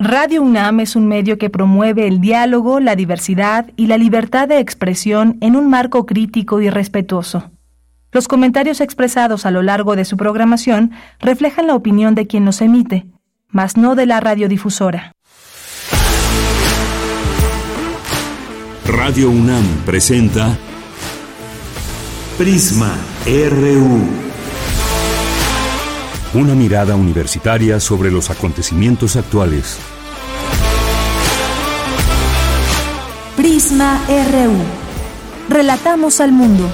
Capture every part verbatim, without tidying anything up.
Radio UNAM es un medio que promueve el diálogo, la diversidad y la libertad de expresión en un marco crítico y respetuoso. Los comentarios expresados a lo largo de su programación reflejan la opinión de quien los emite, mas no de la radiodifusora. Radio UNAM presenta Prisma R U. Una mirada universitaria sobre los acontecimientos actuales. Prisma R U. Relatamos al mundo.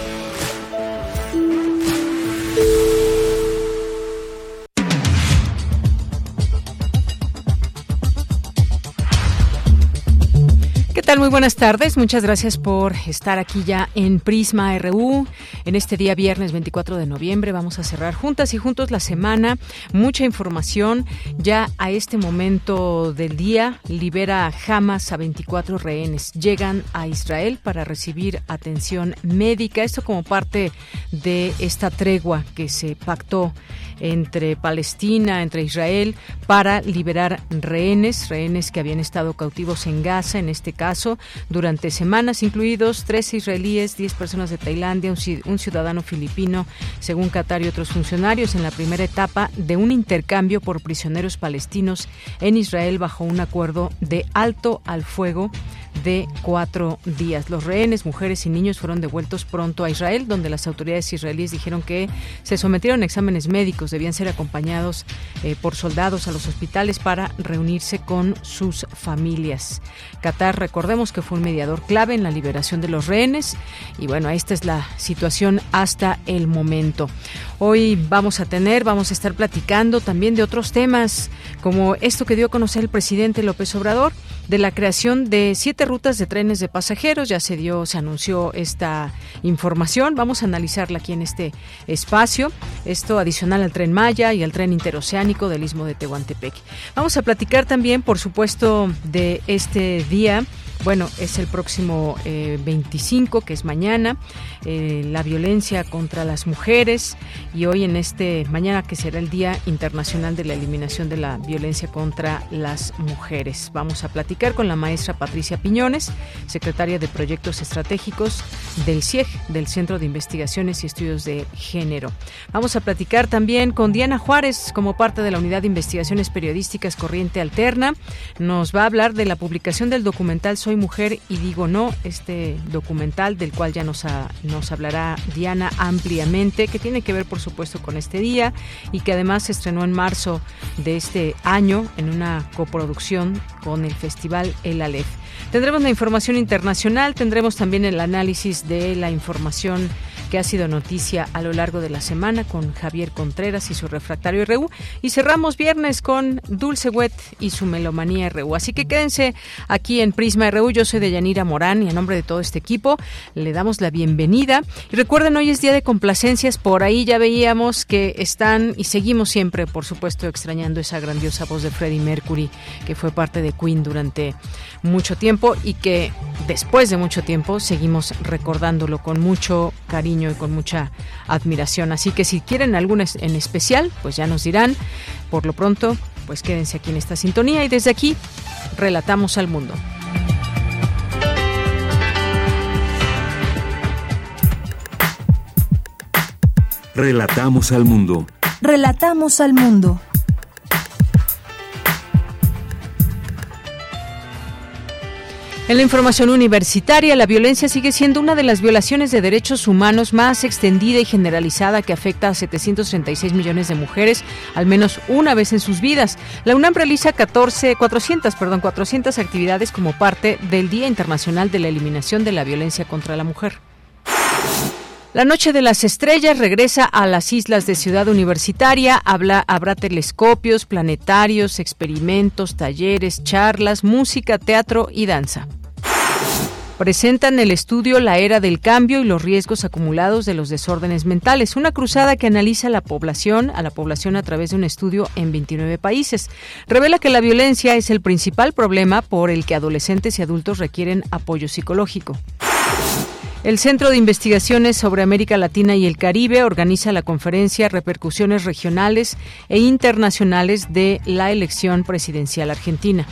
¿Qué tal? Muy buenas tardes. Muchas gracias por estar aquí ya en Prisma R U. En este día viernes veinticuatro de noviembre vamos a cerrar juntas y juntos la semana. Mucha información. Ya a este momento del día libera Hamas a veinticuatro rehenes. Llegan a Israel para recibir atención médica. Esto como parte de esta tregua que se pactó entre Palestina, entre Israel, para liberar rehenes, rehenes que habían estado cautivos en Gaza, en este caso, durante semanas, incluidos tres israelíes, diez personas de Tailandia, un ciudadano filipino, según Qatar y otros funcionarios, en la primera etapa de un intercambio por prisioneros palestinos en Israel bajo un acuerdo de alto al fuego de cuatro días. Los rehenes, mujeres y niños fueron devueltos pronto a Israel, donde las autoridades israelíes dijeron que se sometieron a exámenes médicos, debían ser acompañados eh, por soldados a los hospitales para reunirse con sus familias. Qatar, recordemos que fue un mediador clave en la liberación de los rehenes y bueno, esta es la situación hasta el momento. Hoy vamos a tener, vamos a estar platicando también de otros temas, como esto que dio a conocer el presidente López Obrador, de la creación de siete rutas de trenes de pasajeros. Ya se dio, se anunció esta información. Vamos a analizarla aquí en este espacio. Esto adicional al Tren Maya y al Tren Interoceánico del Istmo de Tehuantepec. Vamos a platicar también, por supuesto, de este día. Bueno, es el próximo eh, veinticinco, que es mañana, eh, la violencia contra las mujeres, y hoy en este, mañana que será el Día Internacional de la Eliminación de la Violencia contra las Mujeres. Vamos a platicar con la maestra Patricia Piñones, secretaria de Proyectos Estratégicos del C I E G, del Centro de Investigaciones y Estudios de Género. Vamos a platicar también con Diana Juárez, como parte de la Unidad de Investigaciones Periodísticas Corriente Alterna. Nos va a hablar de la publicación del documental Soy Mujer y Digo No, este documental del cual ya nos, a, nos hablará Diana ampliamente, que tiene que ver por supuesto con este día y que además se estrenó en marzo de este año en una coproducción con el Festival El Aleph. Tendremos la información internacional, tendremos también el análisis de la información que ha sido noticia a lo largo de la semana con Javier Contreras y su Refractario R U, y cerramos viernes con Dulce Wet y su Melomanía R U. Así que quédense aquí en Prisma R U. Yo soy Deyanira Morán y a nombre de todo este equipo le damos la bienvenida. Y recuerden, hoy es día de complacencias. Por ahí ya veíamos que están y seguimos siempre, por supuesto, extrañando esa grandiosa voz de Freddie Mercury, que fue parte de Queen durante mucho tiempo y que después de mucho tiempo seguimos recordándolo con mucho cariño y con mucha admiración. Así que si quieren alguna en especial, pues ya nos dirán. Por lo pronto, pues quédense aquí en esta sintonía y desde aquí relatamos al mundo. Relatamos al mundo. Relatamos al mundo. En la información universitaria, la violencia sigue siendo una de las violaciones de derechos humanos más extendida y generalizada que afecta a setecientos treinta y seis millones de mujeres, al menos una vez en sus vidas. La UNAM realiza catorce, cuatrocientas, perdón, cuatrocientas actividades como parte del Día Internacional de la Eliminación de la Violencia contra la Mujer. La Noche de las Estrellas regresa a las islas de Ciudad Universitaria. Habla, habrá telescopios, planetarios, experimentos, talleres, charlas, música, teatro y danza. Presentan el estudio La Era del Cambio y los riesgos acumulados de los desórdenes mentales, una cruzada que analiza la población, a la población a través de un estudio en veintinueve países. Revela que la violencia es el principal problema por el que adolescentes y adultos requieren apoyo psicológico. El Centro de Investigaciones sobre América Latina y el Caribe organiza la conferencia Repercusiones Regionales e Internacionales de la Elección Presidencial Argentina.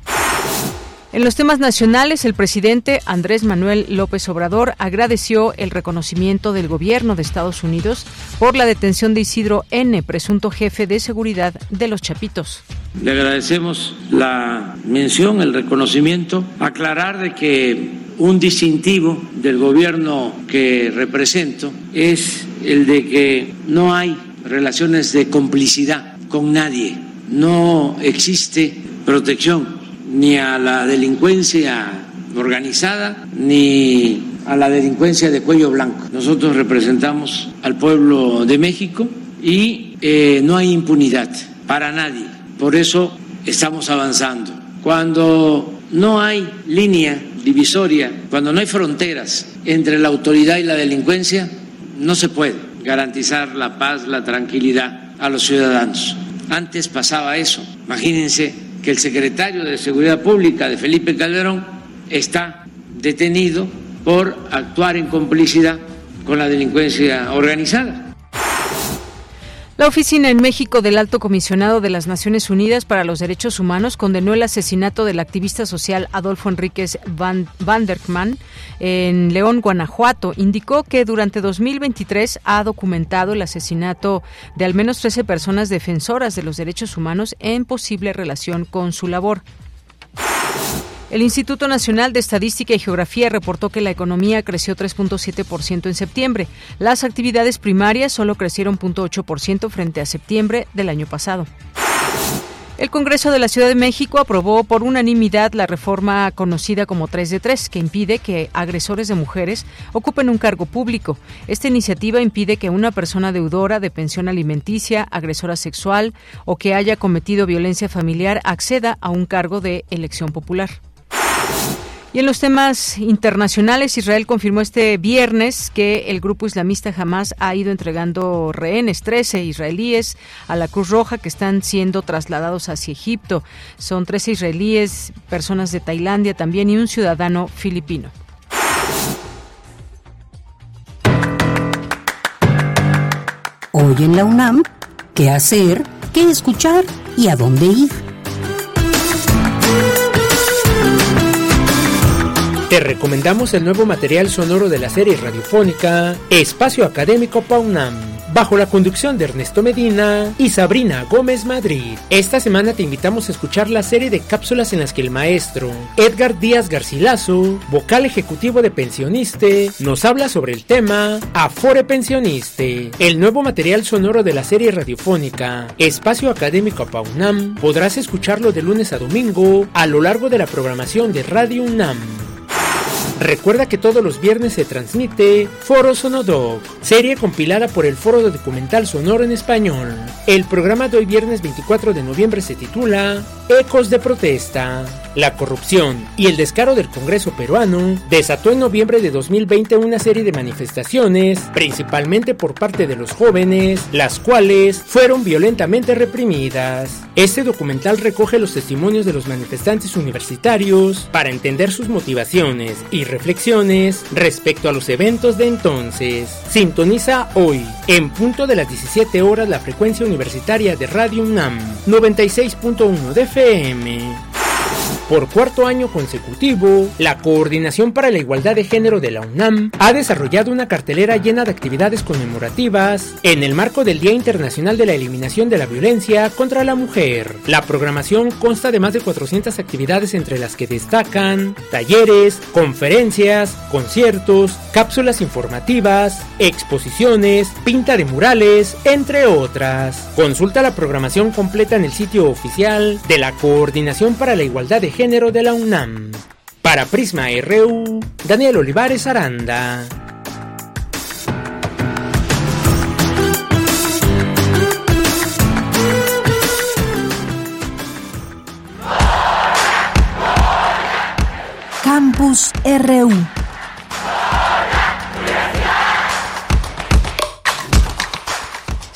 En los temas nacionales, el presidente Andrés Manuel López Obrador agradeció el reconocimiento del gobierno de Estados Unidos por la detención de Isidro N., presunto jefe de seguridad de los Chapitos. Le agradecemos la mención, el reconocimiento, aclarar de que un distintivo del gobierno que represento es el de que no hay relaciones de complicidad con nadie, no existe protección ni a la delincuencia organizada ni a la delincuencia de cuello blanco. Nosotros representamos al pueblo de México y eh, no hay impunidad para nadie. Por eso estamos avanzando. Cuando no hay línea divisoria, cuando no hay fronteras entre la autoridad y la delincuencia, no se puede garantizar la paz, la tranquilidad a los ciudadanos. Antes pasaba eso. Imagínense que el secretario de Seguridad Pública de Felipe Calderón está detenido por actuar en complicidad con la delincuencia organizada. La oficina en México del Alto Comisionado de las Naciones Unidas para los Derechos Humanos condenó el asesinato del activista social Adolfo Enríquez Van, Vanderkman en León, Guanajuato. Indicó que durante dos mil veintitrés ha documentado el asesinato de al menos trece personas defensoras de los derechos humanos en posible relación con su labor. El Instituto Nacional de Estadística y Geografía reportó que la economía creció tres punto siete por ciento en septiembre. Las actividades primarias solo crecieron cero punto ocho por ciento frente a septiembre del año pasado. El Congreso de la Ciudad de México aprobó por unanimidad la reforma conocida como tres de tres, que impide que agresores de mujeres ocupen un cargo público. Esta iniciativa impide que una persona deudora de pensión alimenticia, agresora sexual o que haya cometido violencia familiar acceda a un cargo de elección popular. Y en los temas internacionales, Israel confirmó este viernes que el grupo islamista Hamás ha ido entregando rehenes, trece israelíes, a la Cruz Roja que están siendo trasladados hacia Egipto. Son trece israelíes, personas de Tailandia también y un ciudadano filipino. Hoy en la UNAM, ¿qué hacer? ¿Qué escuchar? ¿Y a dónde ir? Te recomendamos el nuevo material sonoro de la serie radiofónica Espacio Académico PAUNAM, bajo la conducción de Ernesto Medina y Sabrina Gómez Madrid. Esta semana te invitamos a escuchar la serie de cápsulas en las que el maestro Edgar Díaz Garcilaso, vocal ejecutivo de Pensioniste, nos habla sobre el tema Afore Pensioniste. El nuevo material sonoro de la serie radiofónica Espacio Académico PAUNAM podrás escucharlo de lunes a domingo a lo largo de la programación de Radio UNAM. Recuerda que todos los viernes se transmite Foro Sonodoc, serie compilada por el Foro de Documental Sonoro en Español. El programa de hoy viernes veinticuatro de noviembre se titula Ecos de Protesta. La corrupción y el descaro del Congreso peruano desató en noviembre de dos mil veinte una serie de manifestaciones, principalmente por parte de los jóvenes, las cuales fueron violentamente reprimidas. Este documental recoge los testimonios de los manifestantes universitarios para entender sus motivaciones y reflexiones respecto a los eventos de entonces. Sintoniza hoy, en punto de las diecisiete horas, la frecuencia universitaria de Radio UNAM, noventa y seis punto uno de F M. Por cuarto año consecutivo, la Coordinación para la Igualdad de Género de la UNAM ha desarrollado una cartelera llena de actividades conmemorativas en el marco del Día Internacional de la Eliminación de la Violencia contra la Mujer. La programación consta de más de cuatrocientas actividades, entre las que destacan talleres, conferencias, conciertos, cápsulas informativas, exposiciones, pinta de murales, entre otras. Consulta la programación completa en el sitio oficial de la Coordinación para la Igualdad de Género de la UNAM. Para Prisma R U, Daniel Olivares Aranda. Campus R U.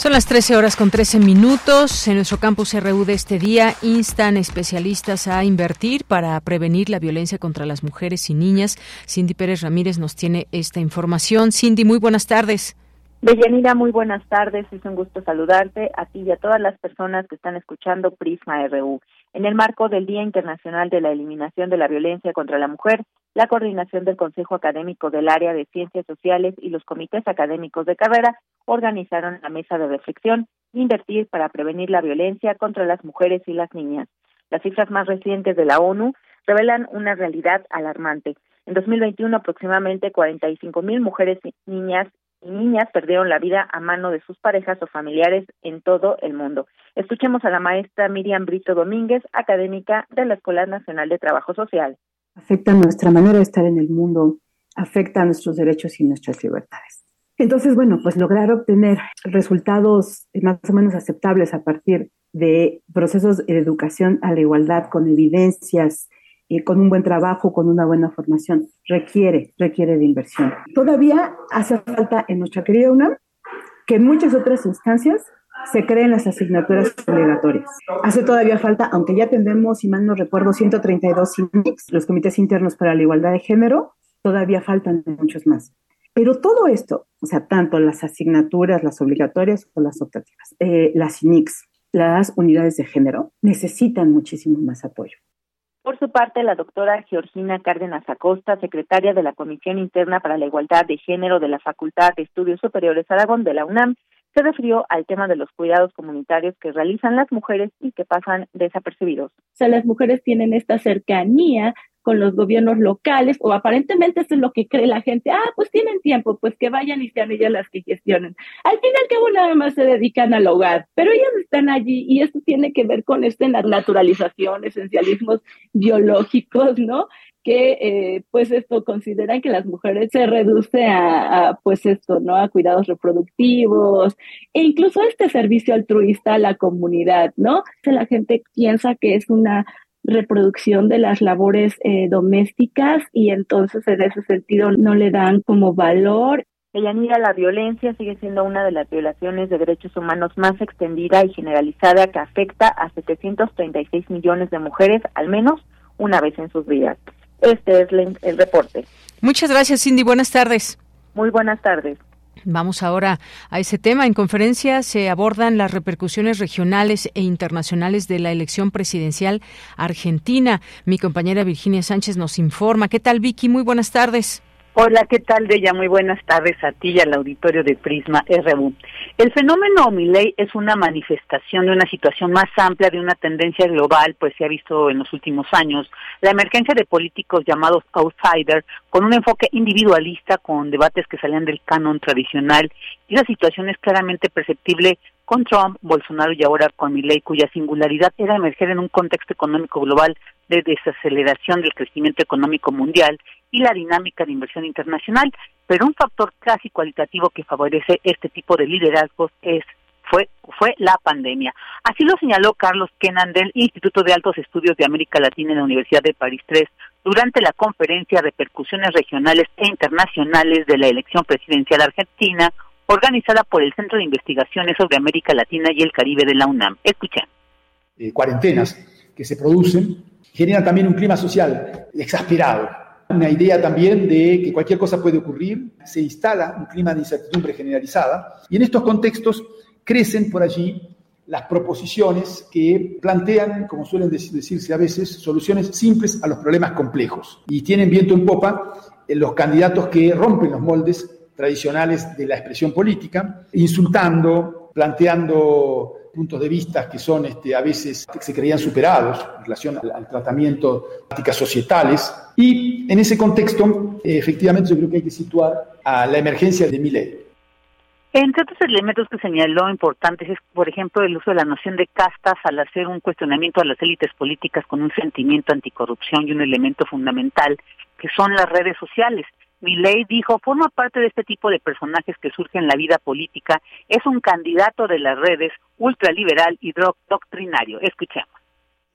Son las trece horas con trece minutos. En nuestro campus R U de este día instan especialistas a invertir para prevenir la violencia contra las mujeres y niñas. Cindy Pérez Ramírez nos tiene esta información. Cindy, muy buenas tardes. Deyanira, muy buenas tardes. Es un gusto saludarte a ti y a todas las personas que están escuchando Prisma R U. En el marco del Día Internacional de la Eliminación de la Violencia contra la Mujer, la coordinación del Consejo Académico del Área de Ciencias Sociales y los comités académicos de carrera organizaron la mesa de reflexión Invertir para prevenir la violencia contra las mujeres y las niñas. Las cifras más recientes de la ONU revelan una realidad alarmante. En dos mil veintiuno, aproximadamente cuarenta y cinco mil mujeres y niñas y niñas perdieron la vida a mano de sus parejas o familiares en todo el mundo. Escuchemos a la maestra Miriam Brito Domínguez, académica de la Escuela Nacional de Trabajo Social. Afecta nuestra manera de estar en el mundo, afecta a nuestros derechos y nuestras libertades. Entonces, bueno, pues lograr obtener resultados más o menos aceptables a partir de procesos de educación a la igualdad con evidencias, eh, con un buen trabajo, con una buena formación, requiere, requiere de inversión. Todavía hace falta en nuestra querida UNAM que en muchas otras instancias se creen las asignaturas obligatorias. Hace todavía falta, aunque ya tenemos, si mal no recuerdo, ciento treinta y dos C I N I Cs, los comités internos para la igualdad de género, todavía faltan muchos más. Pero todo esto, o sea, tanto las asignaturas, las obligatorias o las optativas, eh, las C I N I Cs, las unidades de género, necesitan muchísimo más apoyo. Por su parte, la doctora Georgina Cárdenas Acosta, secretaria de la Comisión Interna para la Igualdad de Género de la Facultad de Estudios Superiores Aragón de la UNAM, se refirió al tema de los cuidados comunitarios que realizan las mujeres y que pasan desapercibidos. O sea, las mujeres tienen esta cercanía con los gobiernos locales, o aparentemente eso es lo que cree la gente. Ah, pues tienen tiempo, pues que vayan y sean ellas las que gestionen. Al fin y al cabo nada más se dedican al hogar, pero ellas están allí y esto tiene que ver con esta naturalización, esencialismos biológicos, ¿no? Que eh, pues esto consideran que las mujeres se reduce a, a pues esto, ¿no? A cuidados reproductivos e incluso este servicio altruista a la comunidad, ¿no? La gente piensa que es una reproducción de las labores eh, domésticas y entonces en ese sentido no le dan como valor. Deyanira, la violencia sigue siendo una de las violaciones de derechos humanos más extendida y generalizada que afecta a setecientos treinta y seis millones de mujeres al menos una vez en sus vidas. Este es el, el reporte. Muchas gracias, Cindy. Buenas tardes. Muy buenas tardes. Vamos ahora a ese tema. En conferencia se abordan las repercusiones regionales e internacionales de la elección presidencial argentina. Mi compañera Virginia Sánchez nos informa. ¿Qué tal, Vicky? Muy buenas tardes. Hola, ¿qué tal, Deya? Muy buenas tardes a ti y al auditorio de Prisma R U. El fenómeno Milei es una manifestación de una situación más amplia, de una tendencia global, pues se ha visto en los últimos años, la emergencia de políticos llamados outsiders, con un enfoque individualista, con debates que salían del canon tradicional, y la situación es claramente perceptible con Trump, Bolsonaro y ahora con Milei, cuya singularidad era emerger en un contexto económico global de desaceleración del crecimiento económico mundial y la dinámica de inversión internacional, pero un factor casi cualitativo que favorece este tipo de liderazgos es fue fue la pandemia. Así lo señaló Carlos Kenan del Instituto de Altos Estudios de América Latina en la Universidad de París tres durante la conferencia Repercusiones Regionales e Internacionales de la Elección Presidencial Argentina, organizada por el Centro de Investigaciones sobre América Latina y el Caribe de la UNAM. Escuchen. Eh, cuarentenas que se producen generan también un clima social exasperado. Una idea también de que cualquier cosa puede ocurrir, se instala un clima de incertidumbre generalizada y en estos contextos crecen por allí las proposiciones que plantean, como suelen decirse a veces, soluciones simples a los problemas complejos y tienen viento en popa en los candidatos que rompen los moldes tradicionales de la expresión política, insultando, planteando puntos de vista que son este, a veces se creían superados en relación al, al tratamiento de prácticas societales. Y en ese contexto, eh, efectivamente, yo creo que hay que situar a la emergencia de Milei. Entre otros elementos que señaló importantes es, por ejemplo, el uso de la noción de castas al hacer un cuestionamiento a las élites políticas con un sentimiento anticorrupción y un elemento fundamental que son las redes sociales. Milei dijo, forma parte de este tipo de personajes que surgen en la vida política, es un candidato de las redes, ultraliberal y doctrinario. Escuchemos.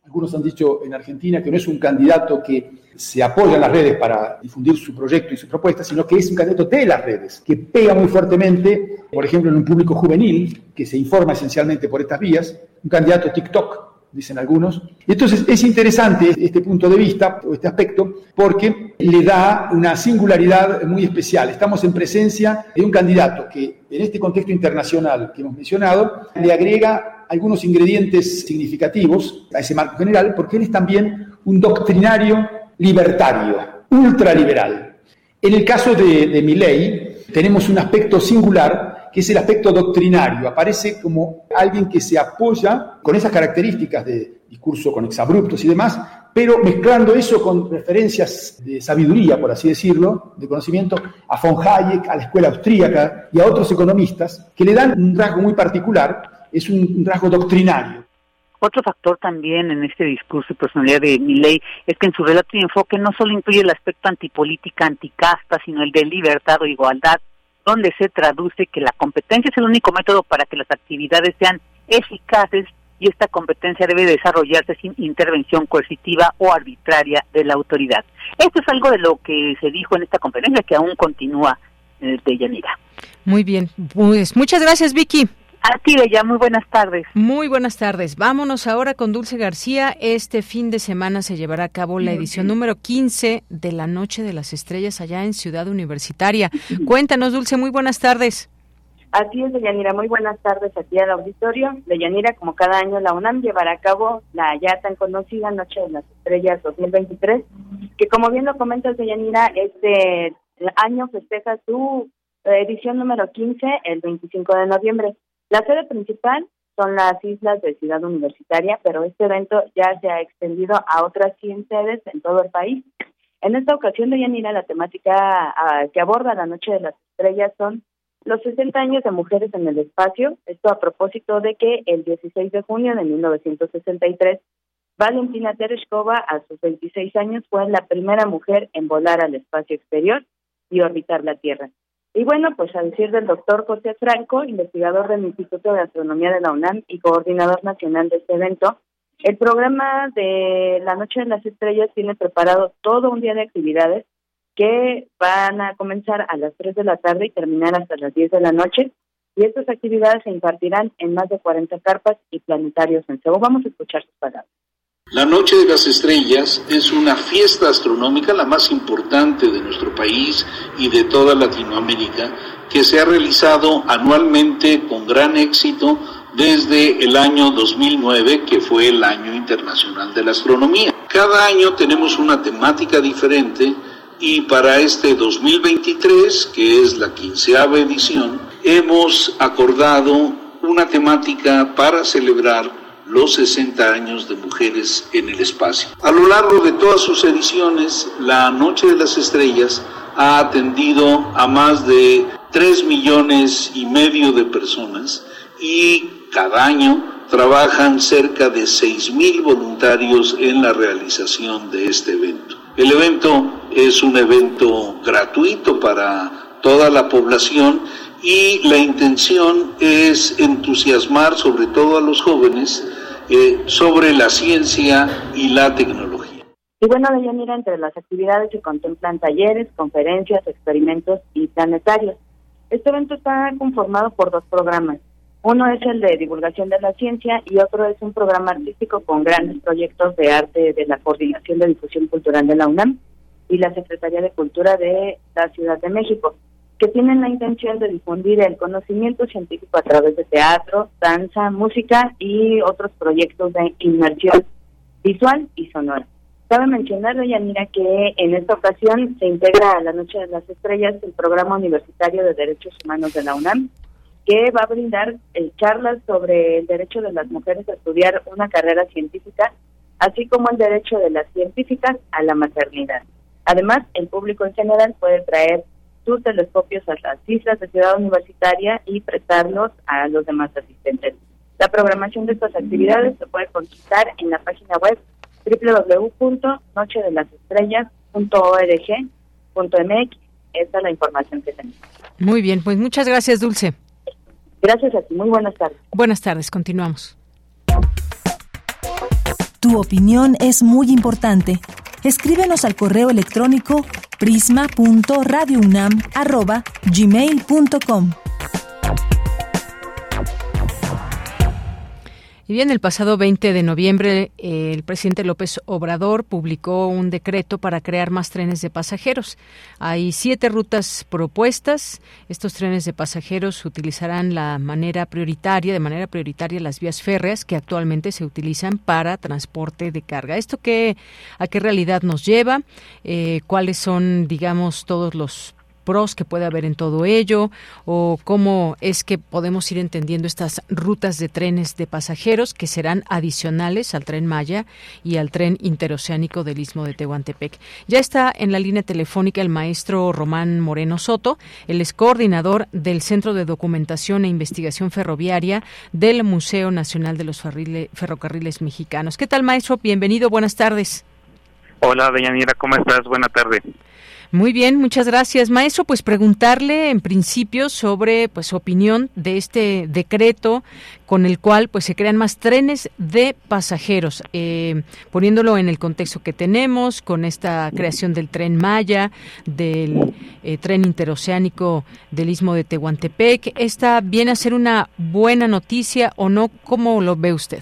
Algunos han dicho en Argentina que no es un candidato que se apoya en las redes para difundir su proyecto y su propuesta, sino que es un candidato de las redes, que pega muy fuertemente, por ejemplo, en un público juvenil, que se informa esencialmente por estas vías, un candidato TikTok, dicen algunos. Entonces es interesante este punto de vista, o este aspecto, porque le da una singularidad muy especial. Estamos en presencia de un candidato que, en este contexto internacional que hemos mencionado, le agrega algunos ingredientes significativos a ese marco general, porque él es también un doctrinario libertario, ultraliberal. En el caso de, de Milei, tenemos un aspecto singular, que es el aspecto doctrinario. Aparece como alguien que se apoya con esas características de discurso con exabruptos y demás, pero mezclando eso con referencias de sabiduría, por así decirlo, de conocimiento, a von Hayek, a la escuela austríaca y a otros economistas, que le dan un rasgo muy particular, es un rasgo doctrinario. Otro factor también en este discurso y personalidad de Milei es que en su relato y enfoque no solo incluye el aspecto antipolítica, anticasta, sino el de libertad o igualdad, donde se traduce que la competencia es el único método para que las actividades sean eficaces y esta competencia debe desarrollarse sin intervención coercitiva o arbitraria de la autoridad. Esto es algo de lo que se dijo en esta conferencia que aún continúa eh, Deyanira. Muy bien, pues muchas gracias, Vicky. A ti, Deya, muy buenas tardes. Muy buenas tardes. Vámonos ahora con Dulce García. Este fin de semana se llevará a cabo la edición número quince de la Noche de las Estrellas allá en Ciudad Universitaria. Cuéntanos, Dulce, muy buenas tardes. Así es, Deyanira, muy buenas tardes aquí al auditorio. Deyanira, como cada año, la UNAM llevará a cabo la ya tan conocida Noche de las Estrellas dos mil veintitrés, que como bien lo comentas, Deyanira, este año festeja su edición número quince, el veinticinco de noviembre. La sede principal son las islas de Ciudad Universitaria, pero este evento ya se ha extendido a otras cien sedes en todo el país. En esta ocasión, Deyanira, la temática uh, que aborda la Noche de las Estrellas son los sesenta años de mujeres en el espacio. Esto a propósito de que el dieciséis de junio de mil novecientos sesenta y tres, Valentina Tereshkova, a sus veintiséis años, fue la primera mujer en volar al espacio exterior y orbitar la Tierra. Y bueno, pues a decir del doctor José Franco, investigador del Instituto de Astronomía de la UNAM y coordinador nacional de este evento, el programa de la Noche de las Estrellas tiene preparado todo un día de actividades que van a comenzar a las tres de la tarde y terminar hasta las diez de la noche. Y estas actividades se impartirán en más de cuarenta carpas y planetarios en Seúl. Vamos a escuchar sus palabras. La Noche de las Estrellas es una fiesta astronómica, la más importante de nuestro país y de toda Latinoamérica, que se ha realizado anualmente con gran éxito desde el año dos mil nueve, que fue el Año Internacional de la Astronomía. Cada año tenemos una temática diferente y para este dos mil veintitrés, que es la quinceava edición, hemos acordado una temática para celebrar los sesenta años de mujeres en el espacio. A lo largo de todas sus ediciones, la Noche de las Estrellas ha atendido a más de tres millones y medio de personas y cada año trabajan cerca de seis mil voluntarios en la realización de este evento. El evento es un evento gratuito para toda la población y la intención es entusiasmar sobre todo a los jóvenes eh, sobre la ciencia y la tecnología. Y bueno, Deyanira, entre las actividades se contemplan talleres, conferencias, experimentos y planetarios. Este evento está conformado por dos programas. Uno es el de divulgación de la ciencia y otro es un programa artístico con grandes proyectos de arte de la Coordinación de Difusión Cultural de la UNAM y la Secretaría de Cultura de la Ciudad de México, que tienen la intención de difundir el conocimiento científico a través de teatro, danza, música y otros proyectos de inmersión visual y sonora. Cabe mencionar, Deyanira, que en esta ocasión se integra a la Noche de las Estrellas el Programa Universitario de Derechos Humanos de la UNAM, que va a brindar eh, charlas sobre el derecho de las mujeres a estudiar una carrera científica, así como el derecho de las científicas a la maternidad. Además, el público en general puede traer sus telescopios a las islas de Ciudad Universitaria y prestarlos a los demás asistentes. La programación de estas actividades se puede consultar en la página web doble u doble u doble u punto noche de las estrellas punto org punto m x. Esta es la información que tenemos. Muy bien, pues muchas gracias, Dulce. Gracias a ti, muy buenas tardes. Buenas tardes, continuamos. Tu opinión es muy importante. Escríbenos al correo electrónico prisma punto radio unam arroba gmail punto com. Y bien, el pasado veinte de noviembre, eh, el presidente López Obrador publicó un decreto para crear más trenes de pasajeros. Hay siete rutas propuestas. Estos trenes de pasajeros utilizarán la manera prioritaria, de manera prioritaria las vías férreas que actualmente se utilizan para transporte de carga. ¿Esto qué, a qué realidad nos lleva? Eh, ¿Cuáles son, digamos, todos los pros que puede haber en todo ello, o cómo es que podemos ir entendiendo estas rutas de trenes de pasajeros que serán adicionales al Tren Maya y al Tren Interoceánico del Istmo de Tehuantepec? Ya está en la línea telefónica el maestro Román Moreno Soto, el ex coordinador del Centro de Documentación e Investigación Ferroviaria del Museo Nacional de los Ferrocarriles Mexicanos. ¿Qué tal, maestro? Bienvenido, buenas tardes. Hola, Deyanira, ¿cómo estás? Buena tarde. Muy bien, muchas gracias, maestro. Pues preguntarle en principio sobre pues su opinión de este decreto con el cual pues se crean más trenes de pasajeros, eh, poniéndolo en el contexto que tenemos con esta creación del Tren Maya, del eh, Tren Interoceánico del Istmo de Tehuantepec. ¿Esta viene a ser una buena noticia o no? ¿Cómo lo ve usted?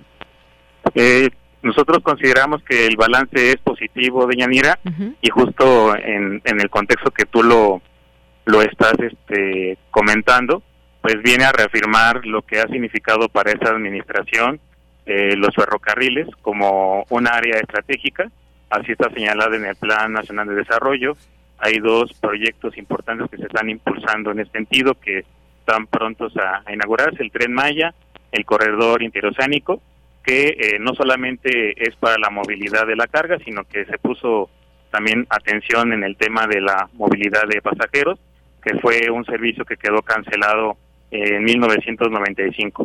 Eh, Nosotros consideramos que el balance es positivo, Deyanira, uh-huh. y justo en, en el contexto que tú lo lo estás este, comentando, pues viene a reafirmar lo que ha significado para esta administración eh, los ferrocarriles como un área estratégica. Así está señalado en el Plan Nacional de Desarrollo. Hay dos proyectos importantes que se están impulsando en este sentido, que están prontos a, a inaugurarse: el Tren Maya, el Corredor Interoceánico, que eh, no solamente es para la movilidad de la carga, sino que se puso también atención en el tema de la movilidad de pasajeros, que fue un servicio que quedó cancelado eh, en mil novecientos noventa y cinco.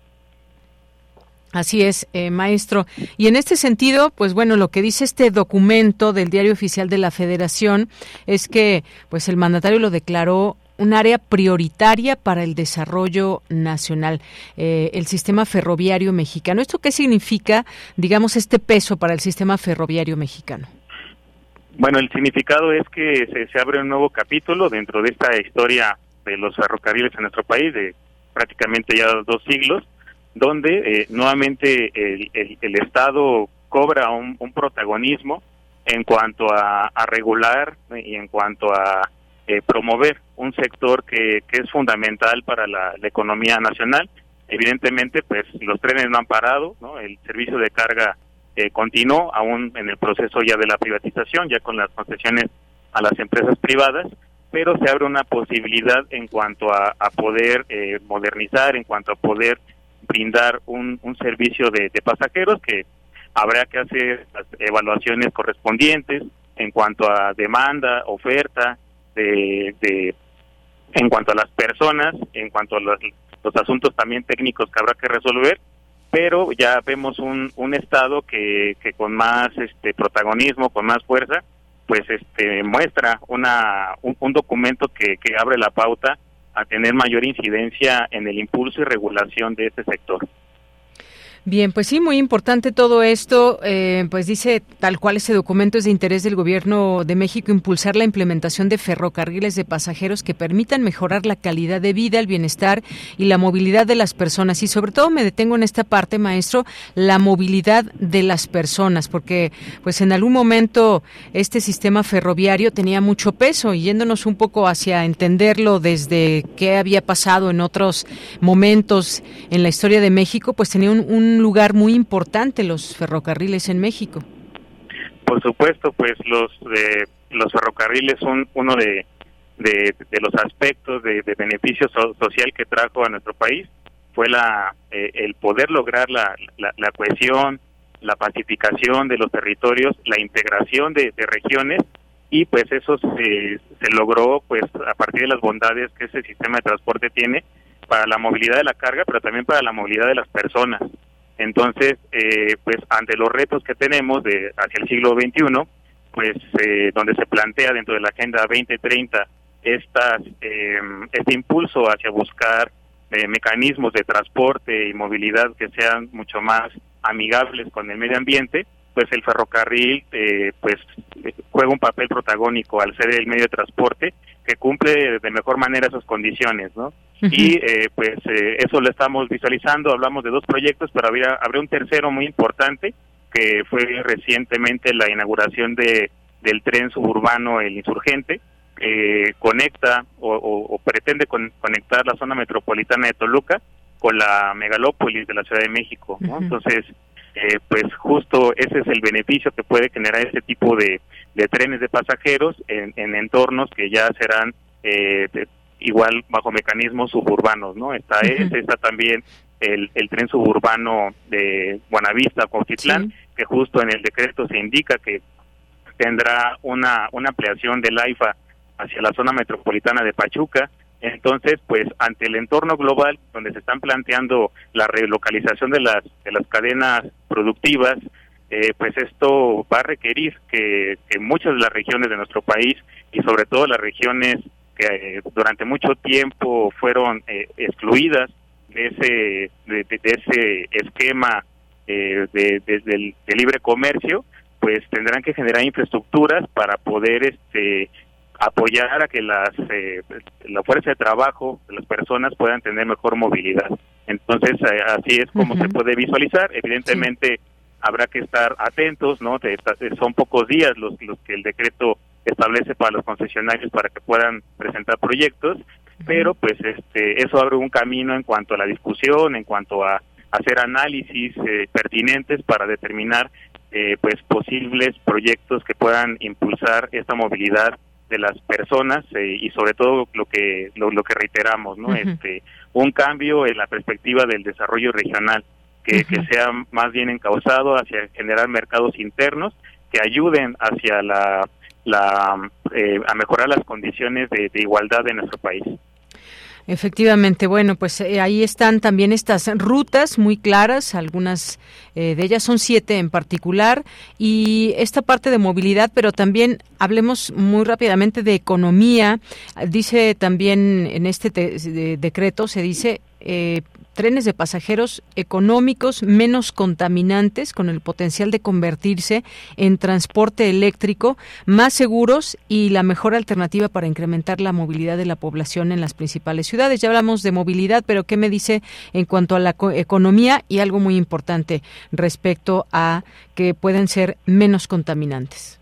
Así es, eh, maestro. Y en este sentido, pues bueno, lo que dice este documento del Diario Oficial de la Federación es que pues el mandatario lo declaró un área prioritaria para el desarrollo nacional, eh, el sistema ferroviario mexicano. ¿Esto qué significa, digamos, este peso para el sistema ferroviario mexicano? Bueno, el significado es que se, se abre un nuevo capítulo dentro de esta historia de los ferrocarriles en nuestro país, de prácticamente ya dos siglos, donde eh, nuevamente el, el, el Estado cobra un, un protagonismo en cuanto a, a regular y en cuanto a Eh, promover un sector que, que es fundamental para la, la economía nacional. Evidentemente, pues los trenes no han parado, ¿no? El servicio de carga eh, continuó aún en el proceso ya de la privatización, ya con las concesiones a las empresas privadas, pero se abre una posibilidad en cuanto a, a poder eh, modernizar, en cuanto a poder brindar un, un servicio de, de pasajeros, que habrá que hacer las evaluaciones correspondientes en cuanto a demanda, oferta, De, de en cuanto a las personas, en cuanto a los, los asuntos también técnicos que habrá que resolver, pero ya vemos un, un estado que, que con más este protagonismo, con más fuerza, pues este muestra una un, un documento que, que abre la pauta a tener mayor incidencia en el impulso y regulación de este sector. Bien, pues sí, muy importante todo esto. Eh, pues dice tal cual ese documento: es de interés del Gobierno de México impulsar la implementación de ferrocarriles de pasajeros que permitan mejorar la calidad de vida, el bienestar y la movilidad de las personas. Y sobre todo me detengo en esta parte, maestro, la movilidad de las personas, porque pues en algún momento este sistema ferroviario tenía mucho peso, y yéndonos un poco hacia entenderlo desde qué había pasado en otros momentos en la historia de México, pues tenía un, un lugar muy importante los ferrocarriles en México. Por supuesto, pues los de los ferrocarriles son uno de de, de los aspectos de, de beneficio so, social que trajo a nuestro país. Fue la eh, el poder lograr la, la, la cohesión, la pacificación de los territorios, la integración de, de regiones, y pues eso se, se logró pues a partir de las bondades que ese sistema de transporte tiene para la movilidad de la carga, pero también para la movilidad de las personas. Entonces, eh, pues ante los retos que tenemos de hacia el siglo veintiuno, pues eh, donde se plantea dentro de la Agenda veinte treinta estas, eh, este impulso hacia buscar eh, mecanismos de transporte y movilidad que sean mucho más amigables con el medio ambiente, pues el ferrocarril eh, pues juega un papel protagónico al ser el medio de transporte que cumple de mejor manera esas condiciones, ¿no? Uh-huh. Y eh, pues eh, eso lo estamos visualizando. Hablamos de dos proyectos, pero habría, habría un tercero muy importante, que fue recientemente la inauguración de del tren suburbano El Insurgente, que conecta o, o, o pretende con, conectar la zona metropolitana de Toluca con la megalópolis de la Ciudad de México, ¿no? Uh-huh. Entonces, eh, pues justo ese es el beneficio que puede generar este tipo de, de trenes de pasajeros en, en entornos que ya serán eh, de, igual bajo mecanismos suburbanos, ¿no? Está uh-huh. ese, está también el, el tren suburbano de Buenavista, Cuautitlán, sí. que justo en el decreto se indica que tendrá una, una ampliación del AIFA hacia la zona metropolitana de Pachuca. Entonces, pues, ante el entorno global, donde se están planteando la relocalización de las de las cadenas productivas, eh, pues esto va a requerir que, que muchas de las regiones de nuestro país, y sobre todo las regiones que eh, durante mucho tiempo fueron eh, excluidas de ese de, de, de ese esquema eh, de, de, de, de libre comercio, pues tendrán que generar infraestructuras para poder este apoyar a que las eh, la fuerza de trabajo de las personas puedan tener mejor movilidad. Entonces, eh, así es como uh-huh. se puede visualizar. Evidentemente, sí. habrá que estar atentos, ¿no? De, de, son pocos días los, los que el decreto establece para los concesionarios para que puedan presentar proyectos, uh-huh. pero pues este eso abre un camino en cuanto a la discusión, en cuanto a hacer análisis eh, pertinentes para determinar eh, pues posibles proyectos que puedan impulsar esta movilidad de las personas eh, y sobre todo lo que lo, lo que reiteramos, ¿no? Uh-huh. Este un cambio en la perspectiva del desarrollo regional que, uh-huh. que sea más bien encauzado hacia generar mercados internos que ayuden hacia la la eh, a mejorar las condiciones de, de igualdad de nuestro país. Efectivamente, bueno, pues eh, ahí están también estas rutas muy claras, algunas eh, de ellas son siete en particular, y esta parte de movilidad, pero también hablemos muy rápidamente de economía. Dice también en este te- de decreto, se dice eh, trenes de pasajeros económicos, menos contaminantes, con el potencial de convertirse en transporte eléctrico, más seguros y la mejor alternativa para incrementar la movilidad de la población en las principales ciudades. Ya hablamos de movilidad, pero ¿qué me dice en cuanto a la co- economía? Y algo muy importante respecto a que pueden ser menos contaminantes.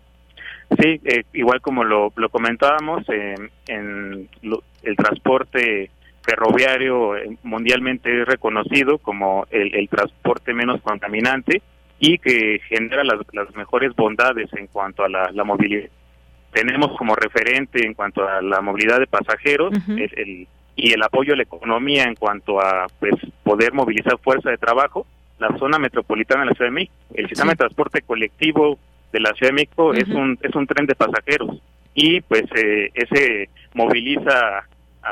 Sí, eh, igual como lo, lo comentábamos, eh, en lo, el transporte ferroviario mundialmente es reconocido como el, el transporte menos contaminante y que genera las, las mejores bondades en cuanto a la, la movilidad. Tenemos como referente en cuanto a la movilidad de pasajeros uh-huh. el, el, y el apoyo a la economía en cuanto a pues poder movilizar fuerza de trabajo, la zona metropolitana de la Ciudad de México. El sistema sí. de transporte colectivo de la Ciudad de México uh-huh. es un es un tren de pasajeros y pues eh, ese moviliza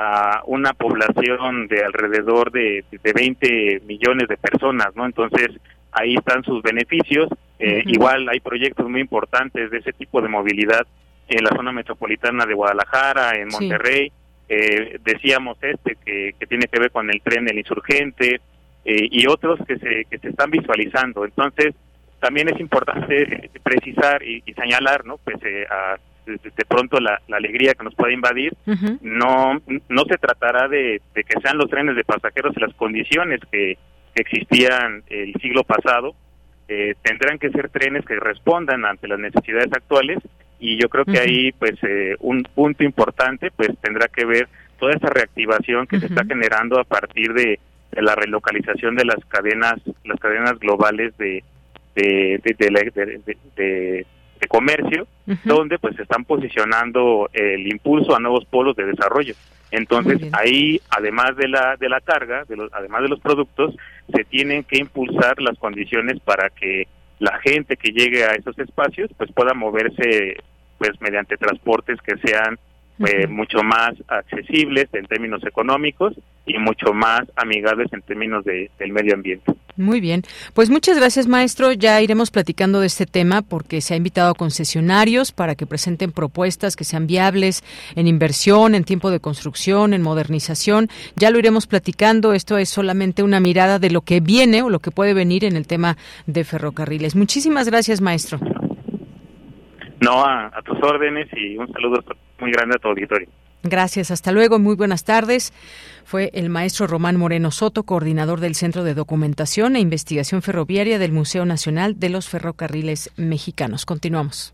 a una población de alrededor de, de veinte millones de personas, ¿no? Entonces, ahí están sus beneficios. Eh, uh-huh. Igual hay proyectos muy importantes de ese tipo de movilidad en la zona metropolitana de Guadalajara, en Monterrey. Sí. Eh, decíamos este que, que tiene que ver con el tren El Insurgente eh, y otros que se que se están visualizando. Entonces, también es importante precisar y, y señalar, ¿no? Pues eh, a De, de pronto la, la alegría que nos puede invadir, uh-huh. no no se tratará de, de que sean los trenes de pasajeros en las condiciones que, que existían el siglo pasado, eh, tendrán que ser trenes que respondan ante las necesidades actuales y yo creo que uh-huh. ahí pues eh, un punto importante pues tendrá que ver toda esta reactivación que uh-huh. se está generando a partir de, de la relocalización de las cadenas las cadenas globales de de de, de, de, de, de, de de comercio, uh-huh. donde pues se están posicionando el impulso a nuevos polos de desarrollo. Entonces, ahí, además de la de la carga, de los, además de los productos, se tienen que impulsar las condiciones para que la gente que llegue a esos espacios pues pueda moverse pues mediante transportes que sean eh, uh-huh. mucho más accesibles en términos económicos y mucho más amigables en términos de, del medio ambiente. Muy bien, pues muchas gracias, maestro. Ya iremos platicando de este tema porque se ha invitado a concesionarios para que presenten propuestas que sean viables en inversión, en tiempo de construcción, en modernización. Ya lo iremos platicando. Esto es solamente una mirada de lo que viene o lo que puede venir en el tema de ferrocarriles. Muchísimas gracias, maestro. No, a, a tus órdenes y un saludo muy grande a tu auditorio. Gracias, hasta luego, muy buenas tardes. Fue el maestro Román Moreno Soto, coordinador del Centro de Documentación e Investigación Ferroviaria del Museo Nacional de los Ferrocarriles Mexicanos. Continuamos.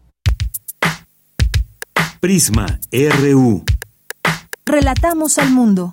Prisma R U. Relatamos al mundo.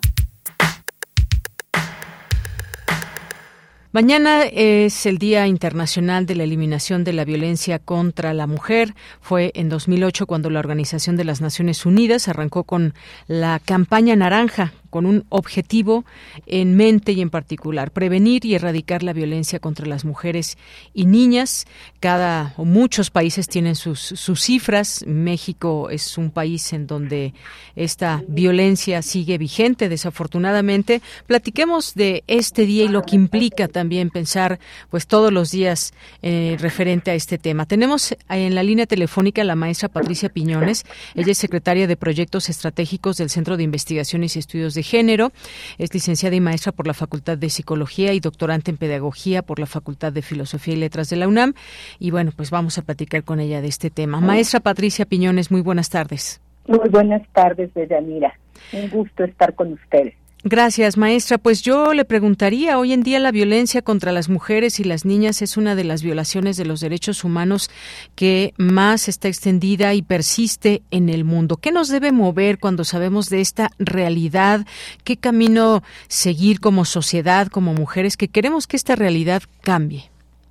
Mañana es el Día Internacional de la Eliminación de la Violencia contra la Mujer. Fue en dos mil ocho cuando la Organización de las Naciones Unidas arrancó con la campaña naranja, con un objetivo en mente y en particular, prevenir y erradicar la violencia contra las mujeres y niñas. Cada o muchos países tienen sus, sus cifras. México es un país en donde esta violencia sigue vigente, desafortunadamente. Platiquemos de este día y lo que implica también pensar pues todos los días eh, referente a este tema. Tenemos en la línea telefónica a la maestra Patricia Piñones. Ella es secretaria de Proyectos Estratégicos del Centro de Investigaciones y Estudios de Género, es licenciada y maestra por la Facultad de Psicología y doctorante en Pedagogía por la Facultad de Filosofía y Letras de la UNAM. Y bueno, pues vamos a platicar con ella de este tema. Maestra Patricia Piñones, muy buenas tardes. Muy buenas tardes, Deyanira. Un gusto estar con ustedes. Gracias, maestra. Pues yo le preguntaría, hoy en día la violencia contra las mujeres y las niñas es una de las violaciones de los derechos humanos que más está extendida y persiste en el mundo. ¿Qué nos debe mover cuando sabemos de esta realidad? ¿Qué camino seguir como sociedad, como mujeres, que queremos que esta realidad cambie?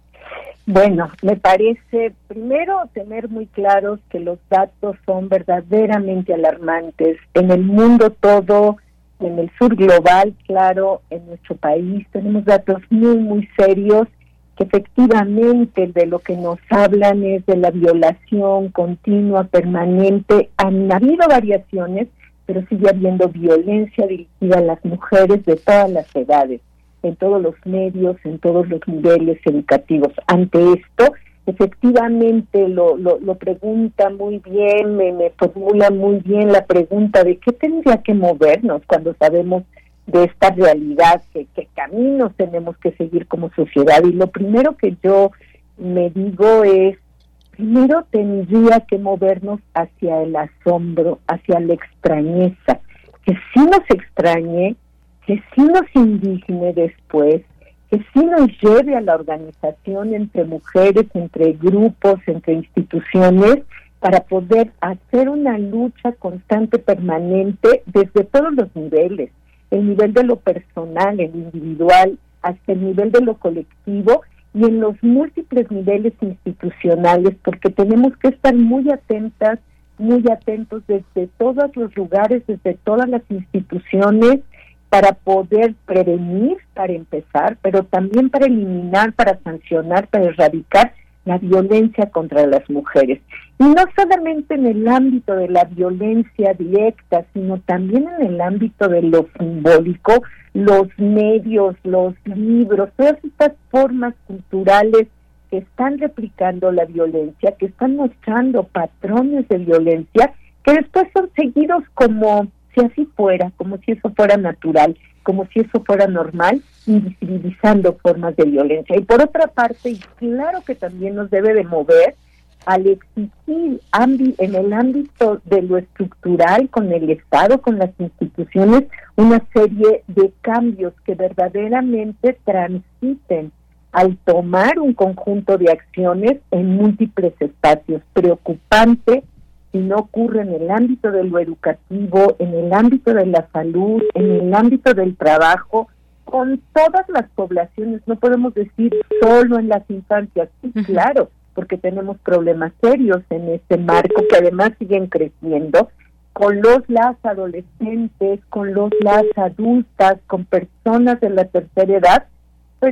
Bueno, me parece primero tener muy claros que los datos son verdaderamente alarmantes. En el mundo todo, en el sur global, claro, en nuestro país tenemos datos muy, muy serios que efectivamente de lo que nos hablan es de la violación continua, permanente. Han habido variaciones, pero sigue habiendo violencia dirigida a las mujeres de todas las edades, en todos los medios, en todos los niveles educativos. Ante esto, efectivamente lo, lo, lo pregunta muy bien, me, me formula muy bien la pregunta de qué tendría que movernos cuando sabemos de esta realidad, que, qué caminos tenemos que seguir como sociedad. Y lo primero que yo me digo es, primero tendría que movernos hacia el asombro, hacia la extrañeza, que sí nos extrañe, que sí nos indigne después, que sí nos lleve a la organización entre mujeres, entre grupos, entre instituciones, para poder hacer una lucha constante, permanente, desde todos los niveles, el nivel de lo personal, el individual, hasta el nivel de lo colectivo y en los múltiples niveles institucionales, porque tenemos que estar muy atentas, muy atentos desde todos los lugares, desde todas las instituciones, para poder prevenir, para empezar, pero también para eliminar, para sancionar, para erradicar la violencia contra las mujeres. Y no solamente en el ámbito de la violencia directa, sino también en el ámbito de lo simbólico, los medios, los libros, todas estas formas culturales que están replicando la violencia, que están mostrando patrones de violencia, que después son seguidos como si así fuera, como si eso fuera natural, como si eso fuera normal, invisibilizando formas de violencia. Y por otra parte, y claro que también nos debe de mover al exigir ámbi- en el ámbito de lo estructural, con el Estado, con las instituciones, una serie de cambios que verdaderamente transiten al tomar un conjunto de acciones en múltiples espacios. Preocupante si no ocurre en el ámbito de lo educativo, en el ámbito de la salud, en el ámbito del trabajo, con todas las poblaciones. No podemos decir solo en las infancias, sí, uh-huh. Claro, porque tenemos problemas serios en este marco que además siguen creciendo, con los las adolescentes, con los las adultas, con personas de la tercera edad, pero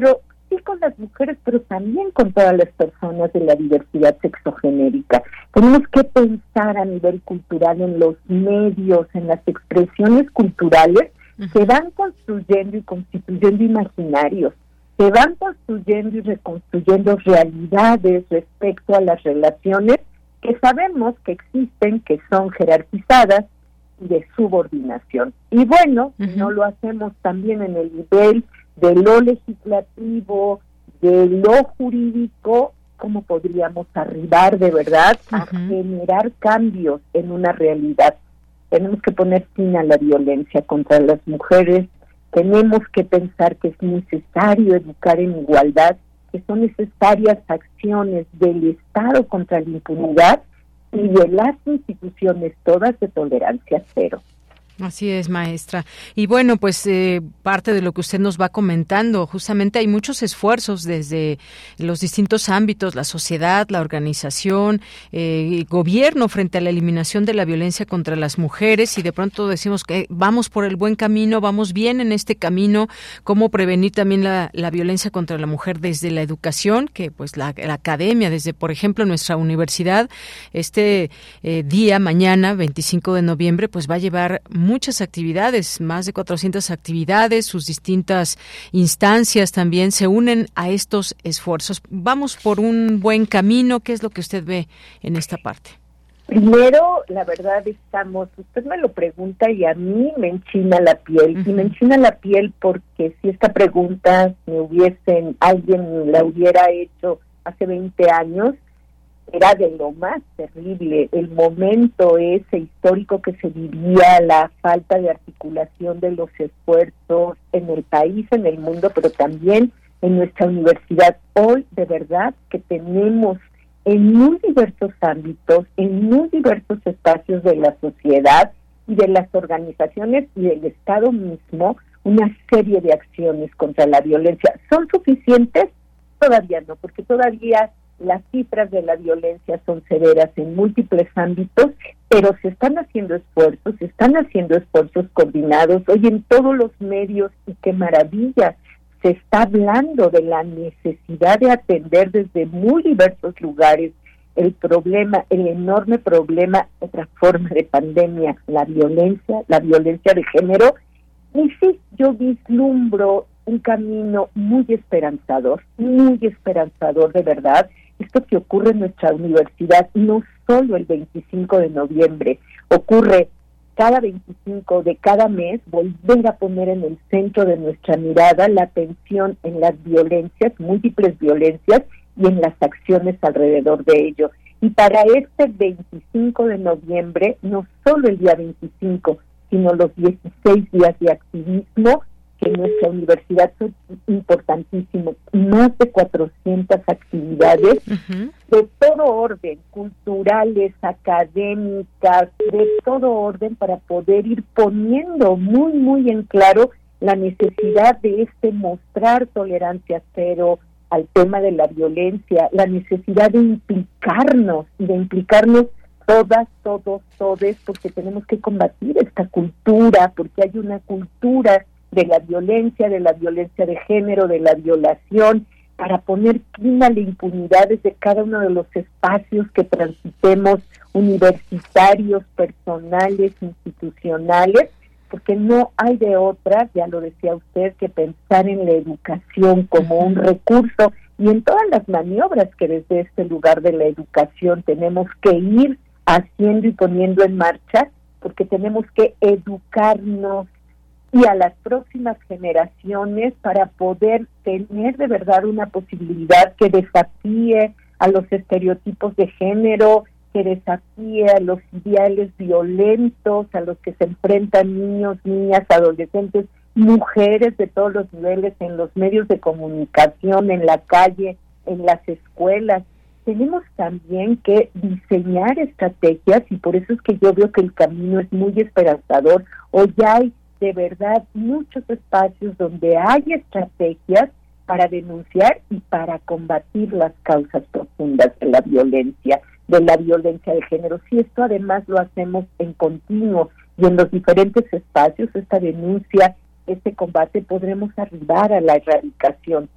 sí con las mujeres, pero también con todas las personas de la diversidad sexogenérica. Tenemos que pensar a nivel cultural en los medios, en las expresiones culturales que van construyendo y constituyendo imaginarios, que van construyendo y reconstruyendo realidades respecto a las relaciones que sabemos que existen, que son jerarquizadas y de subordinación. Y bueno, uh-huh. no lo hacemos también en el nivel de lo legislativo, de lo jurídico, ¿cómo podríamos arribar de verdad a uh-huh. generar cambios en una realidad? Tenemos que poner fin a la violencia contra las mujeres, tenemos que pensar que es necesario educar en igualdad, que son necesarias acciones del Estado contra la impunidad y de las instituciones todas de tolerancia cero. Así es, maestra. Y bueno, pues eh, parte de lo que usted nos va comentando, justamente hay muchos esfuerzos desde los distintos ámbitos, la sociedad, la organización, eh, el gobierno frente a la eliminación de la violencia contra las mujeres, y de pronto decimos que vamos por el buen camino, vamos bien en este camino, cómo prevenir también la, la violencia contra la mujer desde la educación, que pues la, la academia, desde por ejemplo nuestra universidad, este eh, día, mañana, veinticinco de noviembre, pues va a llevar muchas actividades, más de cuatrocientas actividades, sus distintas instancias también se unen a estos esfuerzos. Vamos por un buen camino. ¿Qué es lo que usted ve en esta parte? Primero, la verdad estamos, usted me lo pregunta y a mí me enchina la piel, uh-huh. y me enchina la piel porque si esta pregunta me hubiesen, alguien la hubiera hecho hace veinte años, era de lo más terrible, el momento ese histórico que se vivía, la falta de articulación de los esfuerzos en el país, en el mundo, pero también en nuestra universidad. Hoy, de verdad, que tenemos en muy diversos ámbitos, en muy diversos espacios de la sociedad y de las organizaciones y del Estado mismo, una serie de acciones contra la violencia. ¿Son suficientes? Todavía no, porque todavía las cifras de la violencia son severas en múltiples ámbitos, pero se están haciendo esfuerzos, se están haciendo esfuerzos coordinados. Hoy en todos los medios, y qué maravilla, se está hablando de la necesidad de atender desde muy diversos lugares el problema, el enorme problema, otra forma de pandemia, la violencia, la violencia de género. Y sí, yo vislumbro un camino muy esperanzador, muy esperanzador de verdad. Esto que ocurre en nuestra universidad, no solo el veinticinco de noviembre, ocurre cada veinticinco de cada mes, volver a poner en el centro de nuestra mirada la atención en las violencias, múltiples violencias, y en las acciones alrededor de ello. Y para este veinticinco de noviembre, no solo el día veinticinco, sino los dieciséis días de activismo, que en nuestra universidad son importantísimos, más de cuatrocientas actividades uh-huh. de todo orden, culturales, académicas, de todo orden, para poder ir poniendo muy, muy en claro la necesidad de este mostrar tolerancia cero al tema de la violencia, la necesidad de implicarnos y de implicarnos todas, todos, todes, porque tenemos que combatir esta cultura, porque hay una cultura de la violencia, de la violencia de género, de la violación, para poner fin a la impunidad desde cada uno de los espacios que transitemos, universitarios, personales, institucionales, porque no hay de otra, ya lo decía usted, que pensar en la educación como un recurso, y en todas las maniobras que desde este lugar de la educación tenemos que ir haciendo y poniendo en marcha, porque tenemos que educarnos y a las próximas generaciones para poder tener de verdad una posibilidad que desafíe a los estereotipos de género, que desafíe a los ideales violentos a los que se enfrentan niños, niñas, adolescentes, mujeres de todos los niveles, en los medios de comunicación, en la calle, en las escuelas. Tenemos también que diseñar estrategias, y por eso es que yo veo que el camino es muy esperanzador. Hoy hay de verdad muchos espacios donde hay estrategias para denunciar y para combatir las causas profundas de la violencia, de la violencia de género. Si esto además lo hacemos en continuo y en los diferentes espacios, esta denuncia, este combate, podremos arribar a la erradicación.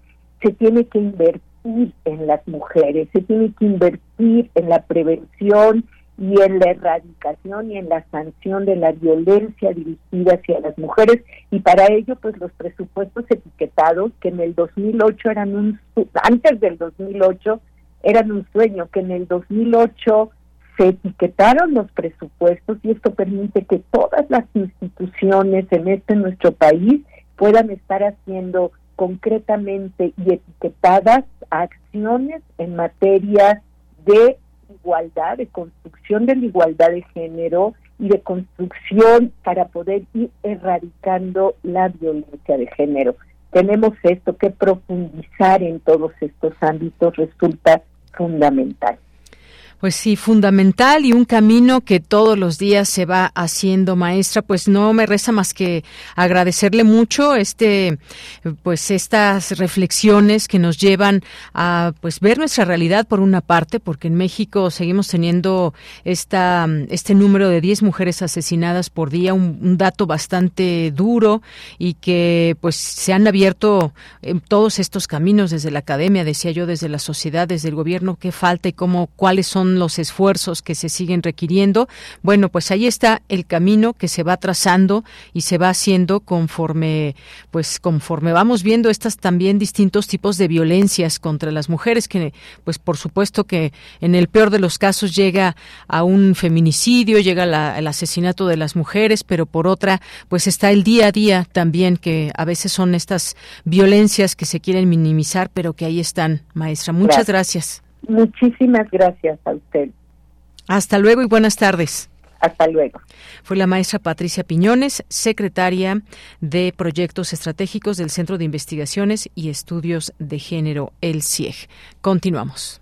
se tiene que invertir en las mujeres, se tiene que invertir en la prevención y en la erradicación y en la sanción de la violencia dirigida hacia las mujeres, y para ello pues los presupuestos etiquetados, que en el dos mil ocho eran un, antes del dos mil ocho eran un sueño, que en el dos mil ocho se etiquetaron los presupuestos, y esto permite que todas las instituciones en este nuestro país puedan estar haciendo concretamente y etiquetadas acciones en materia de igualdad, de construcción de la igualdad de género y de construcción para poder ir erradicando la violencia de género. Tenemos esto que profundizar en todos estos ámbitos, resulta fundamental. Pues sí, fundamental, y un camino que todos los días se va haciendo, maestra. Pues no me resta más que agradecerle mucho este, pues estas reflexiones que nos llevan a pues ver nuestra realidad por una parte, porque en México seguimos teniendo esta este número de diez mujeres asesinadas por día, un, un dato bastante duro, y que pues se han abierto en todos estos caminos desde la academia, decía yo, desde la sociedad, desde el gobierno, qué falta y cómo, cuáles son los esfuerzos que se siguen requiriendo. Bueno, pues ahí está el camino que se va trazando y se va haciendo conforme, pues conforme vamos viendo estas también distintos tipos de violencias contra las mujeres, que pues por supuesto que en el peor de los casos llega a un feminicidio, llega la, el asesinato de las mujeres, pero por otra, pues está el día a día también, que a veces son estas violencias que se quieren minimizar, pero que ahí están, maestra. Muchas gracias. gracias. Muchísimas gracias a usted. Hasta luego y buenas tardes. Hasta luego. Fue la maestra Patricia Piñones, secretaria de Proyectos Estratégicos del Centro de Investigaciones y Estudios de Género, el C I E G. Continuamos.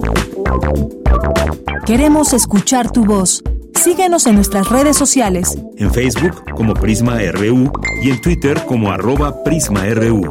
Queremos escuchar tu voz. Síguenos en nuestras redes sociales. En Facebook como Prisma R U y en Twitter como arroba Prisma R U.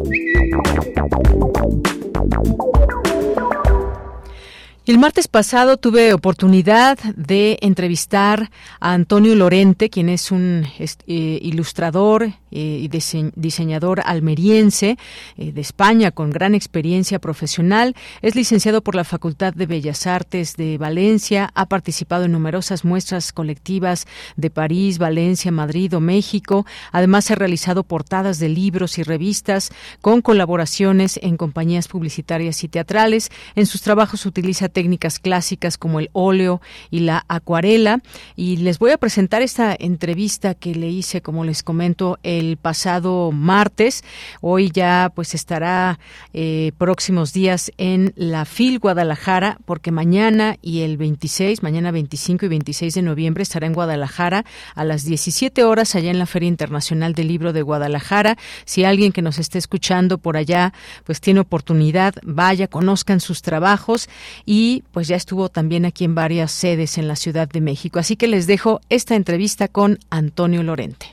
El martes pasado tuve oportunidad de entrevistar a Antonio Lorente, quien es un eh, ilustrador eh, y dise- diseñador almeriense eh, de España, con gran experiencia profesional. Es licenciado por la Facultad de Bellas Artes de Valencia, ha participado en numerosas muestras colectivas de París, Valencia, Madrid o México. Además, ha realizado portadas de libros y revistas con colaboraciones en compañías publicitarias y teatrales. En sus trabajos utiliza técnicas clásicas como el óleo y la acuarela, y les voy a presentar esta entrevista que le hice, como les comento, el pasado martes. Hoy ya pues estará eh, próximos días en la FIL Guadalajara, porque mañana y el veintiséis, mañana veinticinco y veintiséis de noviembre estará en Guadalajara a las diecisiete horas, allá en la Feria Internacional del Libro de Guadalajara. Si alguien que nos esté escuchando por allá pues tiene oportunidad, vaya, conozcan sus trabajos, y pues ya estuvo también aquí en varias sedes en la Ciudad de México. Así que les dejo esta entrevista con Antonio Lorente.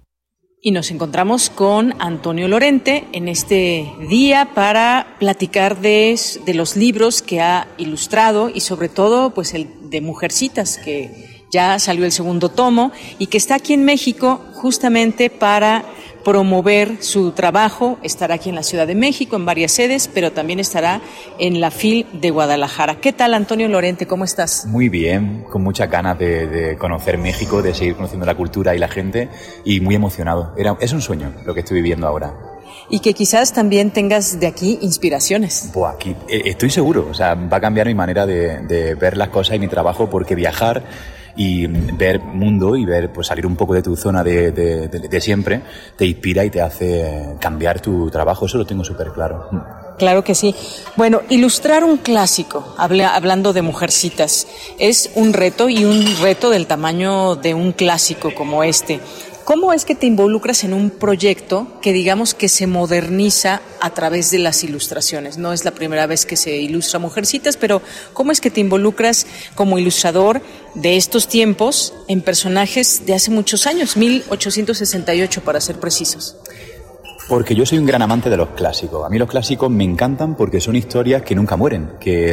Y nos encontramos con Antonio Lorente en este día para platicar de, de los libros que ha ilustrado, y sobre todo pues el de Mujercitas, que ya salió el segundo tomo y que está aquí en México justamente para promover su trabajo. Estará aquí en la Ciudad de México, en varias sedes, pero también estará en la FIL de Guadalajara. ¿Qué tal, Antonio Lorente? ¿Cómo estás? Muy bien, con muchas ganas de, de conocer México, de seguir conociendo la cultura y la gente, y muy emocionado. Era, es un sueño lo que estoy viviendo ahora. Y que quizás también tengas de aquí inspiraciones. Buah, aquí, estoy seguro, o sea, va a cambiar mi manera de, de ver las cosas y mi trabajo, porque viajar y ver mundo y ver, pues salir un poco de tu zona de, de, de, de siempre, te inspira y te hace cambiar tu trabajo. Eso lo tengo súper claro. Claro que sí. Bueno, ilustrar un clásico, habla, hablando de Mujercitas, es un reto, y un reto del tamaño de un clásico como este. ¿Cómo es que te involucras en un proyecto que digamos que se moderniza a través de las ilustraciones? No es la primera vez que se ilustra Mujercitas, pero ¿cómo es que te involucras como ilustrador de estos tiempos en personajes de hace muchos años, mil ochocientos sesenta y ocho para ser precisos? Porque yo soy un gran amante de los clásicos. A mí los clásicos me encantan porque son historias que nunca mueren, que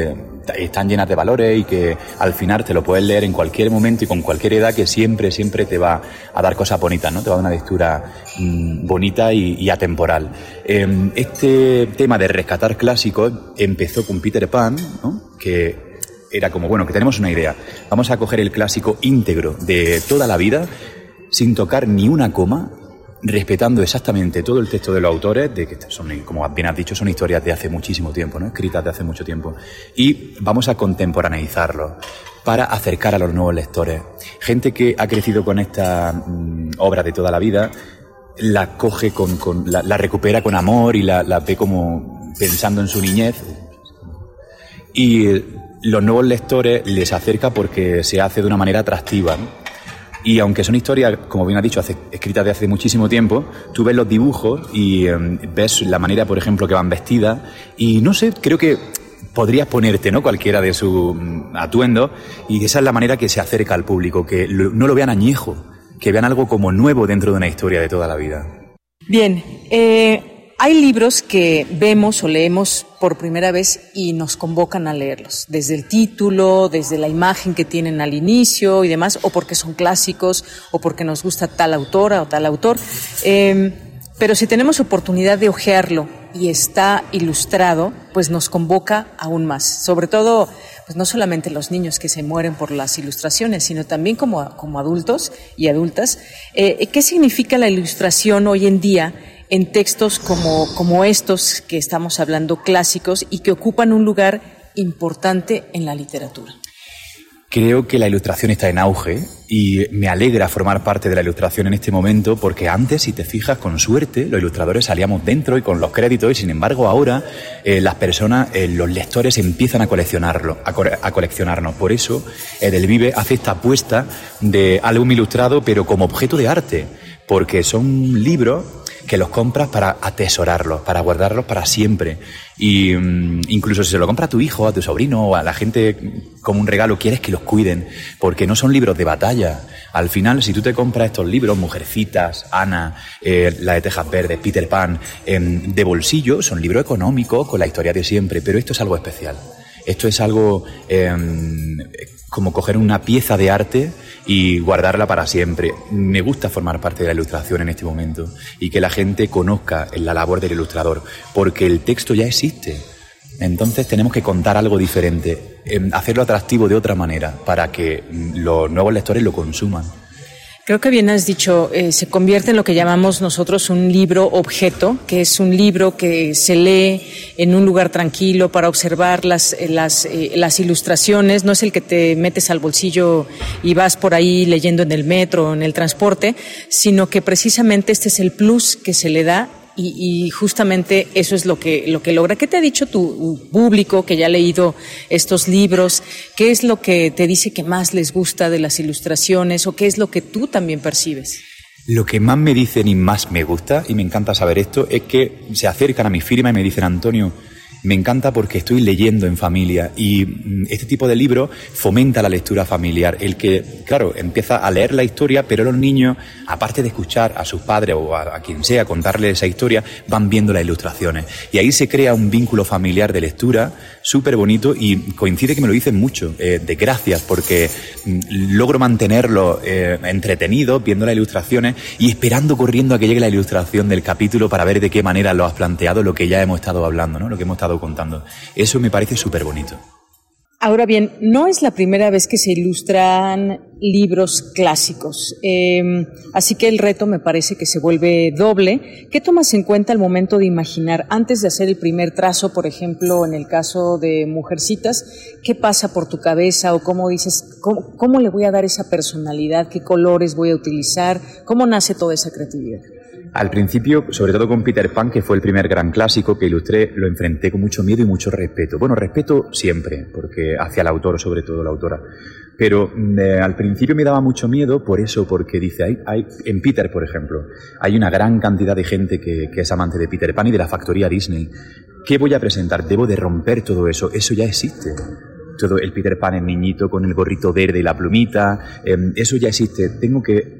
están llenas de valores y que al final te lo puedes leer en cualquier momento y con cualquier edad, que siempre, siempre te va a dar cosas bonitas, ¿no? Te va a dar una lectura mmm, bonita y, y atemporal. Eh, este tema de rescatar clásicos empezó con Peter Pan, ¿no? Que era como, bueno, que tenemos una idea. Vamos a coger el clásico íntegro de toda la vida, sin tocar ni una coma, respetando exactamente todo el texto de los autores, de que son, como bien has dicho, son historias de hace muchísimo tiempo, ¿no? Escritas de hace mucho tiempo. Y vamos a contemporaneizarlos para acercar a los nuevos lectores. Gente que ha crecido con esta mmm, obra de toda la vida, la coge con, con la, la recupera con amor y la, la ve como pensando en su niñez. Y los nuevos lectores les acerca porque se hace de una manera atractiva, ¿no? Y aunque son historias, como bien has dicho, hace, escritas de hace muchísimo tiempo, tú ves los dibujos y eh, ves la manera, por ejemplo, que van vestidas. Y no sé, creo que podrías ponerte, ¿no?, cualquiera de su mm, atuendo, y esa es la manera que se acerca al público, que lo, no lo vean añejo, que vean algo como nuevo dentro de una historia de toda la vida. Bien, eh... hay libros que vemos o leemos por primera vez y nos convocan a leerlos, desde el título, desde la imagen que tienen al inicio y demás, o porque son clásicos, o porque nos gusta tal autora o tal autor. Eh, pero si tenemos oportunidad de hojearlo y está ilustrado, pues nos convoca aún más. Sobre todo, pues no solamente los niños que se mueren por las ilustraciones, sino también como, como adultos y adultas. Eh, ¿Qué significa la ilustración hoy en día en textos como, como estos que estamos hablando, clásicos, y que ocupan un lugar importante en la literatura? Creo que la ilustración está en auge y me alegra formar parte de la ilustración en este momento, porque antes, si te fijas, con suerte, los ilustradores salíamos dentro y con los créditos, y sin embargo ahora eh, las personas, eh, los lectores empiezan a coleccionarlo, a, co- a coleccionarnos. Por eso Edelvive hace esta apuesta de álbum ilustrado, pero como objeto de arte, porque son libros que los compras para atesorarlos, para guardarlos para siempre. Y um, incluso si se lo compra a tu hijo, a tu sobrino o a la gente como un regalo, quieres que los cuiden, porque no son libros de batalla. Al final, si tú te compras estos libros, Mujercitas, Ana, eh, La de Tejas Verdes, Peter Pan, eh, de bolsillo, son libros económicos con la historia de siempre, pero esto es algo especial. Esto es algo eh, como coger una pieza de arte y guardarla para siempre. Me gusta formar parte de la ilustración en este momento y que la gente conozca la labor del ilustrador, porque el texto ya existe. Entonces tenemos que contar algo diferente, eh, hacerlo atractivo de otra manera para que los nuevos lectores lo consuman. Creo que bien has dicho, eh, se convierte en lo que llamamos nosotros un libro objeto, que es un libro que se lee en un lugar tranquilo para observar las, las, eh, las ilustraciones. No es el que te metes al bolsillo y vas por ahí leyendo en el metro o en el transporte, sino que precisamente este es el plus que se le da. Y, y justamente eso es lo que, lo que logra. ¿Qué te ha dicho tu público que ya ha leído estos libros? ¿Qué es lo que te dice que más les gusta de las ilustraciones o qué es lo que tú también percibes? Lo que más me dicen y más me gusta, y me encanta saber esto, es que se acercan a mi firma y me dicen: Antonio, me encanta porque estoy leyendo en familia, y este tipo de libro fomenta la lectura familiar. El que, claro, empieza a leer la historia, pero los niños, aparte de escuchar a sus padres o a, a quien sea contarle esa historia, van viendo las ilustraciones. Y ahí se crea un vínculo familiar de lectura súper bonito, y coincide que me lo dicen mucho, eh, de gracias, porque mm, logro mantenerlo eh, entretenido viendo las ilustraciones y esperando, corriendo a que llegue la ilustración del capítulo para ver de qué manera lo has planteado, lo que ya hemos estado hablando, ¿no? Lo que hemos estado contando. Eso me parece súper bonito. Ahora bien, no es la primera vez que se ilustran libros clásicos, eh, así que el reto me parece que se vuelve doble. ¿Qué tomas en cuenta al momento de imaginar, antes de hacer el primer trazo, por ejemplo, en el caso de Mujercitas, qué pasa por tu cabeza o cómo dices, cómo, cómo le voy a dar esa personalidad, qué colores voy a utilizar, cómo nace toda esa creatividad? Al principio, sobre todo con Peter Pan, que fue el primer gran clásico que ilustré, lo enfrenté con mucho miedo y mucho respeto. Bueno, respeto siempre, porque hacia el autor, sobre todo la autora. Pero eh, al principio me daba mucho miedo por eso, porque dice, hay, hay, en Peter, por ejemplo, hay una gran cantidad de gente que, que es amante de Peter Pan y de la factoría Disney. ¿Qué voy a presentar? Debo de romper todo eso. Eso ya existe. Todo el Peter Pan, el niñito con el gorrito verde y la plumita, eh, eso ya existe. Tengo que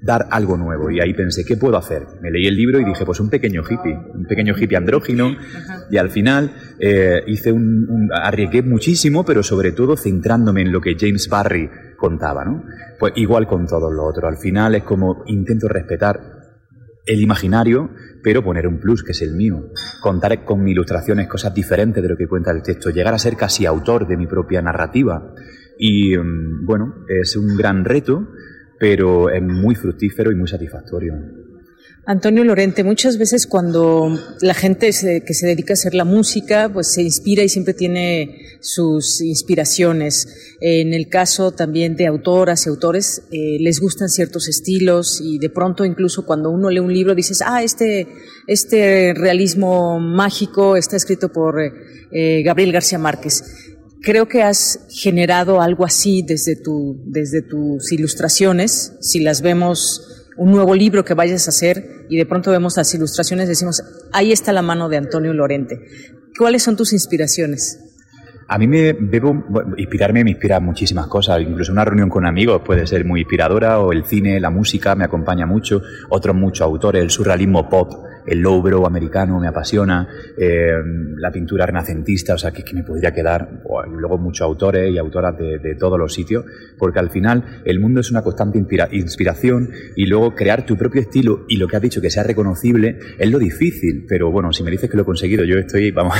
dar algo nuevo. Y ahí pensé, ¿qué puedo hacer? Me leí el libro y dije, pues un pequeño hippie, un pequeño hippie andrógino. Ajá. Y al final eh, hice un, un... arriesgué muchísimo, pero sobre todo centrándome en lo que James Barrie contaba, ¿no? Pues igual con todos los otros. Al final es como intento respetar el imaginario, pero poner un plus, que es el mío. Contar con mis ilustraciones cosas diferentes de lo que cuenta el texto. Llegar a ser casi autor de mi propia narrativa. Y, bueno, es un gran reto, pero es muy fructífero y muy satisfactorio. Antonio Lorente, muchas veces cuando la gente se, que se dedica a hacer la música, pues se inspira y siempre tiene sus inspiraciones. En el caso también de autoras y autores, eh, les gustan ciertos estilos y de pronto incluso cuando uno lee un libro dices, ah, este, este realismo mágico está escrito por eh, Gabriel García Márquez. Creo que has generado algo así desde tu, desde tus ilustraciones. Si las vemos, un nuevo libro que vayas a hacer y de pronto vemos las ilustraciones, decimos, ahí está la mano de Antonio Lorente. ¿Cuáles son tus inspiraciones? A mí me debo inspirarme, me inspira muchísimas cosas, incluso una reunión con amigos puede ser muy inspiradora, o el cine, la música me acompaña mucho, otros muchos autores, el surrealismo pop, el lowbrow americano me apasiona, eh, la pintura renacentista, o sea, que, que me podría quedar, o luego muchos autores y autoras de, de todos los sitios, porque al final el mundo es una constante inspira, inspiración, y luego crear tu propio estilo, y lo que has dicho, que sea reconocible, es lo difícil, pero bueno, si me dices que lo he conseguido, yo estoy, vamos,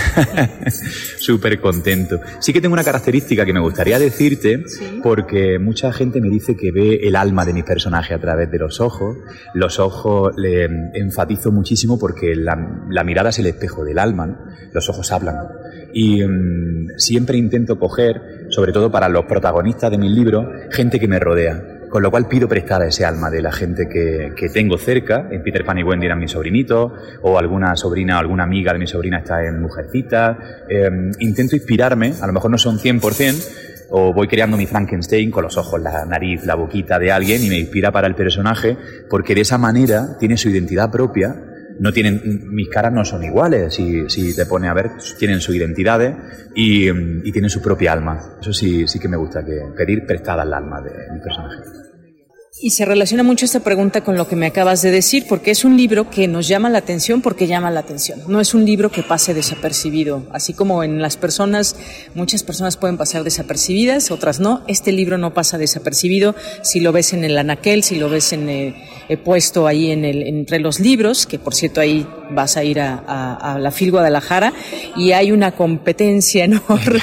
súper contento. Sí que tengo una característica que me gustaría decirte, ¿sí? Porque mucha gente me dice que ve el alma de mi personaje a través de los ojos. Los ojos le enfatizo muchísimo porque la, la mirada es el espejo del alma, ¿no? Los ojos hablan. Y um, siempre intento coger, sobre todo para los protagonistas de mis libros, gente que me rodea. Con lo cual pido prestada ese alma de la gente que, que tengo cerca. En Peter Pan y Wendy eran mis sobrinitos, o alguna sobrina o alguna amiga de mi sobrina está en Mujercita. Eh, intento inspirarme, a lo mejor no son cien por ciento, o voy creando mi Frankenstein con los ojos, la nariz, la boquita de alguien y me inspira para el personaje, porque de esa manera tiene su identidad propia. No tienen, mis caras no son iguales, si, si te pones a ver, tienen sus identidades y, y tienen su propia alma. Eso sí, sí que me gusta, que pedir prestada el alma de mi personaje. Y se relaciona mucho esta pregunta con lo que me acabas de decir, porque es un libro que nos llama la atención porque llama la atención. No es un libro que pase desapercibido. Así como en las personas, muchas personas pueden pasar desapercibidas, otras no. Este libro no pasa desapercibido. Si lo ves en el anaquel, si lo ves en el, he puesto ahí en el, entre los libros, que por cierto ahí vas a ir a, a, a la FIL Guadalajara, y hay una competencia enorme,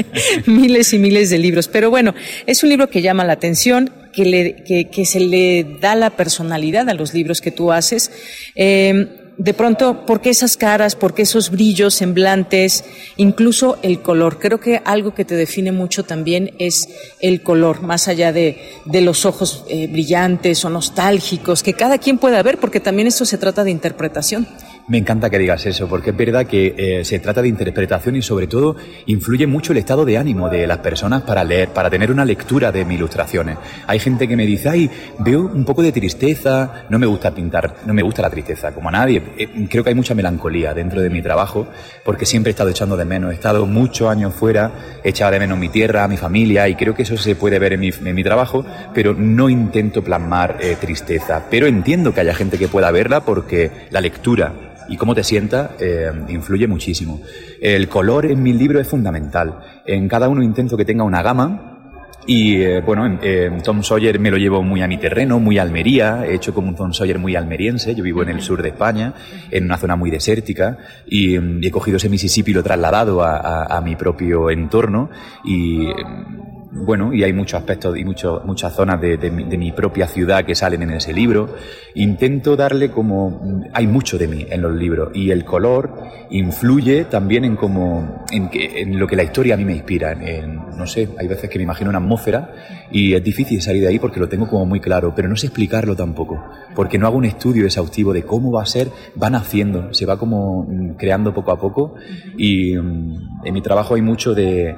miles y miles de libros. Pero bueno, es un libro que llama la atención, que, le, que, que se le da la personalidad a los libros que tú haces. Eh, de pronto, ¿por qué esas caras? ¿Por qué esos brillos, semblantes? Incluso el color. Creo que algo que te define mucho también es el color, más allá de, de los ojos eh, brillantes o nostálgicos, que cada quien pueda ver, porque también esto se trata de interpretación. Me encanta que digas eso, porque es verdad que eh, se trata de interpretación y sobre todo influye mucho el estado de ánimo de las personas para leer, para tener una lectura de mis ilustraciones. Hay gente que me dice, ay, veo un poco de tristeza, no me gusta pintar, no me gusta la tristeza, como a nadie. Eh, creo que hay mucha melancolía dentro de mi trabajo, porque siempre he estado echando de menos, he estado muchos años fuera, he echado de menos mi tierra, mi familia, y creo que eso se puede ver en mi, en mi trabajo, pero no intento plasmar eh, tristeza. Pero entiendo que haya gente que pueda verla porque la lectura y cómo te sientas eh, influye muchísimo. El color en mis libros es fundamental. En cada uno intento que tenga una gama y, eh, bueno, en, en Tom Sawyer me lo llevo muy a mi terreno, muy a Almería. He hecho como un Tom Sawyer muy almeriense. Yo vivo en el sur de España, en una zona muy desértica, y, y he cogido ese Mississippi y lo he trasladado a, a, a mi propio entorno y... Bueno, y hay muchos aspectos y mucho, muchas zonas de, de, de mi propia ciudad que salen en ese libro. Intento darle como... Hay mucho de mí en los libros y el color influye también en como en, que, en lo que la historia a mí me inspira. En, en, no sé, hay veces que me imagino una atmósfera y es difícil salir de ahí porque lo tengo como muy claro, pero no sé explicarlo tampoco, porque no hago un estudio exhaustivo de cómo va a ser, van haciendo, se va como creando poco a poco y en mi trabajo hay mucho de...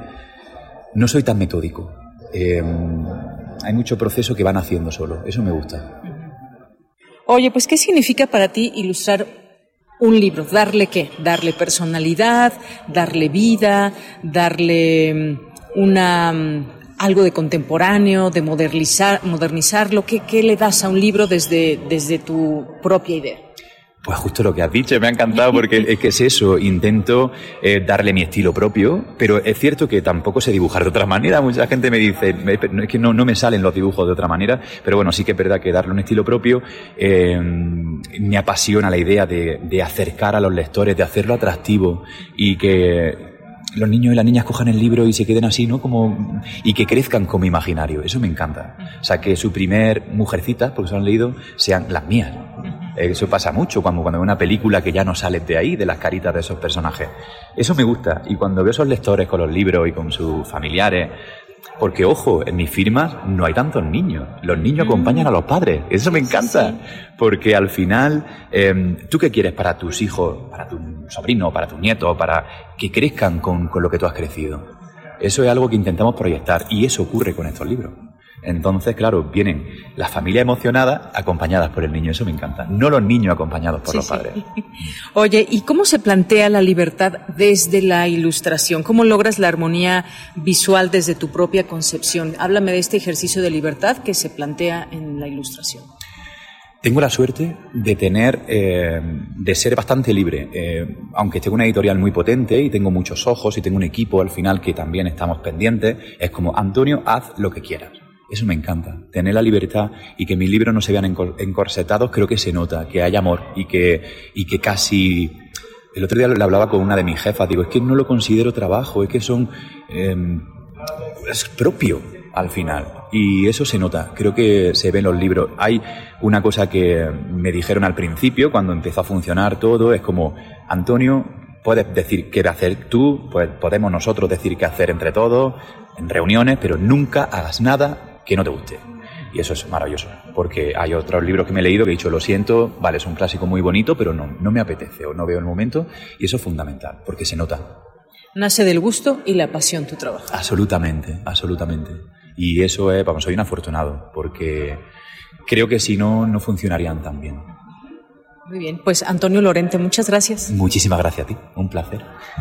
No soy tan metódico. Eh, hay mucho proceso que van haciendo solo. Eso me gusta. Oye, pues, ¿qué significa para ti ilustrar un libro? ¿Darle qué? ¿Darle personalidad? ¿Darle vida? ¿Darle una algo de contemporáneo, de modernizar, modernizarlo? ¿Qué, qué le das a un libro desde, desde tu propia idea? Pues justo lo que has dicho, me ha encantado porque es que es eso, intento eh, darle mi estilo propio, pero es cierto que tampoco sé dibujar de otra manera. Mucha gente me dice, es que no, no me salen los dibujos de otra manera, pero bueno, sí que es verdad que darle un estilo propio eh, me apasiona la idea de, de acercar a los lectores, de hacerlo atractivo y que los niños y las niñas cojan el libro y se queden así, ¿no? Como, y que crezcan como imaginario. Eso me encanta. O sea, que su primer mujercita, porque se lo han leído, sean las mías. Eso pasa mucho cuando, cuando veo una película que ya no sales de ahí, de las caritas de esos personajes. Eso me gusta. Y cuando veo esos lectores con los libros y con sus familiares, porque, ojo, en mis firmas no hay tantos niños. Los niños acompañan a los padres. Eso me encanta. Porque al final, eh, ¿tú qué quieres para tus hijos, para tu sobrino, para tus nietos, para que crezcan con, con lo que tú has crecido? Eso es algo que intentamos proyectar y eso ocurre con estos libros. Entonces, claro, vienen las familias emocionadas acompañadas por el niño. Eso me encanta. No los niños acompañados por sí, los padres. Sí. Oye, ¿y cómo se plantea la libertad desde la ilustración? ¿Cómo logras la armonía visual desde tu propia concepción? Háblame de este ejercicio de libertad que se plantea en la ilustración. Tengo la suerte de tener, eh, de ser bastante libre, eh, aunque tengo una editorial muy potente y tengo muchos ojos y tengo un equipo al final que también estamos pendientes. Es como, Antonio, haz lo que quieras. Eso me encanta, tener la libertad y que mis libros no se vean encorsetados. Creo que se nota, que hay amor y que, y que casi... El otro día le hablaba con una de mis jefas, digo, es que no lo considero trabajo, es que son... Eh, es propio al final y eso se nota, creo que se ve en los libros. Hay una cosa que me dijeron al principio cuando empezó a funcionar todo, es como, Antonio, puedes decir qué hacer tú, pues podemos nosotros decir qué hacer entre todos, en reuniones, pero nunca hagas nada que no te guste. Y eso es maravilloso, porque hay otros libros que me he leído que he dicho, lo siento, vale, es un clásico muy bonito, pero no, no me apetece o no veo el momento, y eso es fundamental, porque se nota. Nace del gusto y la pasión tu trabajo. Absolutamente, absolutamente. Y eso es, vamos, soy un afortunado, porque creo que si no, no funcionarían tan bien. Muy bien, pues Antonio Lorente, muchas gracias. Muchísimas gracias a ti, un placer.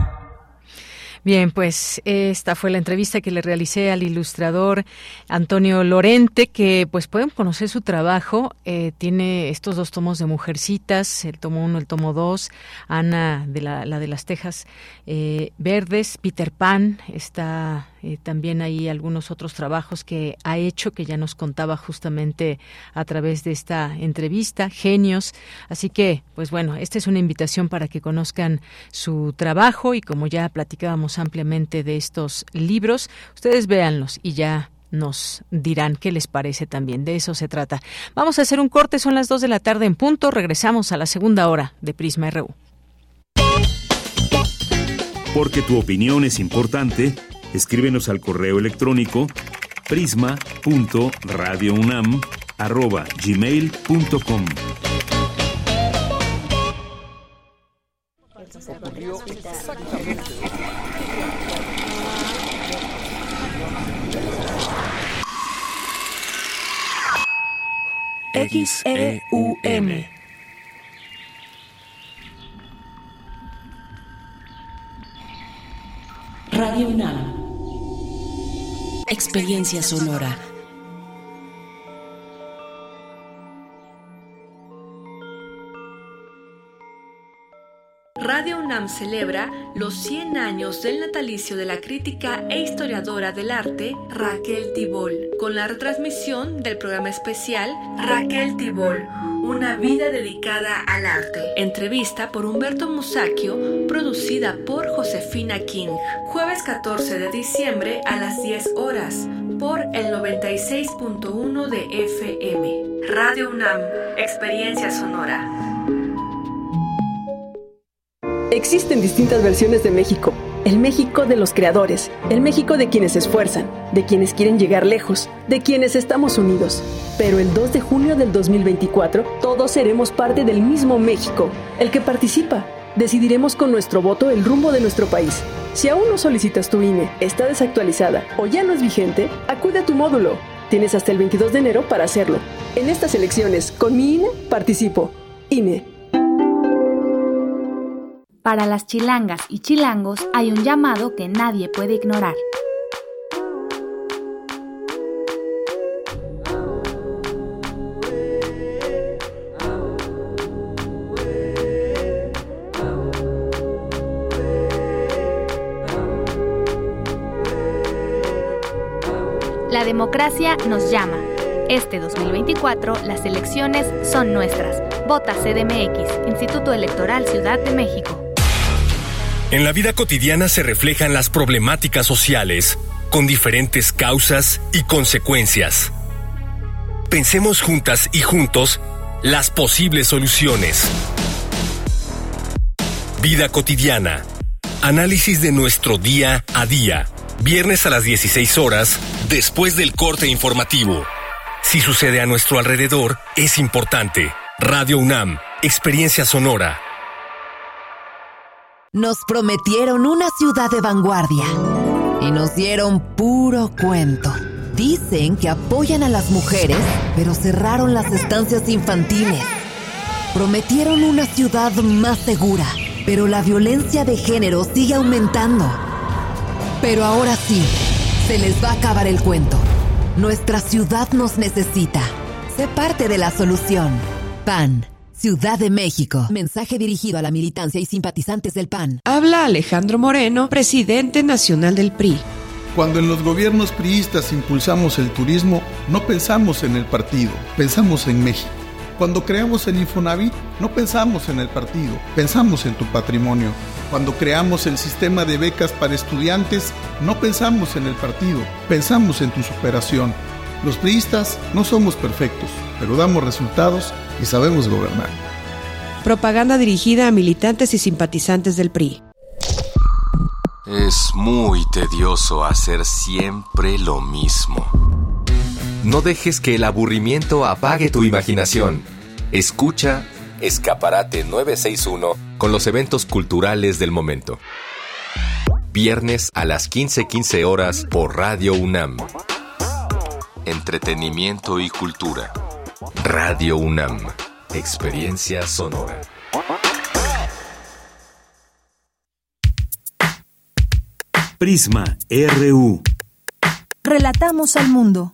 Bien, pues esta fue la entrevista que le realicé al ilustrador Antonio Lorente, que pues pueden conocer su trabajo. Eh, tiene estos dos tomos de Mujercitas, el tomo uno, el tomo dos, Ana, de la, la de las Tejas eh, Verdes, Peter Pan, está eh, también ahí algunos otros trabajos que ha hecho, que ya nos contaba justamente a través de esta entrevista, Genios. Así que, pues bueno, esta es una invitación para que conozcan su trabajo y como ya platicábamos ampliamente de estos libros, ustedes véanlos y ya nos dirán qué les parece también. De eso se trata. Vamos a hacer un corte, son las dos de la tarde en punto. Regresamos a la segunda hora de Prisma R U. Porque tu opinión es importante, escríbenos al correo electrónico prisma punto radio unam arroba gmail punto com. Ocurrió exactamente. X E U M. Radio UNAM. Experiencia sonora. Radio UNAM celebra los cien años del natalicio de la crítica e historiadora del arte Raquel Tibol, con la retransmisión del programa especial Raquel Tibol, una vida dedicada al arte. Entrevista por Humberto Musacchio, producida por Josefina King. Jueves catorce de diciembre a las diez horas, por el noventa y seis punto uno de F M. Radio UNAM, experiencia sonora. Existen distintas versiones de México. El México de los creadores, el México de quienes se esfuerzan, de quienes quieren llegar lejos, de quienes estamos unidos. Pero el dos de junio del dos mil veinticuatro, todos seremos parte del mismo México, el que participa. Decidiremos con nuestro voto el rumbo de nuestro país. Si aún no solicitas tu I N E, está desactualizada o ya no es vigente, acude a tu módulo. Tienes hasta el veintidós de enero para hacerlo. En estas elecciones, con mi I N E, participo. I N E. Para las chilangas y chilangos hay un llamado que nadie puede ignorar. democracia nos llama. Este dos mil veinticuatro, las elecciones son nuestras. Vota C D M X, Instituto Electoral Ciudad de México. En la vida cotidiana se reflejan las problemáticas sociales, con diferentes causas y consecuencias. Pensemos juntas y juntos las posibles soluciones. Vida cotidiana. Análisis de nuestro día a día. Viernes a las dieciséis horas, después del corte informativo. Si sucede a nuestro alrededor, es importante. Radio UNAM, Experiencia Sonora. Nos prometieron una ciudad de vanguardia y nos dieron puro cuento. Dicen que apoyan a las mujeres, pero cerraron las estancias infantiles. Prometieron una ciudad más segura, pero la violencia de género sigue aumentando. Pero ahora sí, se les va a acabar el cuento. Nuestra ciudad nos necesita. Sé parte de la solución. P A N, Ciudad de México. Mensaje dirigido a la militancia y simpatizantes del P A N. Habla Alejandro Moreno, presidente nacional del P R I. Cuando en los gobiernos priistas impulsamos el turismo, no pensamos en el partido, pensamos en México. Cuando creamos el Infonavit, no pensamos en el partido, pensamos en tu patrimonio. Cuando creamos el sistema de becas para estudiantes, no pensamos en el partido, pensamos en tu superación. Los priistas no somos perfectos, pero damos resultados y sabemos gobernar. Propaganda dirigida a militantes y simpatizantes del P R I. Es muy tedioso hacer siempre lo mismo. No dejes que el aburrimiento apague tu imaginación. Escucha Escaparate novecientos sesenta y uno con los eventos culturales del momento. Viernes a las quince quince horas por Radio UNAM. Entretenimiento y cultura. Radio UNAM. Experiencia sonora. Prisma R U. Relatamos al mundo.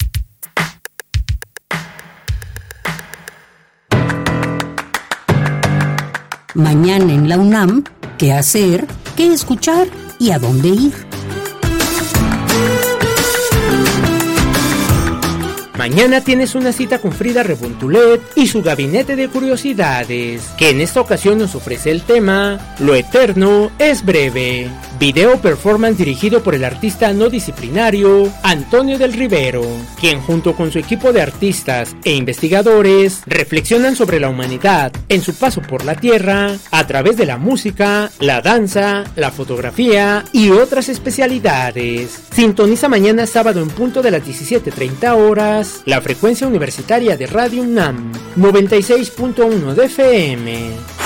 Mañana en la UNAM, ¿qué hacer? ¿Qué escuchar? ¿Y a dónde ir? Mañana tienes una cita con Frida Rebontulet y su gabinete de curiosidades, que en esta ocasión nos ofrece el tema Lo eterno es breve. Video performance dirigido por el artista no disciplinario Antonio del Rivero, quien junto con su equipo de artistas e investigadores reflexionan sobre la humanidad en su paso por la Tierra a través de la música, la danza, la fotografía y otras especialidades. Sintoniza mañana sábado en punto de las diecisiete treinta horas la frecuencia universitaria de Radio UNAM noventa y seis punto uno de F M.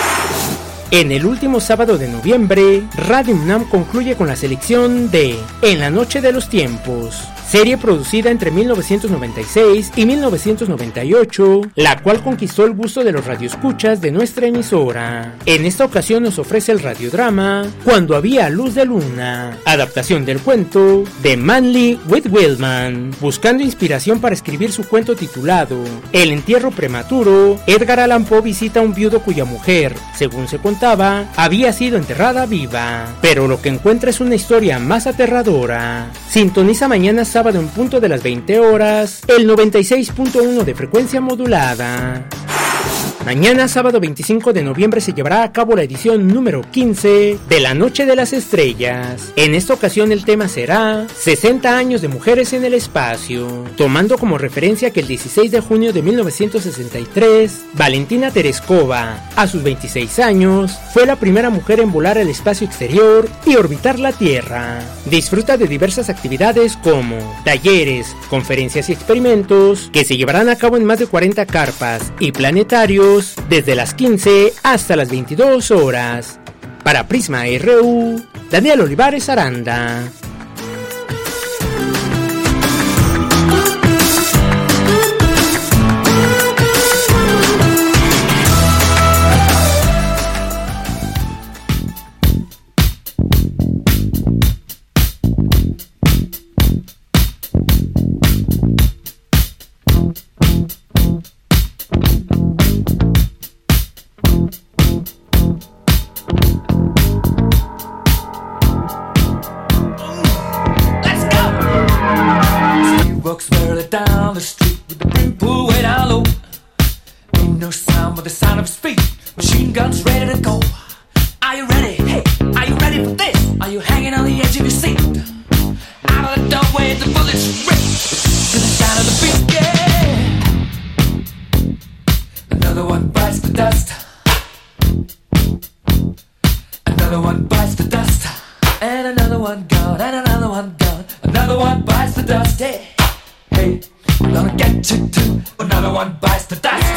En el último sábado de noviembre, Radio UNAM concluye con la selección de En la noche de los tiempos, serie producida entre mil novecientos noventa y seis y mil novecientos noventa y ocho, la cual conquistó el gusto de los radioescuchas de nuestra emisora. En esta ocasión nos ofrece el radiodrama Cuando había luz de luna, adaptación del cuento de Manly Whitwellman. Buscando inspiración para escribir su cuento titulado El entierro prematuro, Edgar Allan Poe visita a un viudo cuya mujer, según se contaba, había sido enterrada viva, pero lo que encuentra es una historia más aterradora. Sintoniza mañana sábado en punto de las veinte horas, el noventa y seis punto uno de frecuencia modulada. Mañana, sábado veinticinco de noviembre, se llevará a cabo la edición número quince de La Noche de las Estrellas. En esta ocasión el tema será sesenta años de mujeres en el espacio, tomando como referencia que el dieciséis de junio de mil novecientos sesenta y tres, Valentina Tereskova, a sus veintiséis años, fue la primera mujer en volar al espacio exterior y orbitar la Tierra. Disfruta de diversas actividades como talleres, conferencias y experimentos que se llevarán a cabo en más de cuarenta carpas y planetarios desde las quince hasta las veintidós horas. Para Prisma R U, Daniel Olivares Aranda. Volkswagen day. Hey, I'm gonna get you too. Another one bites the dust.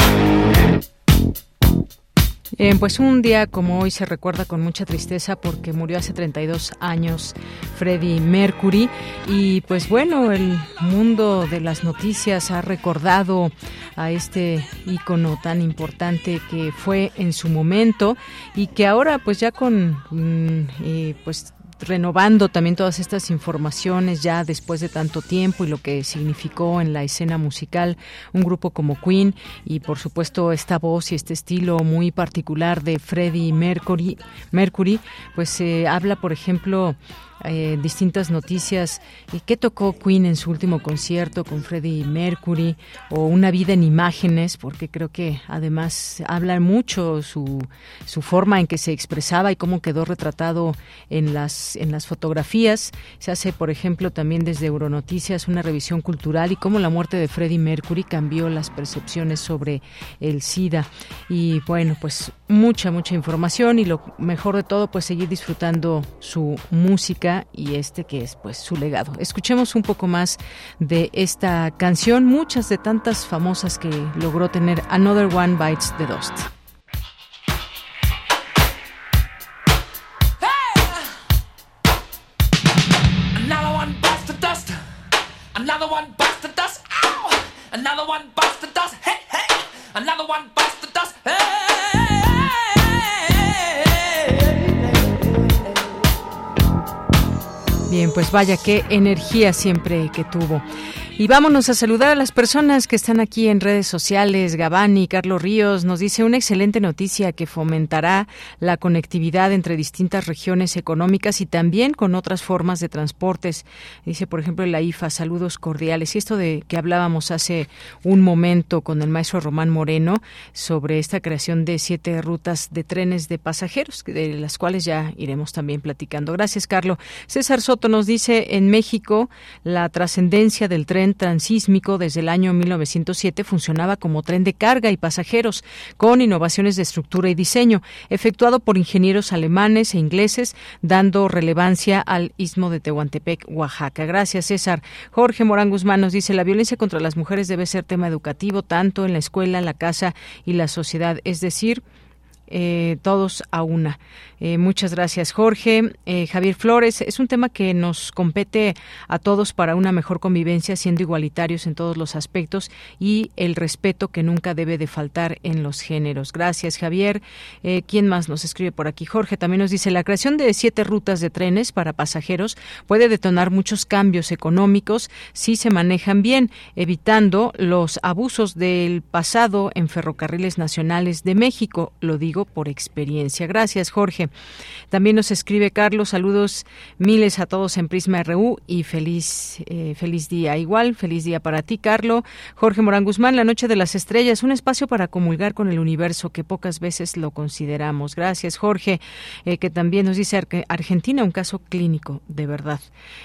Eh, pues un día como hoy se recuerda con mucha tristeza porque murió hace treinta y dos años Freddie Mercury y pues bueno, el mundo de las noticias ha recordado a este ícono tan importante que fue en su momento y que ahora pues ya con mm, eh, pues renovando también todas estas informaciones ya después de tanto tiempo y lo que significó en la escena musical un grupo como Queen y por supuesto esta voz y este estilo muy particular de Freddie Mercury, Mercury pues eh, habla por ejemplo Eh, distintas noticias. ¿Qué tocó Queen en su último concierto con Freddie Mercury? O Una vida en imágenes, porque creo que además habla mucho su, su forma en que se expresaba y cómo quedó retratado en las, en las fotografías. Se hace, por ejemplo, también desde Euronoticias una revisión cultural y cómo la muerte de Freddie Mercury cambió las percepciones sobre el SIDA. Y bueno, pues mucha, mucha información y lo mejor de todo, pues seguir disfrutando su música y este que es pues su legado. Escuchemos un poco más de esta canción, muchas de tantas famosas que logró tener. Another One Bites the Dust. Hey! Another one bites the dust. Another one bites the dust. Ow! Another one bites the dust. Hey, hey! Another one bites the dust. Hey! Bien, pues vaya qué energía siempre que tuvo. Y vámonos a saludar a las personas que están aquí en redes sociales. Gabani, Carlos Ríos, nos dice una excelente noticia que fomentará la conectividad entre distintas regiones económicas y también con otras formas de transportes. Dice, por ejemplo, la I F A, saludos cordiales. Y esto de que hablábamos hace un momento con el maestro Román Moreno sobre esta creación de siete rutas de trenes de pasajeros, de las cuales ya iremos también platicando. Gracias, Carlos. César Soto nos dice, en México, la trascendencia del tren transísmico desde el año mil novecientos siete funcionaba como tren de carga y pasajeros con innovaciones de estructura y diseño, efectuado por ingenieros alemanes e ingleses, dando relevancia al Istmo de Tehuantepec, Oaxaca. Gracias, César. Jorge Morán Guzmán nos dice, la violencia contra las mujeres debe ser tema educativo tanto en la escuela, la casa y la sociedad, es decir, Eh, todos a una. Eh, muchas gracias, Jorge. Eh, Javier Flores, es un tema que nos compete a todos para una mejor convivencia, siendo igualitarios en todos los aspectos y el respeto que nunca debe de faltar en los géneros. Gracias, Javier. Eh, ¿Quién más nos escribe por aquí? Jorge también nos dice, la creación de siete rutas de trenes para pasajeros puede detonar muchos cambios económicos si se manejan bien, evitando los abusos del pasado en ferrocarriles nacionales de México. Lo digo por experiencia. Gracias, Jorge. También nos escribe Carlos, saludos miles a todos en Prisma R U y feliz eh, feliz día. Igual, feliz día para ti, Carlos. Jorge Morán Guzmán, la noche de las estrellas, un espacio para comulgar con el universo que pocas veces lo consideramos. Gracias, Jorge, eh, que también nos dice Argentina, un caso clínico, de verdad.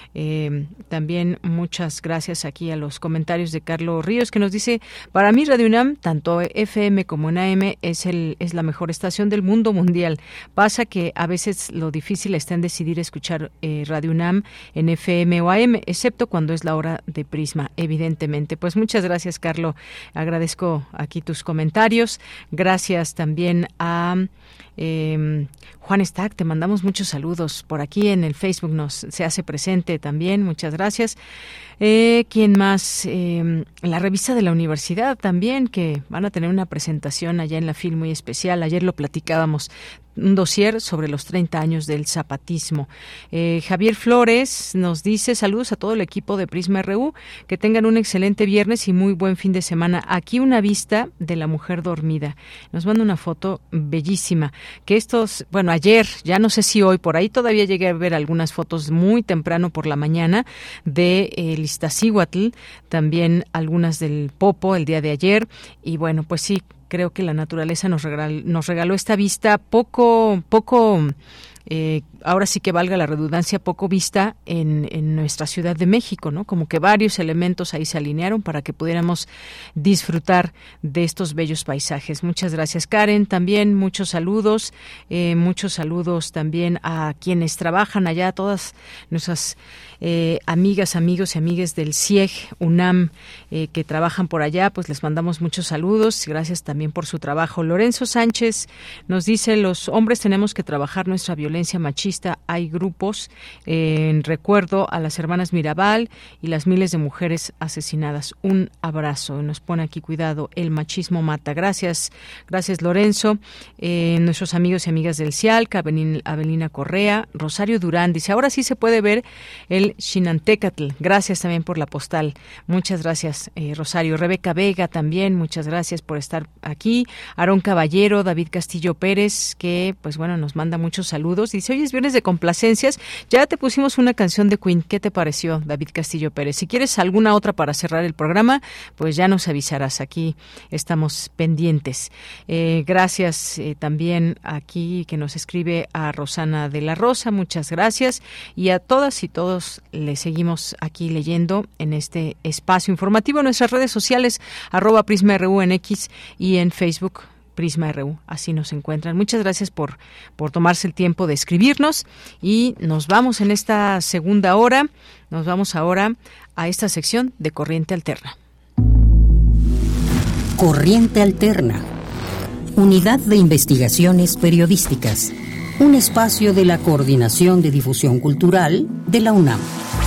Eh, también muchas gracias aquí a los comentarios de Carlos Ríos, que nos dice, para mí Radio UNAM, tanto F M como en A M, es, el, es la mejor estación del mundo mundial. Pasa que a veces lo difícil está en decidir escuchar eh, Radio UNAM en F M o A M, excepto cuando es la hora de Prisma, evidentemente. Pues muchas gracias, Carlos. Agradezco aquí tus comentarios. Gracias también a eh, Juan Stack, te mandamos muchos saludos. Por aquí en el Facebook nos se hace presente también. Muchas gracias. Eh, ¿Quién más? Eh, la revista de la universidad también, que van a tener una presentación allá en la FIL muy especial. Ayer lo platicábamos, un dossier sobre los treinta años del zapatismo. Eh, Javier Flores nos dice, saludos a todo el equipo de Prisma R U, que tengan un excelente viernes y muy buen fin de semana. Aquí una vista de la mujer dormida. Nos manda una foto bellísima, que estos, bueno, ayer, ya no sé si hoy, por ahí todavía llegué a ver algunas fotos muy temprano por la mañana de el Iztaccíhuatl, también algunas del Popo el día de ayer, y bueno, pues sí, creo que la naturaleza nos regaló, nos regaló esta vista poco, poco eh, ahora sí que valga la redundancia, poco vista en, en nuestra Ciudad de México, ¿no? Como que varios elementos ahí se alinearon para que pudiéramos disfrutar de estos bellos paisajes. Muchas gracias, Karen. También muchos saludos, eh, muchos saludos también a quienes trabajan allá, todas nuestras eh, amigas, amigos y amigas del C I E G, UNAM, eh, que trabajan por allá, pues les mandamos muchos saludos. Gracias también por su trabajo. Lorenzo Sánchez nos dice, los hombres tenemos que trabajar nuestra violencia machista. Hay grupos eh, en recuerdo a las hermanas Mirabal y las miles de mujeres asesinadas. Un abrazo. Nos pone aquí, cuidado, el machismo mata. Gracias, gracias Lorenzo. Eh, nuestros amigos y amigas del CIALC, Avelina, Avelina Correa, Rosario Durán dice, ahora sí se puede ver el Xinantecatl. Gracias también por la postal. Muchas gracias, eh, Rosario. Rebeca Vega también, muchas gracias por estar aquí. Aarón Caballero, David Castillo Pérez, que pues bueno, nos manda muchos saludos. Dice, hoy es viernes de complacencias. Ya te pusimos una canción de Queen. ¿Qué te pareció, David Castillo Pérez? Si quieres alguna otra para cerrar el programa, pues ya nos avisarás. Aquí estamos pendientes. Eh, gracias eh, también aquí que nos escribe a Rosana de la Rosa. Muchas gracias. Y a todas y todos les seguimos aquí leyendo en este espacio informativo en nuestras redes sociales, arroba Prisma R U en X y en Facebook. Prisma R U, así nos encuentran. Muchas gracias por, por tomarse el tiempo de escribirnos y nos vamos en esta segunda hora, nos vamos ahora a esta sección de Corriente Alterna. Corriente Alterna, Unidad de Investigaciones Periodísticas, un espacio de la Coordinación de Difusión Cultural de la UNAM.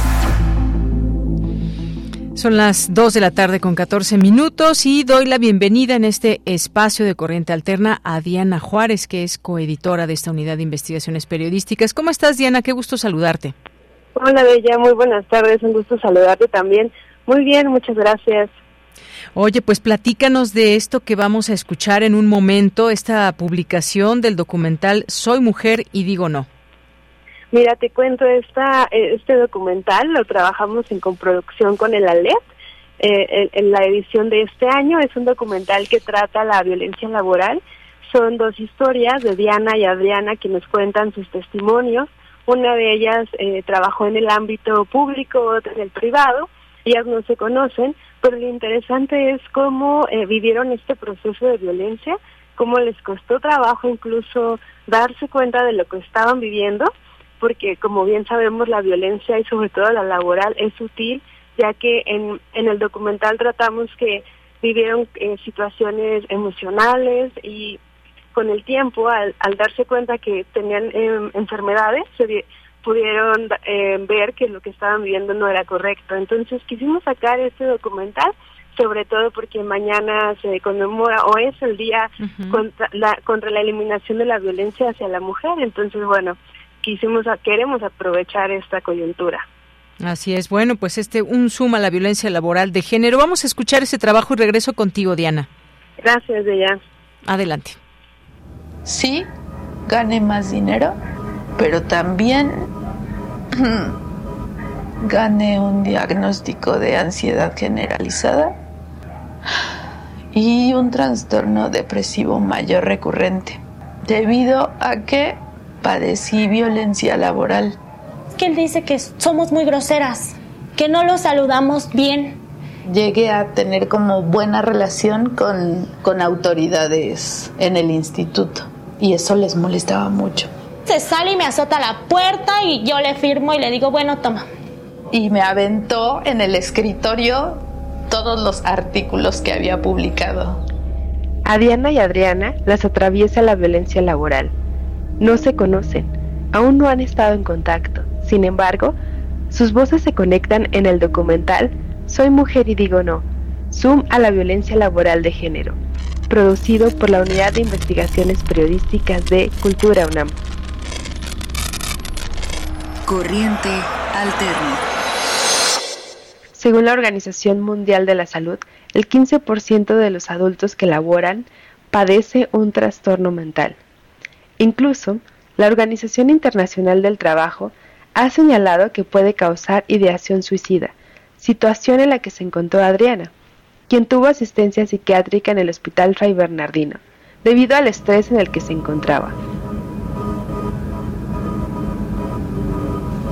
Son las dos de la tarde con catorce minutos y doy la bienvenida en este espacio de Corriente Alterna a Diana Juárez, que es coeditora de esta Unidad de Investigaciones Periodísticas. ¿Cómo estás, Diana? Qué gusto saludarte. Hola, Bella. Muy buenas tardes. Un gusto saludarte también. Muy bien, muchas gracias. Oye, pues platícanos de esto que vamos a escuchar en un momento, esta publicación del documental Soy Mujer y Digo No. Mira, te cuento, esta, este documental lo trabajamos en coproducción con el ALEP, eh, en la edición de este año. Es un documental que trata la violencia laboral. Son dos historias de Diana y Adriana que nos cuentan sus testimonios. Una de ellas eh, trabajó en el ámbito público, otra en el privado. Ellas no se conocen, pero lo interesante es cómo eh, vivieron este proceso de violencia, cómo les costó trabajo incluso darse cuenta de lo que estaban viviendo, porque como bien sabemos la violencia y sobre todo la laboral es sutil, ya que en, en el documental tratamos que vivieron eh, situaciones emocionales y con el tiempo, al, al darse cuenta que tenían eh, enfermedades, se pudieron eh, ver que lo que estaban viviendo no era correcto. Entonces quisimos sacar este documental, sobre todo porque mañana se conmemora o es el día uh-huh. contra, la, contra la eliminación de la violencia hacia la mujer. Entonces, bueno, quisimos queremos aprovechar esta coyuntura. Así es. Bueno, pues este un zoom a la violencia laboral de género. Vamos a escuchar ese trabajo y regreso contigo, Diana. Gracias, Deya. Adelante. Sí, gane más dinero, pero también gane un diagnóstico de ansiedad generalizada y un trastorno depresivo mayor recurrente, debido a que padecí violencia laboral. Que él dice que somos muy groseras, que no lo saludamos bien. Llegué a tener como buena relación con, con autoridades en el instituto y eso les molestaba mucho. Se sale y me azota la puerta y yo le firmo y le digo, bueno, toma. Y me aventó en el escritorio todos los artículos que había publicado. A Diana y Adriana las atraviesa la violencia laboral. No se conocen, aún no han estado en contacto. Sin embargo, sus voces se conectan en el documental Soy Mujer y Digo No, Zoom a la violencia laboral de género, producido por la Unidad de Investigaciones Periodísticas de Cultura UNAM. Corriente Alterna. Según la Organización Mundial de la Salud, el quince por ciento de los adultos que laboran padece un trastorno mental. Incluso, la Organización Internacional del Trabajo ha señalado que puede causar ideación suicida, situación en la que se encontró Adriana, quien tuvo asistencia psiquiátrica en el Hospital Fray Bernardino, debido al estrés en el que se encontraba.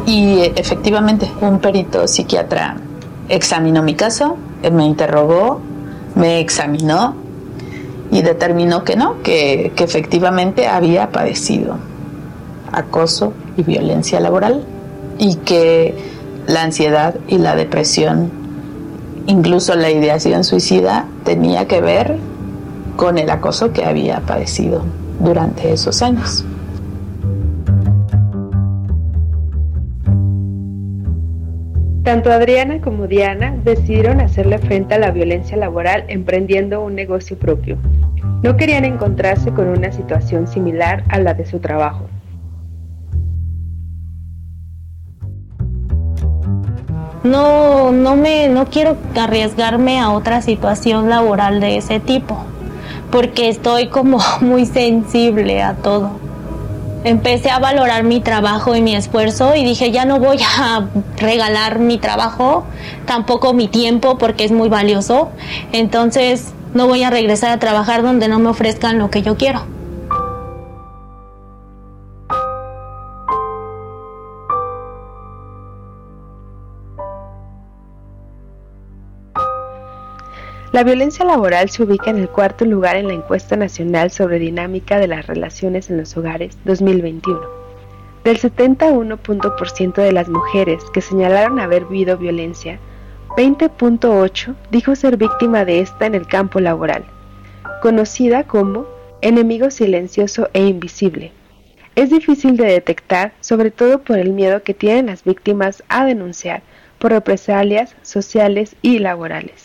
Y efectivamente, un perito psiquiatra examinó mi caso, me interrogó, me examinó y determinó que no, que, que efectivamente había padecido acoso y violencia laboral y que la ansiedad y la depresión, incluso la ideación suicida, tenía que ver con el acoso que había padecido durante esos años. Tanto Adriana como Diana decidieron hacerle frente a la violencia laboral emprendiendo un negocio propio. No querían encontrarse con una situación similar a la de su trabajo. No, no me, no quiero arriesgarme a otra situación laboral de ese tipo, porque estoy como muy sensible a todo. Empecé a valorar mi trabajo y mi esfuerzo y dije, ya no voy a regalar mi trabajo, tampoco mi tiempo, porque es muy valioso. Entonces no voy a regresar a trabajar donde no me ofrezcan lo que yo quiero. La violencia laboral se ubica en el cuarto lugar en la encuesta nacional sobre dinámica de las relaciones en los hogares dos mil veintiuno. Del setenta y uno por ciento de las mujeres que señalaron haber vivido violencia, veinte punto ocho por ciento dijo ser víctima de esta en el campo laboral, conocida como enemigo silencioso e invisible. Es difícil de detectar, sobre todo por el miedo que tienen las víctimas a denunciar por represalias sociales y laborales.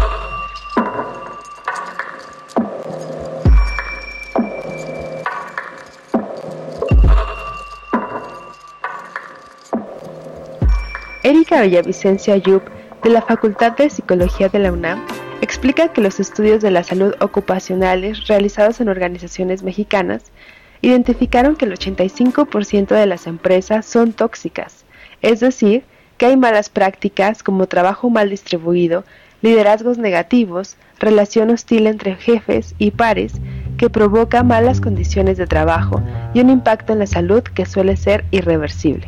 Erika Villavicencio Ayub, de la Facultad de Psicología de la UNAM, explica que los estudios de la salud ocupacionales realizados en organizaciones mexicanas identificaron que el ochenta y cinco por ciento de las empresas son tóxicas, es decir, que hay malas prácticas como trabajo mal distribuido, liderazgos negativos, relación hostil entre jefes y pares que provoca malas condiciones de trabajo y un impacto en la salud que suele ser irreversible.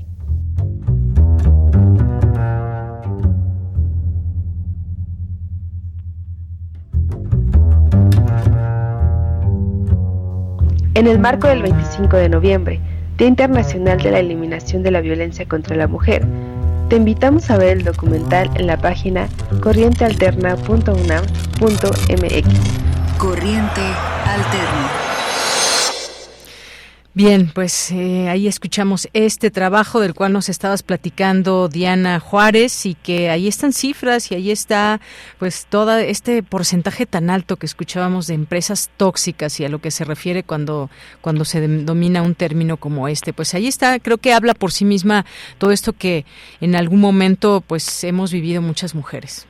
En el marco del veinticinco de noviembre, Día Internacional de la Eliminación de la Violencia contra la Mujer, te invitamos a ver el documental en la página corriente alterna punto u n a m punto m x. Corriente Alterna. Bien, pues eh, ahí escuchamos este trabajo del cual nos estabas platicando, Diana Juárez, y que ahí están cifras y ahí está pues todo este porcentaje tan alto que escuchábamos de empresas tóxicas y a lo que se refiere cuando cuando se domina un término como este. Pues ahí está, creo que habla por sí misma todo esto que en algún momento pues hemos vivido muchas mujeres.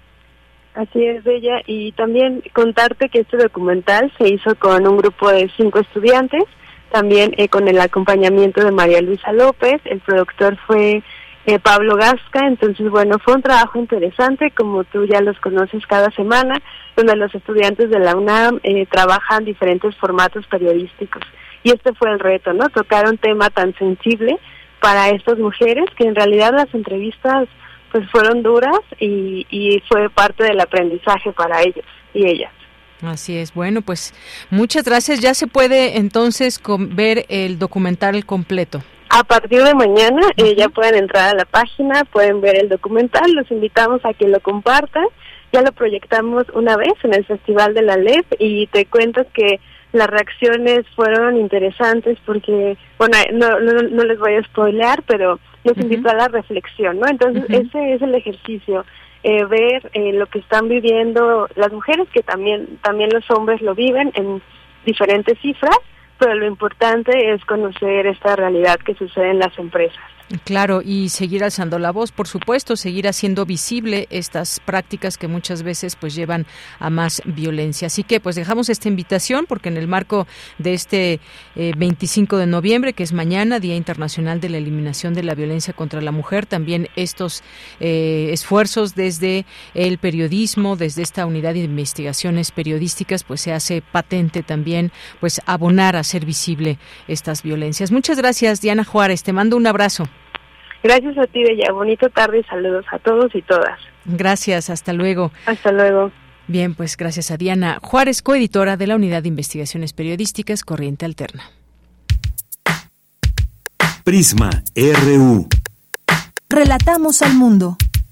Así es, Bella, y también contarte que este documental se hizo con un grupo de cinco estudiantes, también eh, con el acompañamiento de María Luisa López. El productor fue eh, Pablo Gasca. Entonces, bueno, fue un trabajo interesante, como tú ya los conoces cada semana, donde los estudiantes de la UNAM eh, trabajan diferentes formatos periodísticos. Y este fue el reto, ¿no? Tocar un tema tan sensible para estas mujeres, que en realidad las entrevistas pues fueron duras y, y fue parte del aprendizaje para ellos y ellas. Así es. Bueno, pues muchas gracias. Ya se puede entonces con, ver el documental completo. A partir de mañana uh-huh. eh, ya pueden entrar a la página, pueden ver el documental. Los invitamos a que lo compartan. Ya lo proyectamos una vez en el Festival de la L E P y te cuento que las reacciones fueron interesantes porque, bueno, no, no, no les voy a spoilear, pero los uh-huh. invito a la reflexión, ¿no? Entonces uh-huh. ese es el ejercicio. Eh, ver eh, lo que están viviendo las mujeres, que también también los hombres lo viven en diferentes cifras, pero lo importante es conocer esta realidad que sucede en las empresas. Claro, y seguir alzando la voz, por supuesto, seguir haciendo visible estas prácticas que muchas veces pues llevan a más violencia. Así que pues dejamos esta invitación porque en el marco de este eh, veinticinco de noviembre, que es mañana, Día Internacional de la Eliminación de la Violencia contra la Mujer, también estos eh, esfuerzos desde el periodismo, desde esta unidad de investigaciones periodísticas, pues se hace patente también pues abonar a hacer visible estas violencias. Muchas gracias, Diana Juárez, te mando un abrazo. Gracias a ti, Bella. Bonita tarde y saludos a todos y todas. Gracias, hasta luego. Hasta luego. Bien, pues gracias a Diana Juárez, coeditora de la Unidad de Investigaciones Periodísticas Corriente Alterna. Prisma R U. Relatamos al mundo.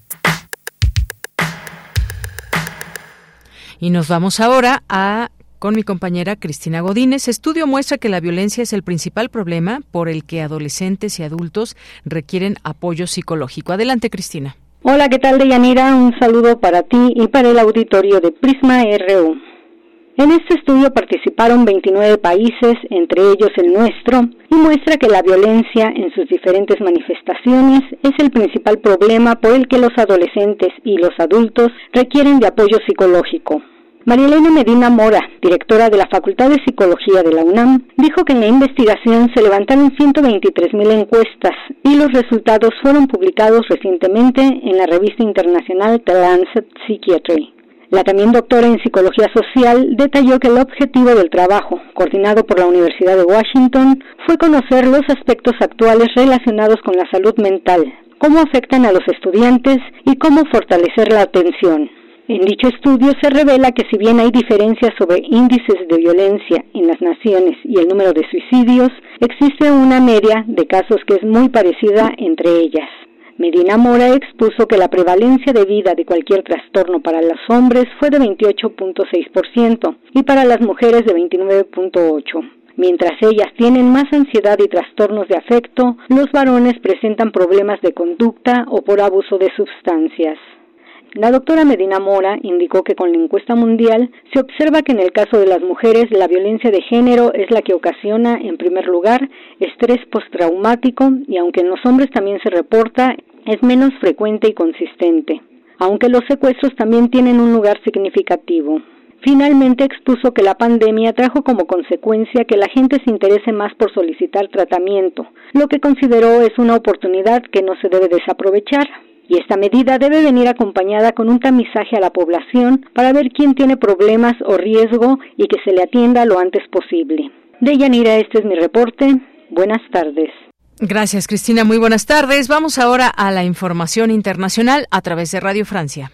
Y nos vamos ahora a con mi compañera Cristina Godínez. Estudio muestra que la violencia es el principal problema por el que adolescentes y adultos requieren apoyo psicológico. Adelante, Cristina. Hola, ¿qué tal, Deyanira? Un saludo para ti y para el auditorio de Prisma R U. En este estudio participaron veintinueve países, entre ellos el nuestro, y muestra que la violencia en sus diferentes manifestaciones es el principal problema por el que los adolescentes y los adultos requieren de apoyo psicológico. María Elena Medina Mora, directora de la Facultad de Psicología de la UNAM, dijo que en la investigación se levantaron ciento veintitrés mil encuestas y los resultados fueron publicados recientemente en la revista internacional The Lancet Psychiatry. La también doctora en Psicología Social detalló que el objetivo del trabajo, coordinado por la Universidad de Washington, fue conocer los aspectos actuales relacionados con la salud mental, cómo afectan a los estudiantes y cómo fortalecer la atención. En dicho estudio se revela que si bien hay diferencias sobre índices de violencia en las naciones y el número de suicidios, existe una media de casos que es muy parecida entre ellas. Medina Mora expuso que la prevalencia de vida de cualquier trastorno para los hombres fue de veintiocho punto seis por ciento y para las mujeres de veintinueve punto ocho por ciento. Mientras ellas tienen más ansiedad y trastornos de afecto, los varones presentan problemas de conducta o por abuso de sustancias. La doctora Medina Mora indicó que con la encuesta mundial se observa que en el caso de las mujeres la violencia de género es la que ocasiona, en primer lugar, estrés postraumático y aunque en los hombres también se reporta, es menos frecuente y consistente, aunque los secuestros también tienen un lugar significativo. Finalmente expuso que la pandemia trajo como consecuencia que la gente se interese más por solicitar tratamiento, lo que consideró es una oportunidad que no se debe desaprovechar. Y esta medida debe venir acompañada con un tamizaje a la población para ver quién tiene problemas o riesgo y que se le atienda lo antes posible. Deyanira, este es mi reporte. Buenas tardes. Gracias, Cristina. Muy buenas tardes. Vamos ahora a la información internacional a través de Radio Francia.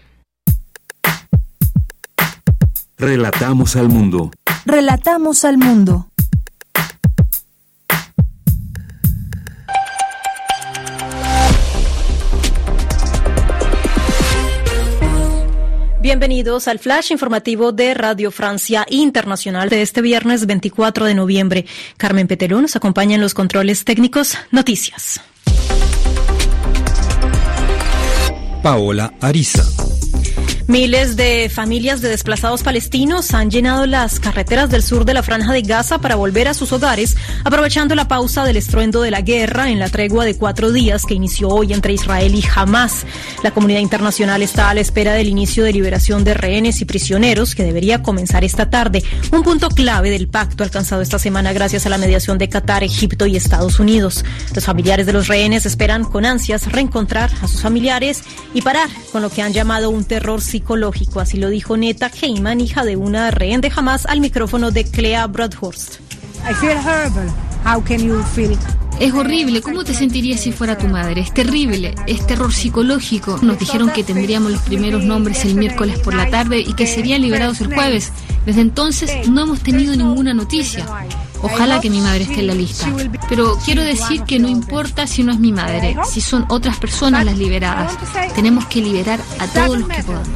Relatamos al mundo. Relatamos al mundo. Bienvenidos al flash informativo de Radio Francia Internacional de este viernes veinticuatro de noviembre. Carmen Peteló nos acompaña en los controles técnicos. Noticias. Paola Ariza. Miles de familias de desplazados palestinos han llenado las carreteras del sur de la Franja de Gaza para volver a sus hogares, aprovechando la pausa del estruendo de la guerra en la tregua de cuatro días que inició hoy entre Israel y Hamás. La comunidad internacional está a la espera del inicio de liberación de rehenes y prisioneros que debería comenzar esta tarde, un punto clave del pacto alcanzado esta semana gracias a la mediación de Qatar, Egipto y Estados Unidos. Los familiares de los rehenes esperan con ansias reencontrar a sus familiares y parar con lo que han llamado un terror psicológico, así lo dijo Neta Heyman, hija de una rehén de Hamás, al micrófono de Clea Bradhurst. I feel horrible. How can you feel? Es horrible. ¿Cómo te sentirías si fuera tu madre? Es terrible. Es terror psicológico. Nos dijeron que tendríamos los primeros nombres el miércoles por la tarde y que serían liberados el jueves. Desde entonces no hemos tenido ninguna noticia. Ojalá que mi madre esté en la lista. Pero quiero decir que no importa si no es mi madre, si son otras personas las liberadas. Tenemos que liberar a todos los que podamos.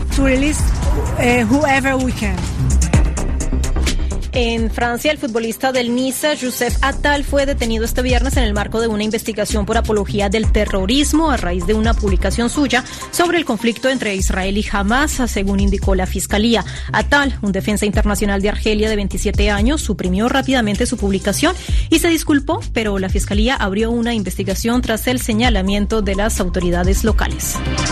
En Francia, el futbolista del Niza, Youssef Attal, fue detenido este viernes en el marco de una investigación por apología del terrorismo a raíz de una publicación suya sobre el conflicto entre Israel y Hamás, según indicó la Fiscalía. Attal, un defensa internacional de Argelia de veintisiete años, suprimió rápidamente su publicación y se disculpó, pero la Fiscalía abrió una investigación tras el señalamiento de las autoridades locales.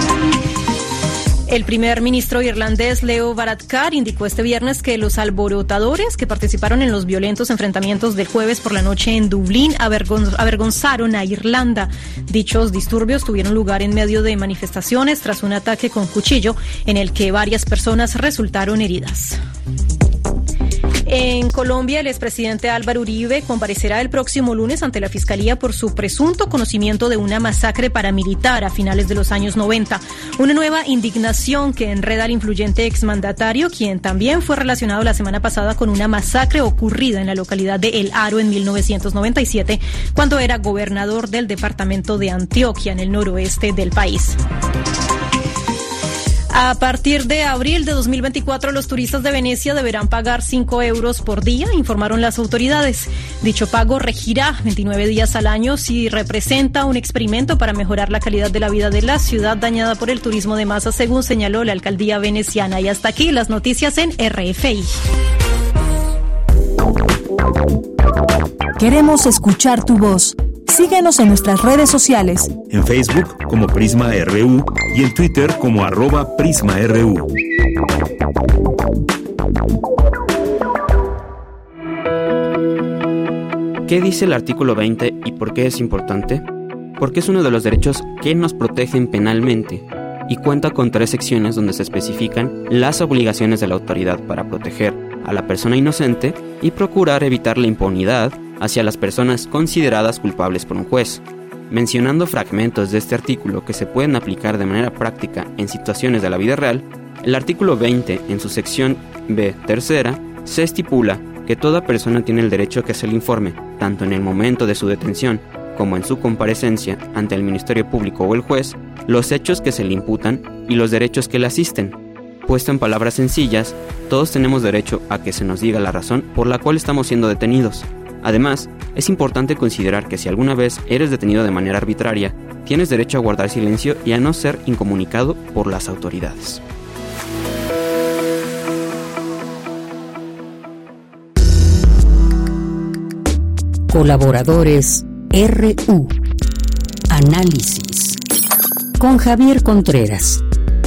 El primer ministro irlandés Leo Varadkar indicó este viernes que los alborotadores que participaron en los violentos enfrentamientos del jueves por la noche en Dublín avergon- avergonzaron a Irlanda. Dichos disturbios tuvieron lugar en medio de manifestaciones tras un ataque con cuchillo en el que varias personas resultaron heridas. En Colombia, el expresidente Álvaro Uribe comparecerá el próximo lunes ante la Fiscalía por su presunto conocimiento de una masacre paramilitar a finales de los años noventa. Una nueva indignación que enreda al influyente exmandatario, quien también fue relacionado la semana pasada con una masacre ocurrida en la localidad de El Haro en mil novecientos noventa y siete, cuando era gobernador del departamento de Antioquia, en el noroeste del país. A partir de abril de dos mil veinticuatro, los turistas de Venecia deberán pagar cinco euros por día, informaron las autoridades. Dicho pago regirá veintinueve días al año y representa un experimento para mejorar la calidad de la vida de la ciudad dañada por el turismo de masa, según señaló la alcaldía veneciana. Y hasta aquí las noticias en R F I. Queremos escuchar tu voz. Síguenos en nuestras redes sociales. En Facebook como Prisma R U y en Twitter como arroba Prisma R U. ¿Qué dice el artículo veinte y por qué es importante? Porque es uno de los derechos que nos protegen penalmente y cuenta con tres secciones donde se especifican las obligaciones de la autoridad para proteger a la persona inocente y procurar evitar la impunidad hacia las personas consideradas culpables por un juez. Mencionando fragmentos de este artículo que se pueden aplicar de manera práctica en situaciones de la vida real, el artículo veinte, en su sección B tercera, se estipula que toda persona tiene el derecho a que se le informe, tanto en el momento de su detención como en su comparecencia ante el Ministerio Público o el juez, los hechos que se le imputan y los derechos que le asisten. Puesto en palabras sencillas, todos tenemos derecho a que se nos diga la razón por la cual estamos siendo detenidos. Además, es importante considerar que si alguna vez eres detenido de manera arbitraria, tienes derecho a guardar silencio y a no ser incomunicado por las autoridades. Colaboradores R U. Análisis. Con Javier Contreras.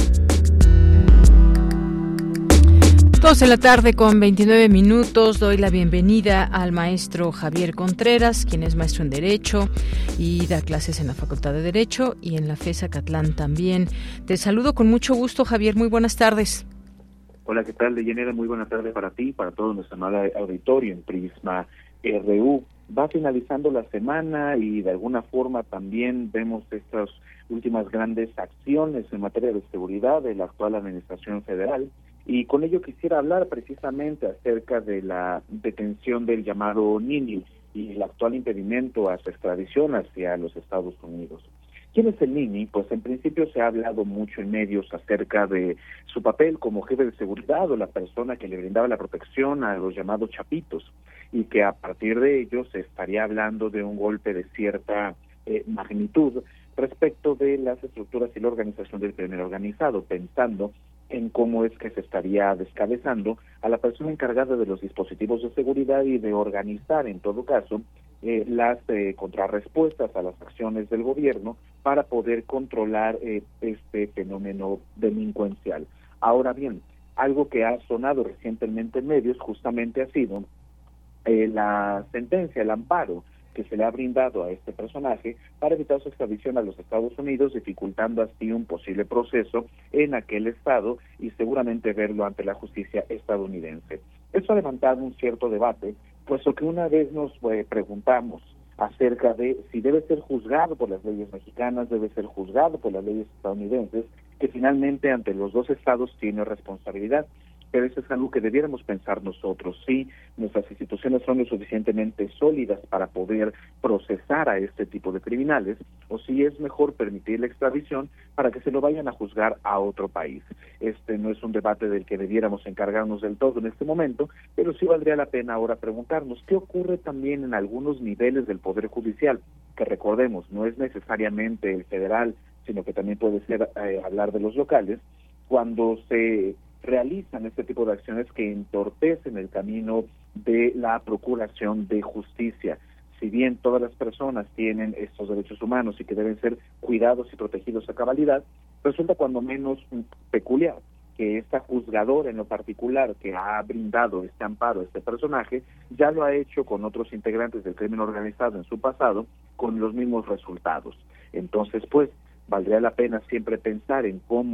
Dos de la tarde con veintinueve minutos. Doy la bienvenida al maestro Javier Contreras, quien es maestro en Derecho y da clases en la Facultad de Derecho y en la FES Acatlán también. Te saludo con mucho gusto, Javier. Muy buenas tardes. Hola, ¿qué tal, Deyanira? Muy buena tarde para ti, para todo nuestro amable auditorio en Prisma R U. Va finalizando la semana y de alguna forma también vemos estas últimas grandes acciones en materia de seguridad de la actual administración federal. Y con ello quisiera hablar precisamente acerca de la detención del llamado Nini y el actual impedimento a su extradición hacia los Estados Unidos. ¿Quién es el Nini? Pues en principio se ha hablado mucho en medios acerca de su papel como jefe de seguridad o la persona que le brindaba la protección a los llamados chapitos, y que a partir de ello se estaría hablando de un golpe de cierta eh, magnitud respecto de las estructuras y la organización del crimen organizado, pensando en cómo es que se estaría descabezando a la persona encargada de los dispositivos de seguridad y de organizar, en todo caso, eh, las eh, contrarrespuestas a las acciones del gobierno para poder controlar eh, este fenómeno delincuencial. Ahora bien, algo que ha sonado recientemente en medios justamente ha sido eh, la sentencia, el amparo que se le ha brindado a este personaje para evitar su extradición a los Estados Unidos, dificultando así un posible proceso en aquel estado y seguramente verlo ante la justicia estadounidense. Eso ha levantado un cierto debate, puesto que una vez nos eh, preguntamos acerca de si debe ser juzgado por las leyes mexicanas, debe ser juzgado por las leyes estadounidenses, que finalmente ante los dos estados tiene responsabilidad. Pero eso es algo que debiéramos pensar nosotros, si nuestras instituciones son lo suficientemente sólidas para poder procesar a este tipo de criminales, o si es mejor permitir la extradición para que se lo vayan a juzgar a otro país. Este no es un debate del que debiéramos encargarnos del todo en este momento, pero sí valdría la pena ahora preguntarnos qué ocurre también en algunos niveles del Poder Judicial, que recordemos, no es necesariamente el federal, sino que también puede ser eh, hablar de los locales, cuando se realizan este tipo de acciones que entorpecen el camino de la procuración de justicia. Si bien todas las personas tienen estos derechos humanos y que deben ser cuidados y protegidos a cabalidad, resulta cuando menos peculiar que esta juzgadora en lo particular que ha brindado este amparo a este personaje ya lo ha hecho con otros integrantes del crimen organizado en su pasado con los mismos resultados. Entonces, pues, valdría la pena siempre pensar en cómo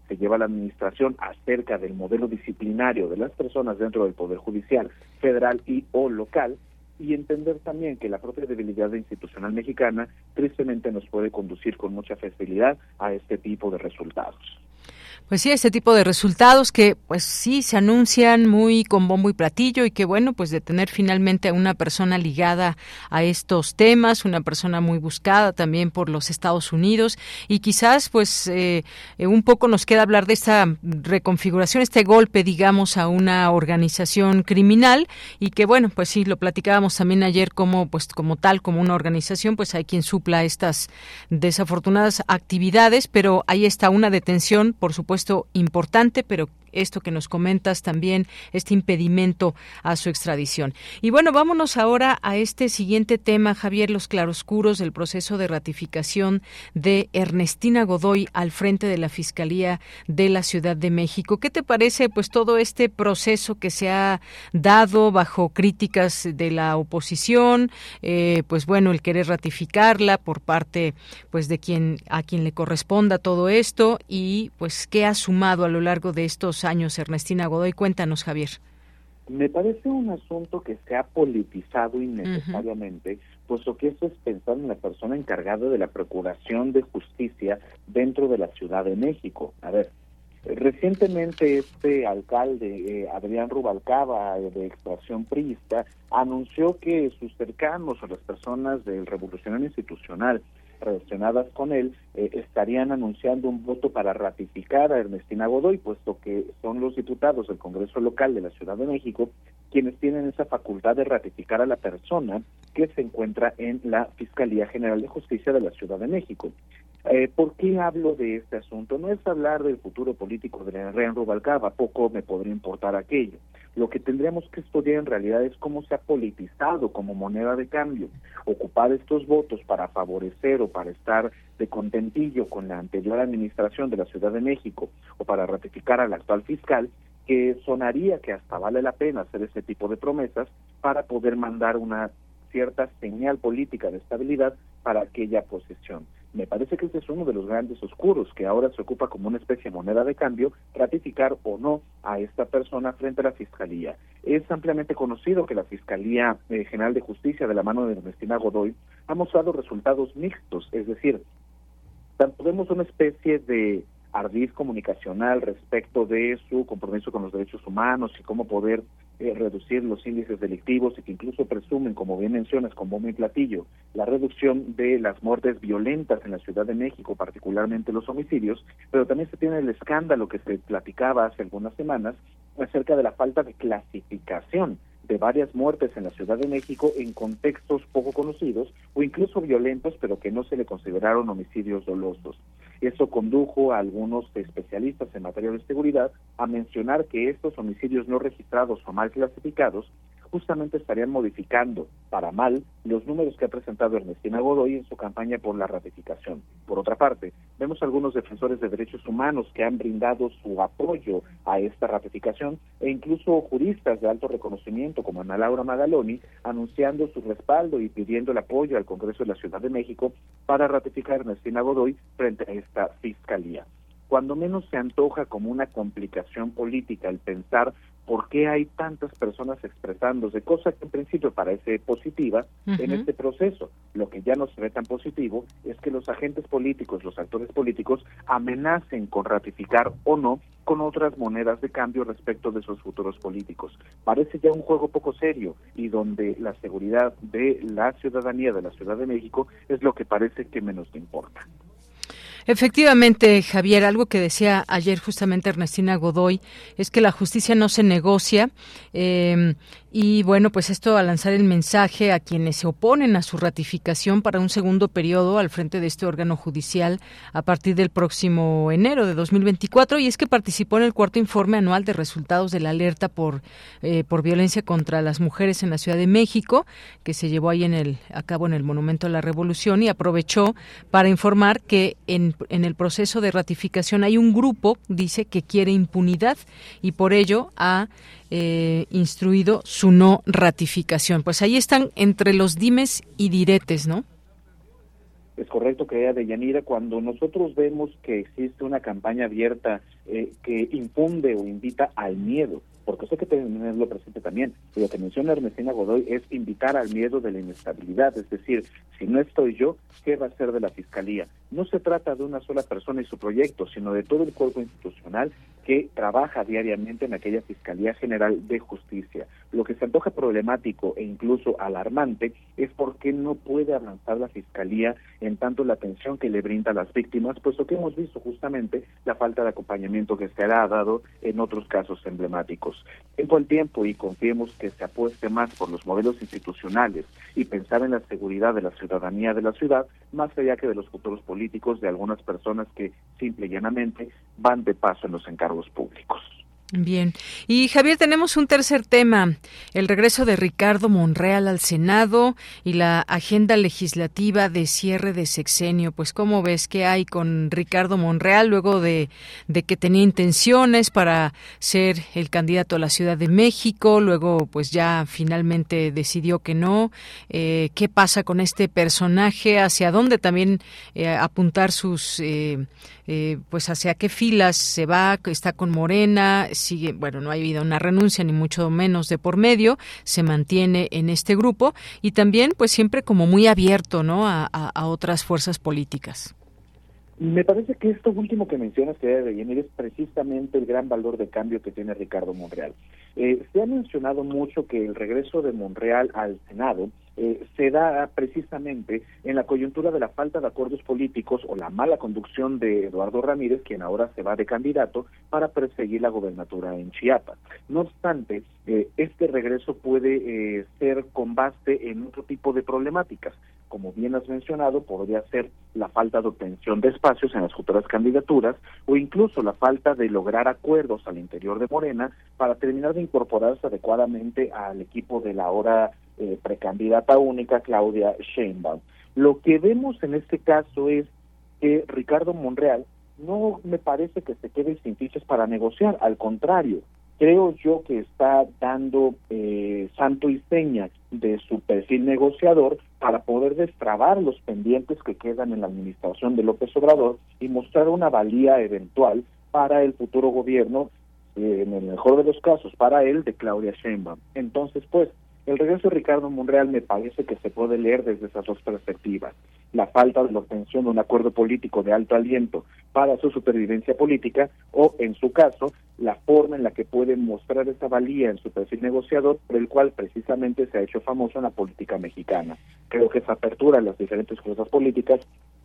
se lleva la administración acerca del modelo disciplinario de las personas dentro del Poder Judicial federal y o local, y entender también que la propia debilidad institucional mexicana tristemente nos puede conducir con mucha facilidad a este tipo de resultados. Pues sí, este tipo de resultados que pues sí se anuncian muy con bombo y platillo y que bueno, pues de tener finalmente a una persona ligada a estos temas, una persona muy buscada también por los Estados Unidos y quizás pues eh, un poco nos queda hablar de esta reconfiguración, este golpe digamos a una organización criminal y que bueno, pues sí, lo platicábamos también ayer como pues como tal, como una organización, pues hay quien supla estas desafortunadas actividades, pero ahí está una detención, por supuesto, importante, pero esto que nos comentas también, este impedimento a su extradición. Y bueno, vámonos ahora a este siguiente tema, Javier, los claroscuros del proceso de ratificación de Ernestina Godoy al frente de la Fiscalía de la Ciudad de México. ¿Qué te parece pues todo este proceso que se ha dado bajo críticas de la oposición? Eh, pues bueno, el querer ratificarla por parte pues de quien a quien le corresponda todo esto y pues qué ha sumado a lo largo de estos años Ernestina Godoy. Cuéntanos, Javier. Me parece un asunto que se ha politizado innecesariamente, uh-huh. puesto que eso es pensar en la persona encargada de la procuración de justicia dentro de la Ciudad de México. A ver, recientemente este alcalde, eh, Adrián Rubalcaba, de extracción priista, anunció que sus cercanos o las personas del Revolucionario Institucional relacionadas con él eh, estarían anunciando un voto para ratificar a Ernestina Godoy, puesto que son los diputados del Congreso local de la Ciudad de México quienes tienen esa facultad de ratificar a la persona que se encuentra en la Fiscalía General de Justicia de la Ciudad de México. Eh, ¿Por qué hablo de este asunto? No es hablar del futuro político de Adrián Rubalcaba, poco me podría importar aquello. Lo que tendríamos que estudiar en realidad es cómo se ha politizado como moneda de cambio, ocupar estos votos para favorecer o para estar de contentillo con la anterior administración de la Ciudad de México o para ratificar al actual fiscal, que sonaría que hasta vale la pena hacer ese tipo de promesas para poder mandar una cierta señal política de estabilidad para aquella posesión. Me parece que este es uno de los grandes oscuros, que ahora se ocupa como una especie de moneda de cambio, ratificar o no a esta persona frente a la Fiscalía. Es ampliamente conocido que la Fiscalía eh, General de Justicia, de la mano de Ernestina Godoy, ha mostrado resultados mixtos, es decir, tanto vemos una especie de ardid comunicacional respecto de su compromiso con los derechos humanos y cómo poder eh, reducir los índices delictivos y que incluso presumen, como bien mencionas, con bombo y platillo, la reducción de las muertes violentas en la Ciudad de México, particularmente los homicidios, pero también se tiene el escándalo que se platicaba hace algunas semanas acerca de la falta de clasificación de varias muertes en la Ciudad de México en contextos poco conocidos o incluso violentos, pero que no se le consideraron homicidios dolosos. Eso condujo a algunos especialistas en materia de seguridad a mencionar que estos homicidios no registrados o mal clasificados justamente estarían modificando para mal los números que ha presentado Ernestina Godoy en su campaña por la ratificación. Por otra parte, vemos algunos defensores de derechos humanos que han brindado su apoyo a esta ratificación e incluso juristas de alto reconocimiento como Ana Laura Magaloni anunciando su respaldo y pidiendo el apoyo al Congreso de la Ciudad de México para ratificar a Ernestina Godoy frente a esta fiscalía. Cuando menos se antoja como una complicación política el pensar por qué hay tantas personas expresándose, cosa que en principio parece positiva uh-huh. en este proceso. Lo que ya no se ve tan positivo es que los agentes políticos, los actores políticos, amenacen con ratificar o no con otras monedas de cambio respecto de sus futuros políticos. Parece ya un juego poco serio y donde la seguridad de la ciudadanía de la Ciudad de México es lo que parece que menos le importa. Efectivamente, Javier, algo que decía ayer justamente Ernestina Godoy es que la justicia no se negocia eh, y bueno, pues esto a lanzar el mensaje a quienes se oponen a su ratificación para un segundo periodo al frente de este órgano judicial a partir del próximo enero de dos mil veinticuatro, y es que participó en el cuarto informe anual de resultados de la alerta por eh, por violencia contra las mujeres en la Ciudad de México, que se llevó ahí en el a cabo en el Monumento a la Revolución, y aprovechó para informar que en en el proceso de ratificación hay un grupo, dice, que quiere impunidad y por ello ha eh, instruido su no ratificación. Pues ahí están entre los dimes y diretes, ¿no? Es correcto, querida Deyanira, cuando nosotros vemos que existe una campaña abierta eh, que infunde o invita al miedo, porque eso hay que tenerlo presente también. Lo que menciona Ernestina Godoy es invitar al miedo de la inestabilidad, es decir, si no estoy yo, ¿qué va a ser de la Fiscalía? No se trata de una sola persona y su proyecto, sino de todo el cuerpo institucional que trabaja diariamente en aquella Fiscalía General de Justicia. Lo que se antoja problemático e incluso alarmante es por qué no puede avanzar la Fiscalía en tanto la atención que le brinda a las víctimas, puesto que hemos visto justamente la falta de acompañamiento que se le ha dado en otros casos emblemáticos. Tiempo al tiempo, y confiemos que se apueste más por los modelos institucionales y pensar en la seguridad de la ciudadanía de la ciudad, más allá que de los futuros políticos de algunas personas que simple y llanamente van de paso en los encargos públicos. Bien. Y Javier, tenemos un tercer tema, el regreso de Ricardo Monreal al Senado y la agenda legislativa de cierre de sexenio. Pues, ¿cómo ves qué hay con Ricardo Monreal luego de, de que tenía intenciones para ser el candidato a la Ciudad de México? Luego, pues ya finalmente decidió que no. Eh, ¿Qué pasa con este personaje? ¿Hacia dónde también eh, apuntar sus... Eh, Eh, pues hacia qué filas se va? Está con Morena, sigue, bueno, no ha habido una renuncia ni mucho menos de por medio, se mantiene en este grupo y también pues siempre como muy abierto, ¿no?, a, a, a otras fuerzas políticas. Me parece que esto último que mencionas, que de Jenny, es precisamente el gran valor de cambio que tiene Ricardo Monreal. Eh, se ha mencionado mucho que el regreso de Monreal al Senado eh, se da precisamente en la coyuntura de la falta de acuerdos políticos o la mala conducción de Eduardo Ramírez, quien ahora se va de candidato para perseguir la gobernatura en Chiapas. No obstante, eh, este regreso puede eh, ser con base en otro tipo de problemáticas. Como bien has mencionado, podría ser la falta de obtención de espacios en las futuras candidaturas o incluso la falta de lograr acuerdos al interior de Morena para terminar de incorporarse adecuadamente al equipo de la ahora eh, precandidata única Claudia Sheinbaum. Lo que vemos en este caso es que Ricardo Monreal no me parece que se quede sin fichas para negociar, al contrario, creo yo que está dando eh, santo y seña de su perfil negociador para poder destrabar los pendientes que quedan en la administración de López Obrador y mostrar una valía eventual para el futuro gobierno, eh, en el mejor de los casos, para él, de Claudia Sheinbaum. Entonces, pues, el regreso de Ricardo Monreal me parece que se puede leer desde esas dos perspectivas. La falta de la obtención de un acuerdo político de alto aliento para su supervivencia política o, en su caso, la forma en la que puede mostrar esa valía en su perfil negociador, por el cual precisamente se ha hecho famoso en la política mexicana. Creo que esa apertura a las diferentes fuerzas políticas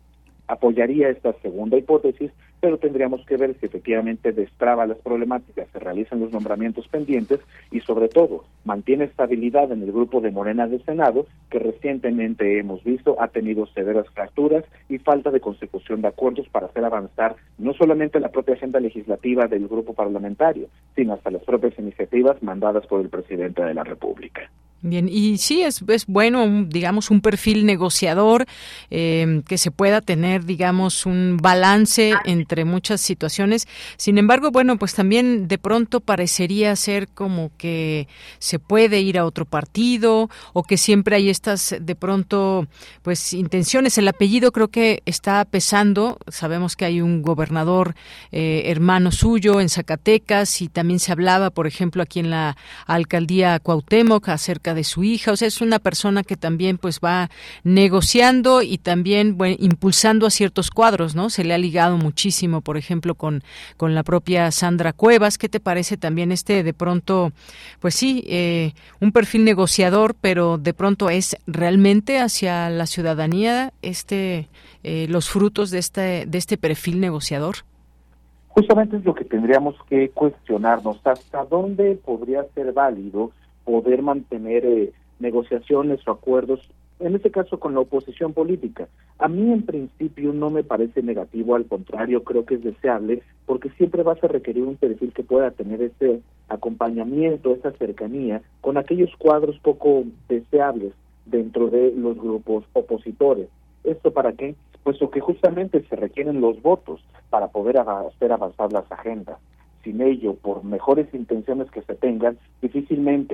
apoyaría esta segunda hipótesis, pero tendríamos que ver si efectivamente destraba las problemáticas, se realizan los nombramientos pendientes y, sobre todo, mantiene estabilidad en el grupo de Morena del Senado, que recientemente hemos visto ha tenido severas fracturas y falta de consecución de acuerdos para hacer avanzar no solamente la propia agenda legislativa del grupo parlamentario, sino hasta las propias iniciativas mandadas por el presidente de la República. Bien, y sí, es, es bueno, un, digamos, un perfil negociador, eh, que se pueda tener, digamos, un balance entre muchas situaciones. Sin embargo, bueno, pues también de pronto parecería ser como que se puede ir a otro partido o que siempre hay estas, de pronto, pues intenciones. El apellido creo que está pesando. Sabemos que hay un gobernador eh, hermano suyo en Zacatecas y también se hablaba, por ejemplo, aquí en la alcaldía Cuauhtémoc acerca de su hija, o sea, es una persona que también pues va negociando y también bueno, impulsando a ciertos cuadros, ¿no? Se le ha ligado muchísimo, por ejemplo, con, con la propia Sandra Cuevas. ¿Qué te parece también este, de pronto, pues sí, eh, un perfil negociador, pero de pronto es realmente hacia la ciudadanía este, eh, los frutos de este, de este perfil negociador? Justamente es lo que tendríamos que cuestionarnos, hasta dónde podría ser válido poder mantener eh, negociaciones o acuerdos, en este caso con la oposición política. A mí en principio no me parece negativo, al contrario, creo que es deseable, porque siempre vas a requerir un perfil que pueda tener ese acompañamiento, esa cercanía con aquellos cuadros poco deseables dentro de los grupos opositores. ¿Esto para qué? Puesto que justamente se requieren los votos para poder hacer avanzar las agendas. Sin ello, por mejores intenciones que se tengan, difícilmente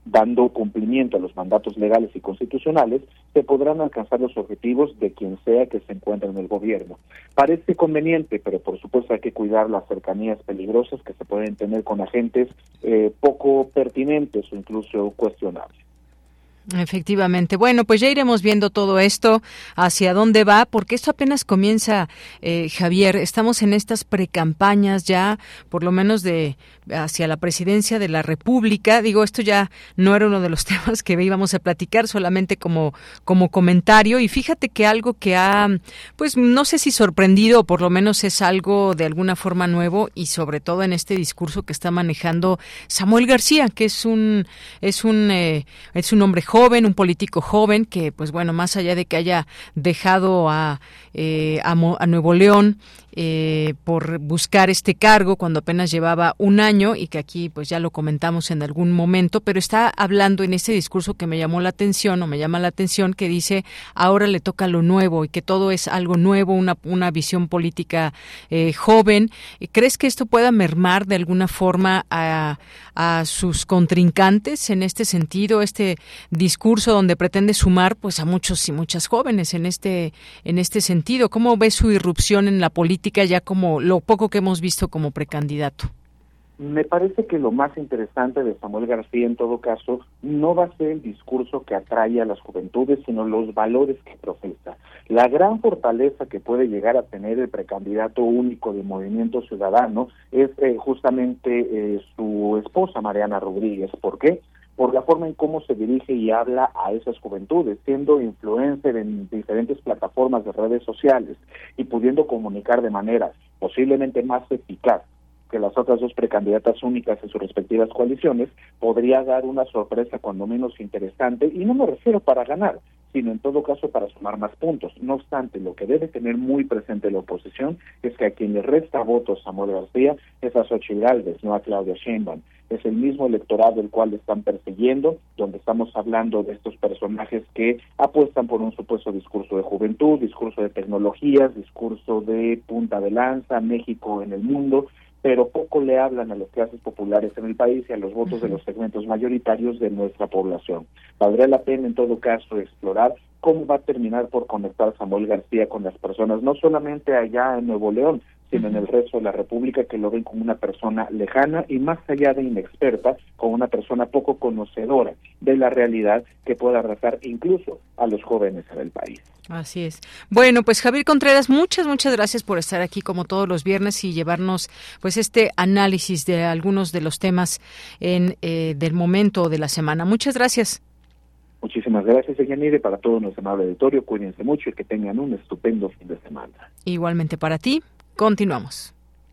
Dando cumplimiento a los mandatos legales y constitucionales, se podrán alcanzar los objetivos de quien sea que se encuentre en el gobierno. Parece conveniente, pero por supuesto hay que cuidar las cercanías peligrosas que se pueden tener con agentes eh, poco pertinentes o incluso cuestionables. Efectivamente. Bueno, pues ya iremos viendo todo esto, hacia dónde va, porque esto apenas comienza, eh, Javier. Estamos en estas precampañas ya, por lo menos de hacia la presidencia de la República. Digo, esto ya no era uno de los temas que íbamos a platicar, solamente como como comentario. Y fíjate que algo que ha, pues no sé si sorprendido, o por lo menos es algo de alguna forma nuevo, y sobre todo en este discurso que está manejando Samuel García, que es un es un eh, es un hombre joven. joven, un político joven que, pues bueno, más allá de que haya dejado a, eh, a, Mo, a Nuevo León eh, por buscar este cargo cuando apenas llevaba un año, y que aquí pues ya lo comentamos en algún momento, pero está hablando en ese discurso que me llamó la atención o me llama la atención, que dice ahora le toca lo nuevo y que todo es algo nuevo, una, una visión política eh, joven. ¿Crees que esto pueda mermar de alguna forma a, a sus contrincantes en este sentido, este discurso donde pretende sumar pues a muchos y muchas jóvenes en este en este sentido? ¿Cómo ves su irrupción en la política, ya como lo poco que hemos visto como precandidato? Me parece que lo más interesante de Samuel García, en todo caso, no va a ser el discurso que atrae a las juventudes, sino los valores que profesa. La gran fortaleza que puede llegar a tener el precandidato único de Movimiento Ciudadano es eh, justamente eh, su esposa, Mariana Rodríguez. ¿Por qué? Por la forma en cómo se dirige y habla a esas juventudes, siendo influencer en diferentes plataformas de redes sociales y pudiendo comunicar de manera posiblemente más eficaz que las otras dos precandidatas únicas en sus respectivas coaliciones, podría dar una sorpresa cuando menos interesante, y no me refiero para ganar, sino en todo caso para sumar más puntos. No obstante, lo que debe tener muy presente la oposición es que a quien le resta votos a Samuel García es a Xochitl Gálvez, no a Claudia Sheinbaum. Es el mismo electorado el cual están persiguiendo, donde estamos hablando de estos personajes que apuestan por un supuesto discurso de juventud, discurso de tecnologías, discurso de punta de lanza, México en el mundo, pero poco le hablan a las clases populares en el país y a los votos de los segmentos mayoritarios de nuestra población. Valdría la pena en todo caso explorar cómo va a terminar por conectar Samuel García con las personas, no solamente allá en Nuevo León, sino en el resto de la República, que lo ven como una persona lejana y más allá de inexperta, como una persona poco conocedora de la realidad que pueda arrasar incluso a los jóvenes del país. Así es. Bueno, pues Javier Contreras, muchas, muchas gracias por estar aquí como todos los viernes y llevarnos pues este análisis de algunos de los temas en eh, del momento o de la semana. Muchas gracias. Muchísimas gracias, Yanire, para todo nuestro amable auditorio. Cuídense mucho y que tengan un estupendo fin de semana. Igualmente para ti. Continuamos.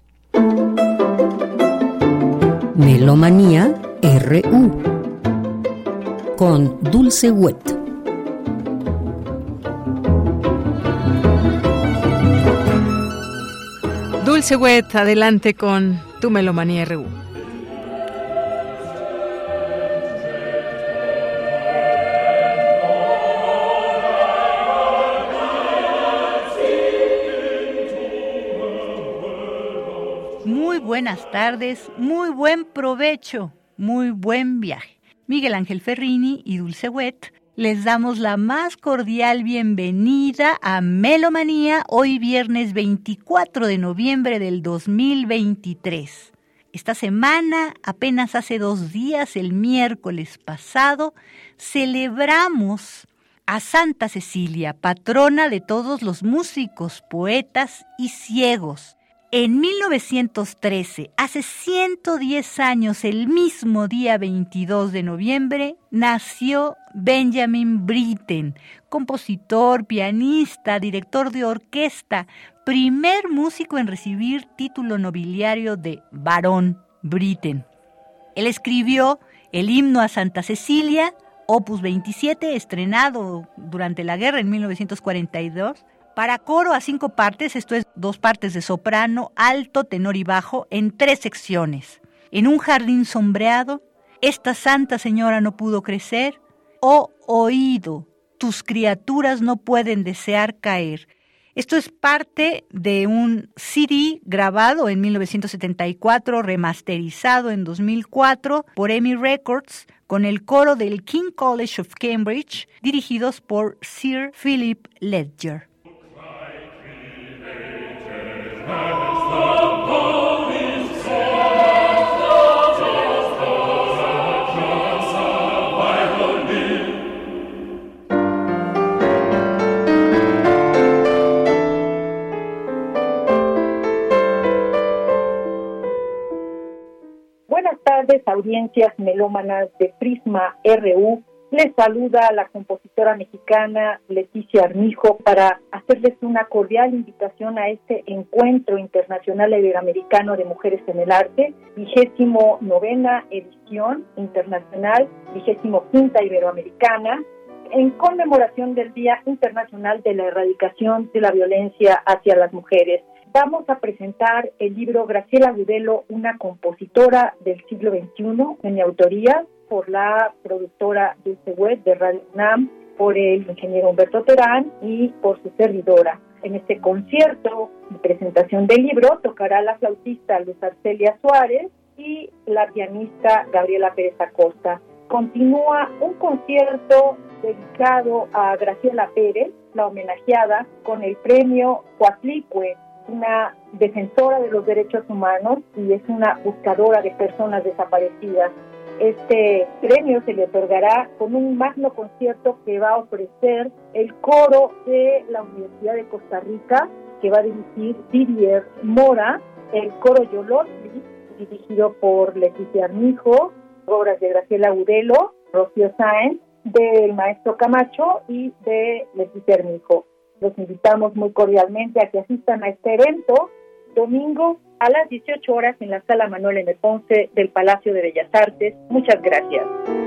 Melomanía R U con Dulce Wet. Dulce Wet, adelante con tu Melomanía R U. Muy buenas tardes, muy buen provecho, muy buen viaje. Miguel Ángel Ferrini y Dulce Wet les damos la más cordial bienvenida a Melomanía, hoy viernes veinticuatro de noviembre del dos mil veintitrés. Esta semana, apenas hace dos días, el miércoles pasado, celebramos a Santa Cecilia, patrona de todos los músicos, poetas y ciegos. En mil novecientos trece, hace ciento diez años, el mismo día veintidós de noviembre, nació Benjamin Britten, compositor, pianista, director de orquesta, primer músico en recibir título nobiliario de Barón Britten. Él escribió el himno a Santa Cecilia, opus veintisiete, estrenado durante la guerra en mil novecientos cuarenta y dos, para coro a cinco partes, esto es dos partes de soprano, alto, tenor y bajo, en tres secciones. En un jardín sombreado, esta Santa Señora no pudo crecer, oh oído, tus criaturas no pueden desear caer. Esto es parte de un C D grabado en mil novecientos setenta y cuatro, remasterizado en dos mil cuatro por EMI Records, con el coro del King College of Cambridge, dirigidos por Sir Philip Ledger. Buenas tardes, audiencias melómanas de Prisma R U. Les saluda la compositora mexicana Leticia Armijo para hacerles una cordial invitación a este Encuentro Internacional Iberoamericano de Mujeres en el Arte, vigésimo novena edición internacional, vigésimo quinta iberoamericana, en conmemoración del Día Internacional de la Erradicación de la Violencia hacia las Mujeres. Vamos a presentar el libro Graciela Agudelo, una compositora del siglo veintiuno, en mi autoría, por la productora Dulce Wet de Radio UNAM, por el ingeniero Humberto Terán y por su servidora. En este concierto y presentación del libro tocará la flautista Luz Arcelia Suárez y la pianista Gabriela Pérez Acosta. Continúa un concierto dedicado a Graciela Pérez, la homenajeada, con el premio Coatlicue, una defensora de los derechos humanos y es una buscadora de personas desaparecidas. Este premio se le otorgará con un magno concierto que va a ofrecer el coro de la Universidad de Costa Rica, que va a dirigir Didier Mora, el coro Yolotli, dirigido por Leticia Armijo, obras de Graciela Agudelo, Rocío Sáenz, del maestro Camacho y de Leticia Armijo. Los invitamos muy cordialmente a que asistan a este evento, domingo a las dieciocho horas en la Sala Manuel M. Ponce del Palacio de Bellas Artes. Muchas gracias.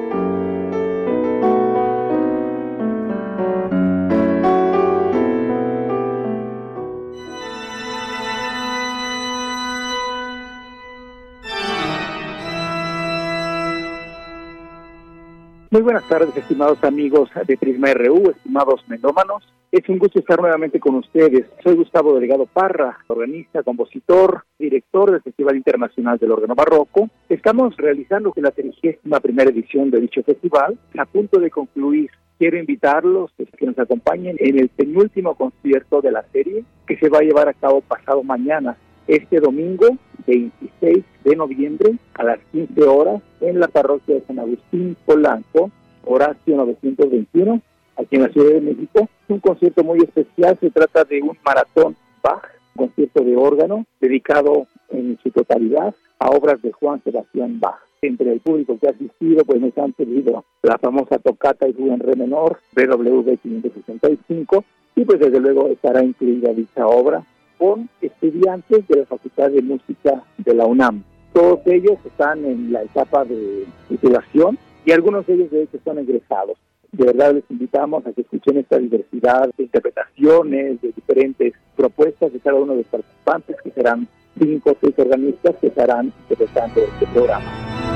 Muy buenas tardes, estimados amigos de Prisma R U, estimados melómanos. Es un gusto estar nuevamente con ustedes. Soy Gustavo Delgado Parra, organista, compositor, director del Festival Internacional del Órgano Barroco. Estamos realizando la trigésima primera edición de dicho festival, a punto de concluir. Quiero invitarlos a que nos acompañen en el penúltimo concierto de la serie, que se va a llevar a cabo pasado mañana, este domingo veintiséis de noviembre a las quince horas en la parroquia de San Agustín Polanco, Horacio novecientos veintiuno, aquí en la Ciudad de México. Es un concierto muy especial, se trata de un maratón Bach, un concierto de órgano dedicado en su totalidad a obras de Juan Sebastián Bach. Entre el público que ha asistido, pues nos han pedido la famosa tocata y en re menor, B W V quinientos sesenta y cinco, y pues desde luego estará incluida dicha obra con estudiantes de la Facultad de Música de la UNAM. Todos ellos están en la etapa de titulación y algunos de ellos de hecho son egresados. De verdad les invitamos a que escuchen esta diversidad de interpretaciones, de diferentes propuestas de cada uno de los participantes, que serán cinco o seis organistas que estarán interpretando este programa.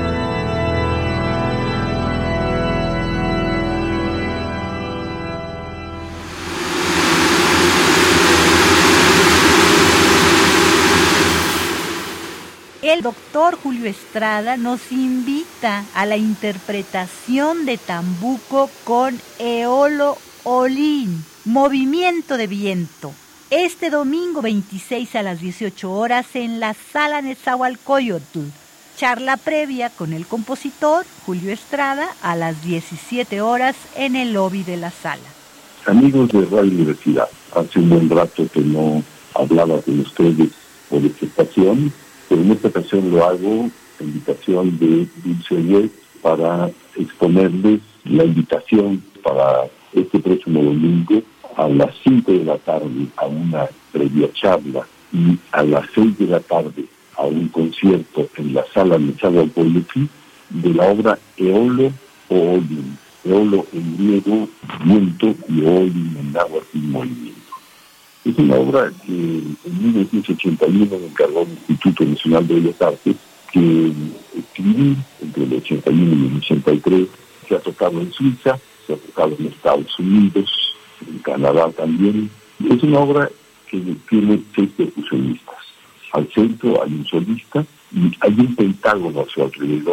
El doctor Julio Estrada nos invita a la interpretación de Tambuco con Eolo Olín, Movimiento de Viento. Este domingo veintiséis a las dieciocho horas en la Sala Nezahualcóyotl. Charla previa con el compositor Julio Estrada a las diecisiete horas en el lobby de la sala. Amigos de Radio Universidad, hace un buen rato que no hablaba con ustedes por esta estación, pero en esta ocasión lo hago a invitación de Dulce Wet para exponerles la invitación para este próximo domingo a las cinco de la tarde a una previa charla y a las seis de la tarde a un concierto en la Sala Nezahualcóyotl de la obra Eolo o Olin. Eolo en griego, viento, y Olin en náhuatl, movimiento. Es una obra que en mil novecientos ochenta y uno me encargó el Instituto Nacional de Bellas Artes, que escribí entre el ochenta y uno y el ochenta y tres. Se ha tocado en Suiza, se ha tocado en Estados Unidos, en Canadá también. Es una obra que tiene seis percusionistas. Al centro hay un solista y hay un pentágono a su alrededor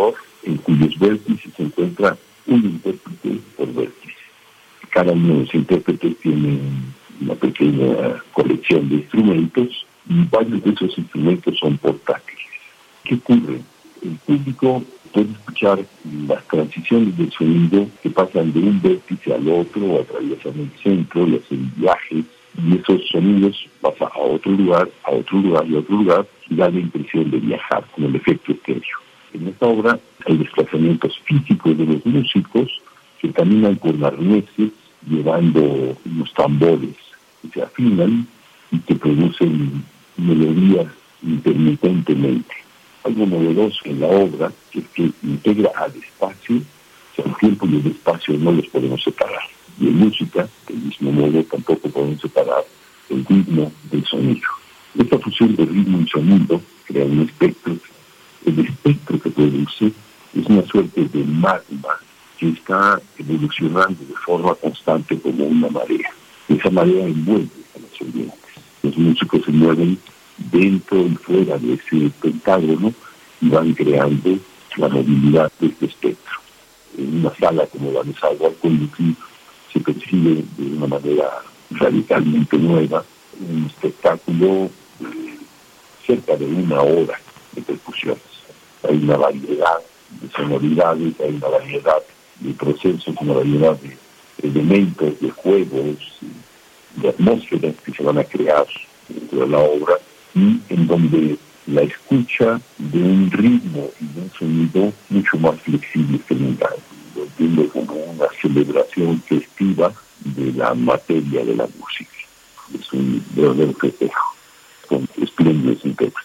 en cuyos vértices se encuentra un intérprete por vértice. Cada uno de los intérpretes tiene una pequeña colección de instrumentos y varios de esos instrumentos son portátiles. ¿Qué ocurre? El público puede escuchar las transiciones del sonido que pasan de un vértice al otro, atraviesan el centro y hacen viajes, y esos sonidos pasan a otro lugar, a otro lugar y a otro lugar, y da la impresión de viajar, como el efecto estéreo. En esta obra hay desplazamientos físicos de los músicos que caminan con arneses, llevando unos tambores que se afinan y que producen melodías intermitentemente. Algo novedoso en la obra es que integra al espacio, o sea, el tiempo y el espacio no los podemos separar. Y en música, del mismo modo, tampoco podemos separar el ritmo del sonido. Esta fusión de ritmo y sonido crea un espectro. El espectro que produce es una suerte de magma que está evolucionando de forma constante como una marea. Esa marea envuelve a los oyentes. Los músicos se mueven dentro y fuera de ese pentágono y van creando la movilidad de este espectro. En una sala como la de Salvador-Conducir se percibe de una manera radicalmente nueva un espectáculo eh, cerca de una hora de percusiones. Hay una variedad de sonoridades, hay una variedad de procesos, una variedad de elementos, de juegos, de atmósferas que se van a crear dentro de la obra, y en donde la escucha de un ritmo y de un sonido mucho más flexible que nunca. Lo entiendo como una celebración festiva de la materia de la música. Es un verdadero festejo con espléndidos intérpretes.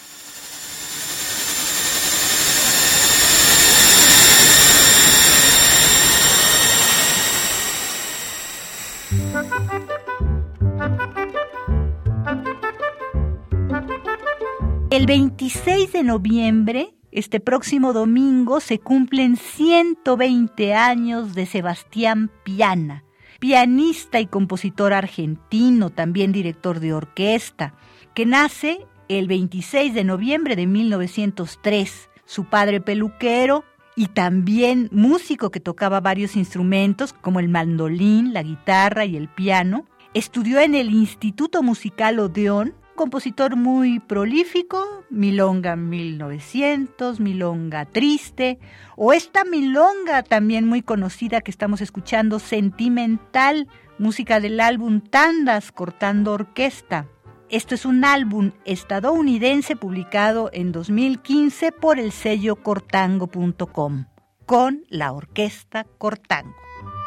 El veintiséis de noviembre, este próximo domingo, se cumplen ciento veinte años de Sebastián Piana, pianista y compositor argentino, también director de orquesta, que nace el veintiséis de noviembre de mil novecientos tres. Su padre peluquero y también músico que tocaba varios instrumentos como el mandolín, la guitarra y el piano. Estudió en el Instituto Musical Odeón, compositor muy prolífico, Milonga mil novecientos, Milonga Triste, o esta milonga también muy conocida que estamos escuchando, Sentimental, música del álbum Tandas, Cortando Orquesta. Esto es un álbum estadounidense publicado en dos mil quince por el sello cortango punto com, con la orquesta Cortango.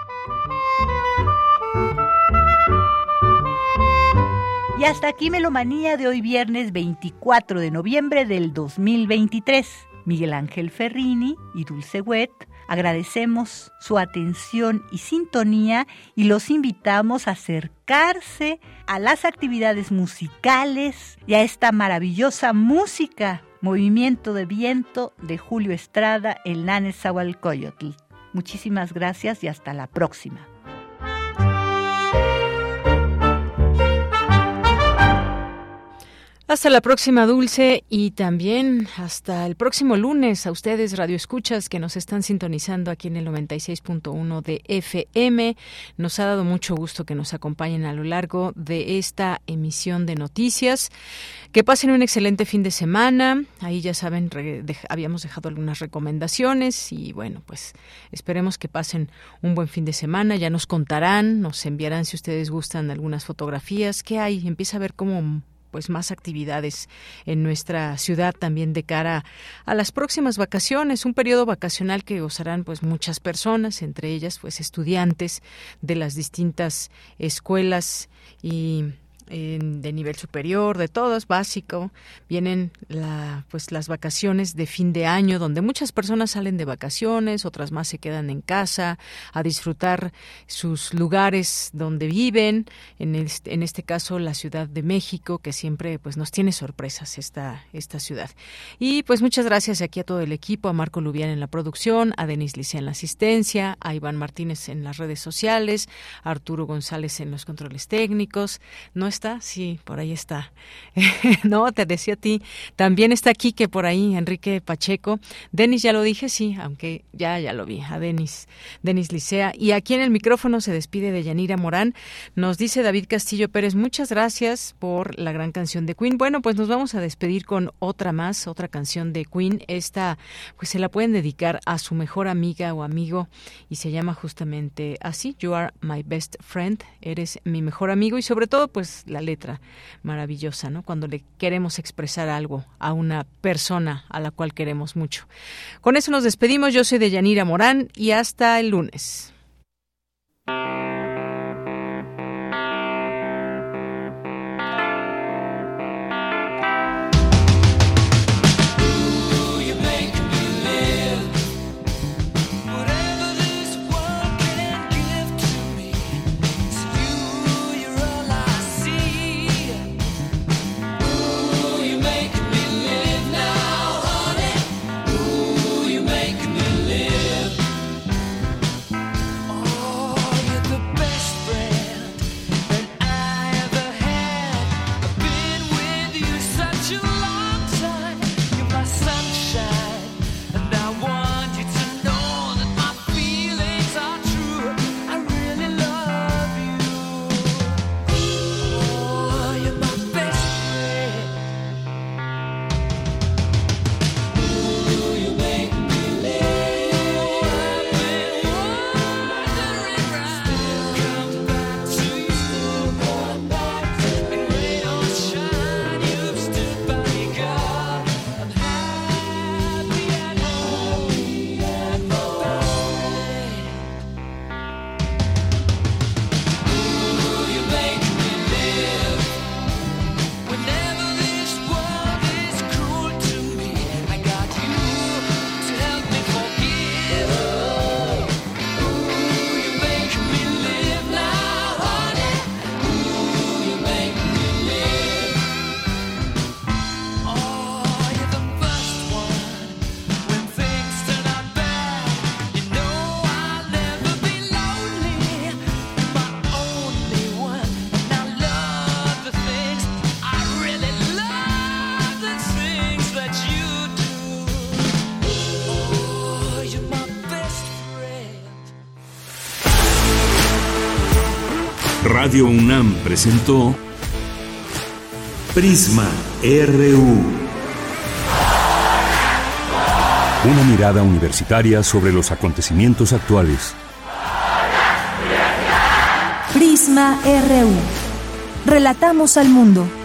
Y hasta aquí Melomanía de hoy viernes veinticuatro de noviembre del dos mil veintitrés. Miguel Ángel Ferrini y Dulce Wet agradecemos su atención y sintonía y los invitamos a acercarse a las actividades musicales y a esta maravillosa música, Movimiento de Viento de Julio Estrada, el Nánezahualcóyotl. Muchísimas gracias y hasta la próxima. Hasta la próxima, Dulce, y también hasta el próximo lunes a ustedes, radioescuchas, que nos están sintonizando aquí en el noventa y seis punto uno de F M. Nos ha dado mucho gusto que nos acompañen a lo largo de esta emisión de noticias. Que pasen un excelente fin de semana. Ahí ya saben, re- de- habíamos dejado algunas recomendaciones y bueno, pues esperemos que pasen un buen fin de semana. Ya nos contarán, nos enviarán si ustedes gustan algunas fotografías. ¿Qué hay? Empieza a ver cómo pues más actividades en nuestra ciudad también de cara a las próximas vacaciones, un periodo vacacional que gozarán pues muchas personas, entre ellas pues estudiantes de las distintas escuelas y de nivel superior, de todos, básico. Vienen la, pues las vacaciones de fin de año, donde muchas personas salen de vacaciones, otras más se quedan en casa a disfrutar sus lugares donde viven, en este, en este caso la Ciudad de México, que siempre pues nos tiene sorpresas esta, esta ciudad. Y pues muchas gracias aquí a todo el equipo, a Marco Lubián en la producción, a Denis Licea en la asistencia, a Iván Martínez en las redes sociales, a Arturo González en los controles técnicos. No está, sí, por ahí está. No, te decía a ti, también está Quique por ahí, Enrique Pacheco. Denis, ya lo dije, sí, aunque ya, ya lo vi, a Denis, Denis Licea. Y aquí en el micrófono se despide de Yanira Morán. Nos dice David Castillo Pérez, muchas gracias por la gran canción de Queen. Bueno, pues nos vamos a despedir con otra más, otra canción de Queen. Esta, pues se la pueden dedicar a su mejor amiga o amigo y se llama justamente así, You Are My Best Friend, eres mi mejor amigo, y sobre todo pues la letra maravillosa, ¿no? Cuando le queremos expresar algo a una persona a la cual queremos mucho. Con eso nos despedimos, yo soy de Yanira Morán y hasta el lunes. Radio UNAM presentó Prisma R U. Una mirada universitaria sobre los acontecimientos actuales. Prisma R U. Relatamos al mundo.